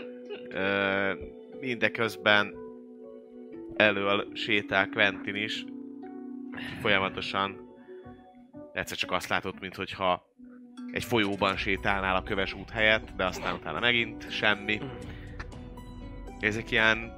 Mindeközben elől sétál Quentin is. Folyamatosan egyszer csak azt látod, minthogyha egy folyóban sétálnál a köves út helyett, de aztán utána megint semmi. Ezek ilyen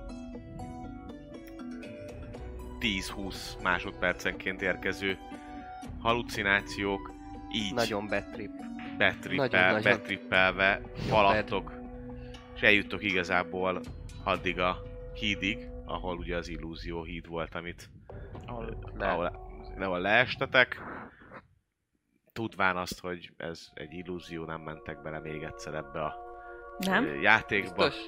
10-20 másodpercenként érkező hallucinációk, így Nagyon bad trip. betrippelve Nagyon haladtok, és eljuttok igazából addig a hídig, ahol ugye az illúzió híd volt, amit ahol leestetek. Tudván azt, hogy ez egy illúzió, nem mentek bele még egyszer ebbe a Nem? játékba. Biztos?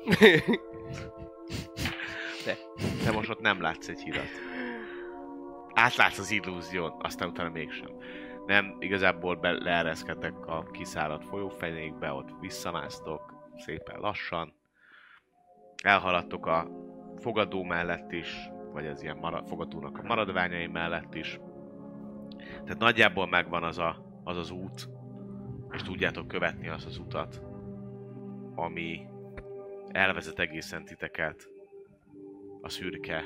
De most ott nem látsz egy hidat. Átlátsz az illúzión, aztán utána mégsem. Nem, igazából leereszkedtek a kiszáradt folyófenékbe, ott visszamásztok szépen lassan. Elhaladtok a fogadó mellett is, vagy az ilyen fogadónak a maradványai mellett is. Tehát nagyjából megvan az az út, és tudjátok követni azt az utat, ami elvezet egészen titeket a szürke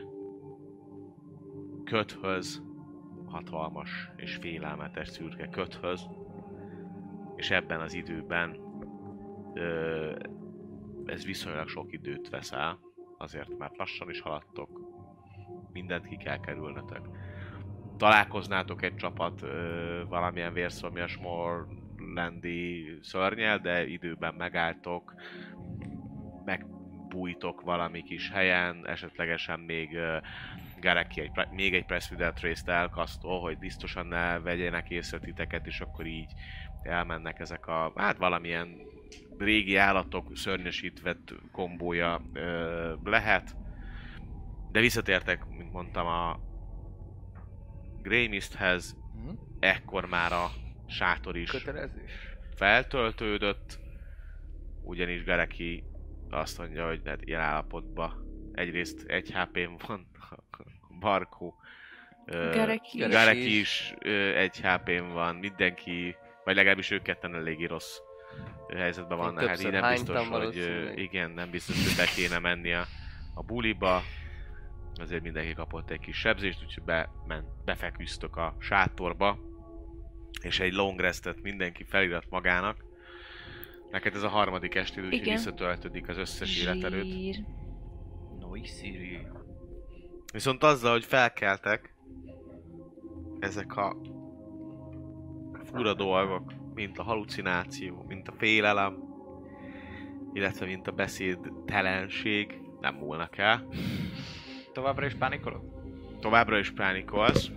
köthöz, hatalmas és félelmetes szürke köthöz, és ebben az időben ez viszonylag sok időt vesz el, azért mert lassan is haladtok, mindent ki kell kerülnetek. Találkoznátok egy csapat valamilyen vérszomjas morlandi szörnyel, de időben megálltok, megbújtok valami kis helyen, esetlegesen még Gareki még egy Pressfidel Trace-t elkasztol, hogy biztosan ne vegyenek észre titeket, és akkor így elmennek ezek a, hát valamilyen régi állatok szörnyesítvett kombója lehet. De visszatértek, mint mondtam, a Grey Misthez, ekkor már a sátor is feltöltődött, ugyanis Gareki azt mondja, hogy hát ilyen állapotban egyrészt 1 HP-n van, Barkó, Gareki is 1 HP-n van, mindenki, vagy legalábbis ők ketten eléggé rossz helyzetben vannak. Hát így nem biztos, hogy igen, nem biztos, hogy be kéne menni a buliba. Azért mindenki kapott egy kis sebzést, úgyhogy befeküztök a sátorba, és egy long restet mindenki felirat magának. Neked ez a harmadik estéd, úgyhogy visszatöltődik az összes életerőd. Noisy. Viszont azzal, hogy felkeltek ezek a fura dolgok, mint a halucináció, mint a félelem, illetve mint a beszédtelenség, nem múlnak el. Továbbra is pánikolok? Továbbra is pánikolsz.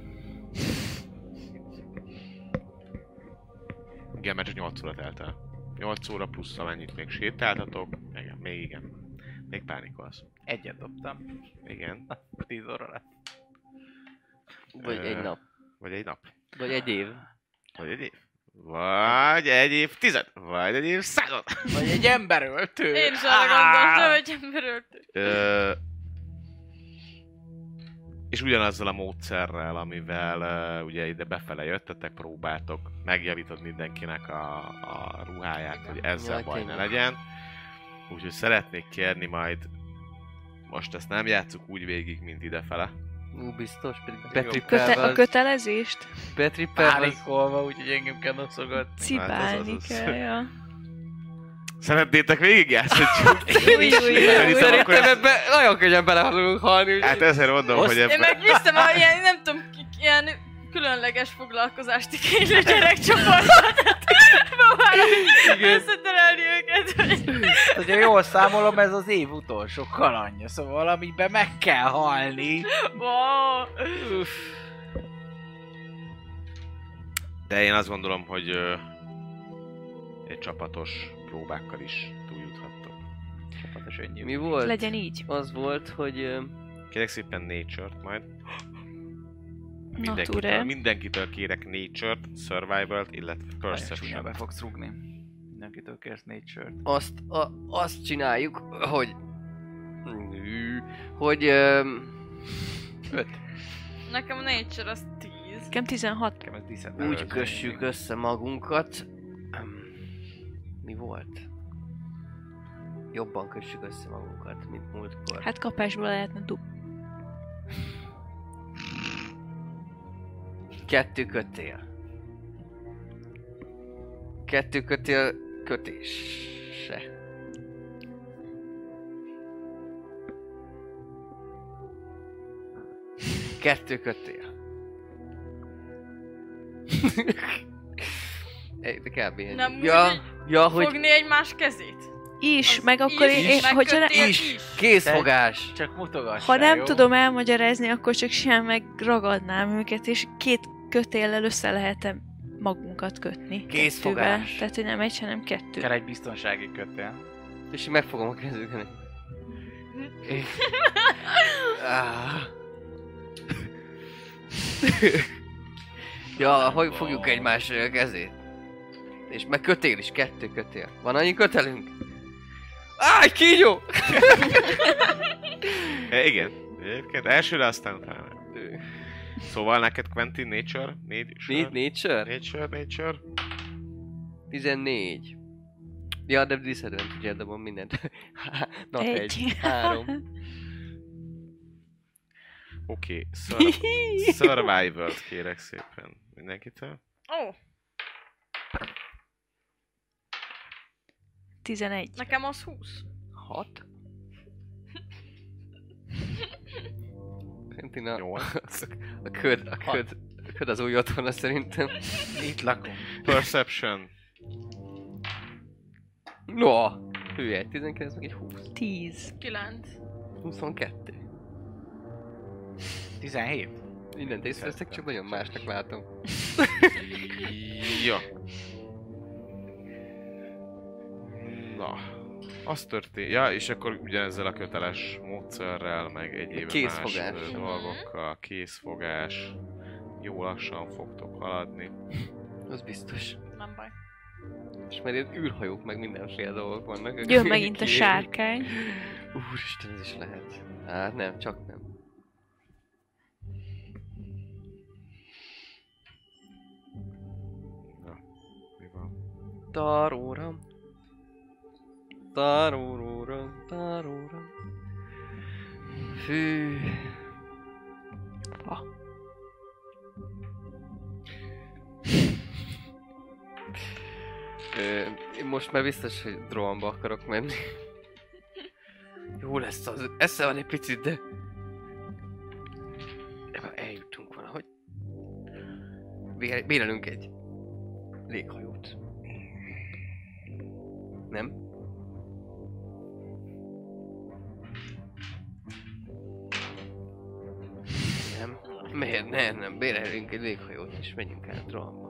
Igen, mert csak 8 óra telt el. 8 óra plusz amennyit még sétáltatok. Igen. Még pánikolsz. Egyet dobtam. Igen. 10 óra lett. Vagy egy nap. Vagy egy nap. Vagy egy év. Vagy egy év. Vagy egy évtized. Vagy egy évszázad. Vagy egy emberöltő. Én is arra gondoltam, hogy emberöltő. És ugyanazzal a módszerrel, amivel ugye ide befele jöttetek, próbáltok megjavítani mindenkinek a ruháját, hogy ezzel baj ne legyen. Úgyhogy szeretnék kérni majd, most ezt nem játsszuk úgy végig, mint idefele. Biztos, A kötelezést? Pánikolva, úgyhogy engem kell noszogatni. Cibálni kell, ja. Szeretnétek végigjátszhatjuk? Szerintem ebben nagyon könnyen bele tudunk halni. Hát ezért mondom, hogy ebben... Én megnéztem a ilyen, nem tudom, ilyen különleges foglalkozást igénylő gyerekcsoportot. Próbálom összeterelni őket, hogy... Hogyha jól számolom, ez az év utolsó kalandja, szóval valamiben meg kell halni. Wow. De én azt gondolom, hogy egy csapatos próbákkal is túljuthattok. Csapatos ennyi. Mi volt? Legyen így. Az volt, hogy... Kérek szépen nature-t majd. Nature. Mindenkitől kérek nature-t, survival-t, illetve perception-t. Be fogsz rúgni. Mindenkitől kérsz nature-t. Azt csináljuk, hogy... Hogy... 5. Nekem a nature az 10. Nekem 16. Nekem ez diszent. Úgy kössük össze magunkat. Mi volt? Jobban kössük össze magunkat, mint múltkor. Hát kapásból lehetne 2 kötél. 2 kötél kötése. Kettő kötél. De kb. Nem úgy, hogy fogni egymás kezét? Is, Az meg akkor hogyha kézfogás. Csak mutogass. ha nem tudom elmagyarázni, akkor csak sem megragadnám őket, és 2 kötéllel össze lehetem magunkat kötni. Kézfogás. Kettővel. Tehát, hogy nem 1, hanem 2. Kell egy biztonsági kötél. És én megfogom a kezüket. Ja, hogy fogjuk egymás kezét? És meg kötél is, 2 kötél. Van annyi kötelünk? Áj, kígyó! Igen. Egyébként elsőre, aztán utána. Szóval neked Quentin Nature? Nature? 14. Ja, de disadvantage van mindent. Na, 1. 3. Oké, survival-t kérek szépen mindenkitől. Ó, 11. nekem az 20. 6. Quentin a 8. köd az új otthona szerintem. Itt lakom. Perception. No! Hülye, 19 meg egy 20. 10. 9. 22. 17. Mindent észreveszek, csak nagyon másnak látom. Ja. Na, az történt. Ja, és akkor ugyanezzel a köteles módszerrel, meg egyéb más Kézfogás. dolgokkal, kézfogás. Jó lassan fogtok haladni. Az biztos. Nem baj. És mert ilyen űrhajók meg mindenféle dolgok vannak. Jön megint a Kiégnek. sárkány. Úristen, ez is lehet. Hát nem, csak nem. Na, mi van? Taróram. Taróram, taróram. Fű. Fa. Én most már biztos, hogy drónba akarok menni. Jó lesz az. Esze van egy picit, de... Eljutunk valahogy. Bérelünk egy léghajót. Nem? Nem. Miért? Nem. Bérelünk egy léghajót és menjünk el drónba.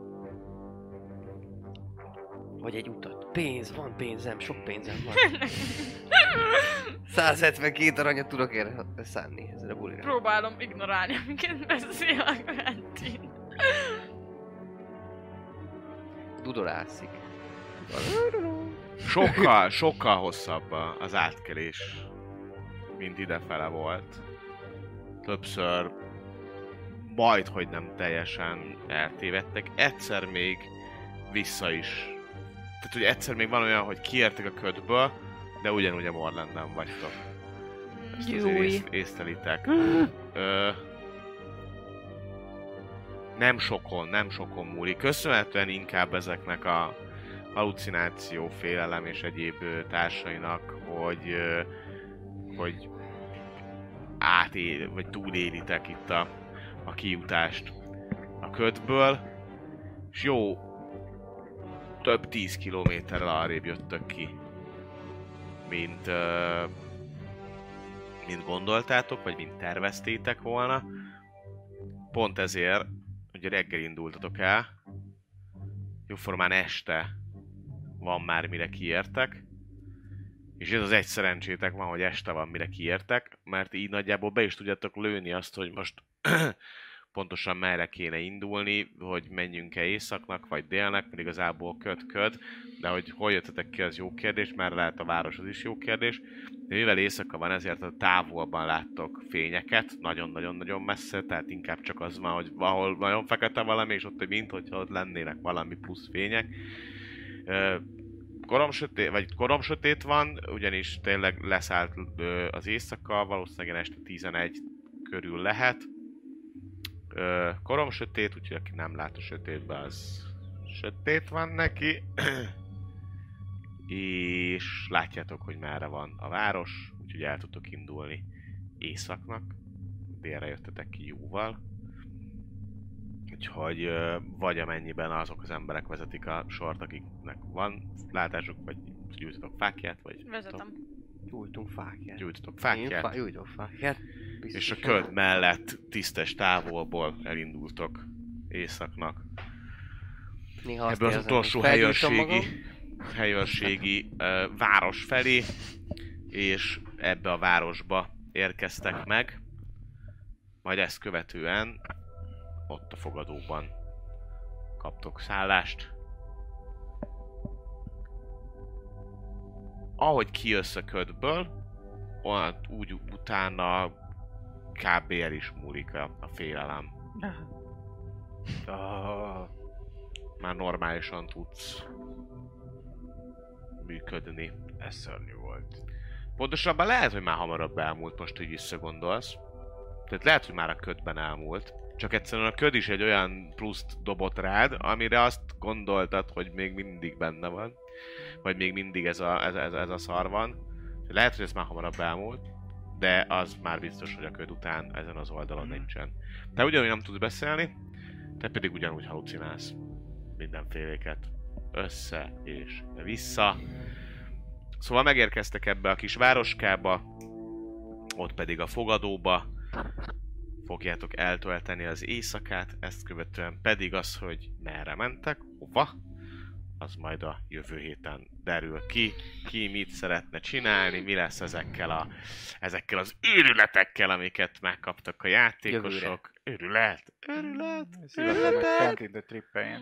Vagy egy utat. Pénz, van pénzem, sok pénzem van. 172 aranyat tudok erre szánni ezzel a bulira. Próbálom ignorálni, amiket beszél a Quentin. Dudorászik. Sokkal hosszabb az átkelés, mint idefele volt. Többször majdhogy nem teljesen eltévedtek. Egyszer még vissza is. Tehát ugye egyszer még van olyan, hogy kiértek a ködből, de ugyanúgy a Morlanden vagytok. Ezt Júj. azért észlelitek. Nem sokon múlik. Köszönhetően inkább ezeknek a halucináció, félelem és egyéb társainak, hogy vagy túlélitek itt a kijutást a ködből, és jó több 10 kilométerrel arrébb jöttök ki, mint gondoltátok, vagy mint terveztétek volna. Pont ezért, hogy reggel indultatok el, jóformán este van már mire kiértek, és ez az egy szerencsétek van, hogy este van mire kiértek, mert így nagyjából be is tudjátok lőni azt, hogy most pontosan merre kéne indulni, hogy menjünk-e északnak vagy délnek, mert igazából köd, de hogy hol jöttetek ki, az jó kérdés, mert lehet a város, az is jó kérdés. De mivel éjszaka van, ezért a távolban láttok fényeket, nagyon-nagyon-nagyon messze, tehát inkább csak az van, hogy valahol nagyon fekete valami, és ott minthogyha ott lennének valami plusz fények. Koromsötét van, ugyanis tényleg leszállt az éjszaka, valószínűleg este 11 körül lehet. Koromsötét, úgyhogy aki nem lát a sötétbe, az sötét van neki. És látjátok, hogy merre van a város, úgyhogy el tudtok indulni északnak. Délre jöttetek ki jóval. Úgyhogy vagy amennyiben azok az emberek vezetik a sort, akiknek van látásuk, vagy gyújtotok fákját, vagy... Vezetem. Gyújtunk fákját. Gyújtotok fákját. Gyújtok fákját. És a köd mellett tisztes távolból elindultok északnak. Néha Ebből az érzem, utolsó hogy felgyújtom magam. helyőrségi város felé, és ebbe a városba érkeztek meg. Majd ezt követően ott a fogadóban kaptok szállást. Ahogy kijössz a ködből, úgy utána kb. El is múlik a félelem. Már normálisan tudsz működni. Ez szörnyű volt. Pontosabban lehet, hogy már hamarabb elmúlt, most így visszagondolsz. Tehát lehet, hogy már a ködben elmúlt. Csak egyszerűen a köd is egy olyan pluszt dobott rád, amire azt gondoltad, hogy még mindig benne van. Vagy még mindig ez a szar van. Lehet, hogy ez már hamarabb elmúlt, de az már biztos, hogy a köd után ezen az oldalon nincsen. Te ugyanúgy nem tudsz beszélni, te pedig ugyanúgy halucinálsz mindenféléket össze és vissza. Szóval megérkeztek ebbe a kis városkába, ott pedig a fogadóba fogjátok eltölteni az éjszakát, ezt követően pedig az, hogy merre mentek, hova, az majd a jövő héten derül ki mit szeretne csinálni, mi lesz ezekkel az őrületekkel, amiket megkaptak a játékosok. Őrület. Szívesen, hogy Fentint trippeljen.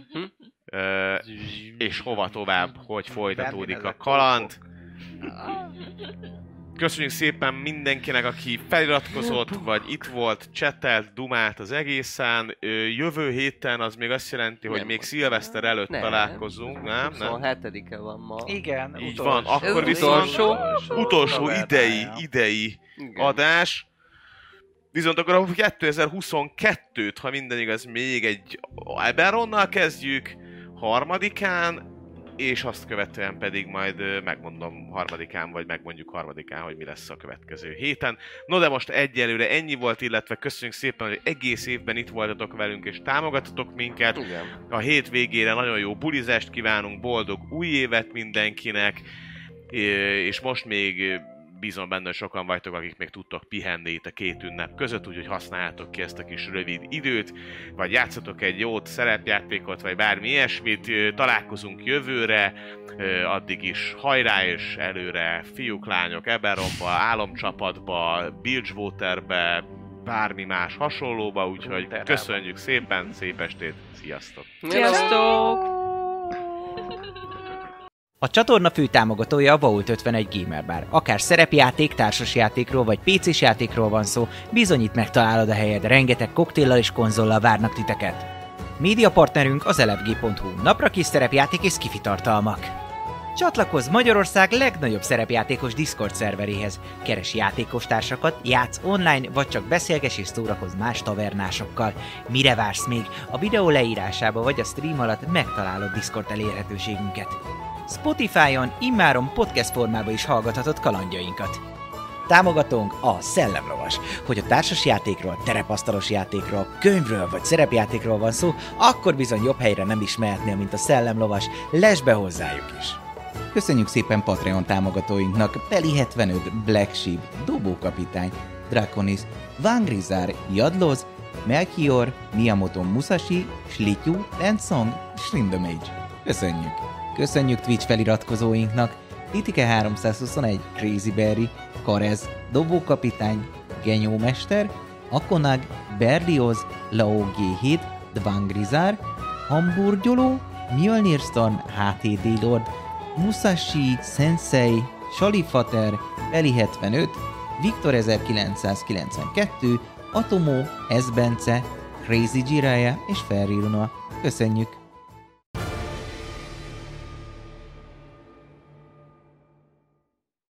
És hova tovább, hogy folytatódik a kaland. Köszönjük szépen mindenkinek, aki feliratkozott, vagy itt volt, chatelt, dumált az egészen. Jövő héten az még azt jelenti, hogy még szilveszter előtt találkozunk, nem? 27-e van ma. Igen, így van, akkor viszont utolsó idei adás. Viszont akkor a 2022-t, ha minden igaz, még egy Eberronnal kezdjük, 3-án, és azt követően pedig majd megmondom 3-án, vagy megmondjuk 3-án, hogy mi lesz a következő héten. No de most egyelőre ennyi volt, illetve köszönjük szépen, hogy egész évben itt voltatok velünk, és támogattatok minket. Igen. A hét végére nagyon jó bulizást kívánunk, boldog új évet mindenkinek, és most még bízom benne, hogy sokan vagytok, akik még tudtok pihenni itt a két ünnep között, úgyhogy használjátok ki ezt a kis rövid időt, vagy játszatok egy jót, szerepjátékot, vagy bármi ilyesmit. Találkozunk jövőre, addig is hajrá és előre, fiúk, lányok, Eberronba, álomcsapatba, Bilgewaterbe, bármi más hasonlóba, úgyhogy köszönjük szépen, szép estét, sziasztok! Sziasztok! A csatorna fő támogatója a Vault 51 Gamer Bar. Akár szerepjáték, társasjátékról vagy PC-s játékról van szó, bizonyít megtalálod a helyed, rengeteg koktéllal és konzollal várnak titeket. Média partnerünk az elefg.hu, napra kis szerepjáték és skifi tartalmak. Csatlakozz Magyarország legnagyobb szerepjátékos Discord szerveréhez. Keres játékostársakat, játsz online, vagy csak beszélges és szórakozz más tavernásokkal. Mire vársz még? A videó leírásába vagy a stream alatt megtalálod Discord elérhetőségünket. Spotify-on immáron podcast formában is hallgathatod kalandjainkat. Támogatónk a Szellemlovas. Hogy a társasjátékról, terepasztalos játékról, könyvről vagy szerepjátékról van szó, akkor bizony jobb helyre nem is mehetnél, mint a Szellemlovas. Lesz be hozzájuk is! Köszönjük szépen Patreon támogatóinknak: Peli 75, Black Sheep, Dobókapitány, Draconis, Vangrizár, Jadloz, Melchior, Miyamoto Musashi, Slityu, Landsong, Shrindamage. Köszönjük! Köszönjük Twitch feliratkozóinknak: Titike 321, Crazy Berry, Karez, Dobókapitány, Genyómester, Akonag, Berlioz, Lao G7, Dvangrizár, Hamburgyoló, Mjölnir Storm, HTD Lord, Musashi Sensei, Salifater, Eli 75, Viktor 1992, Atomo, S. Bence, Crazy Jiraiya és Ferri Luna. Köszönjük!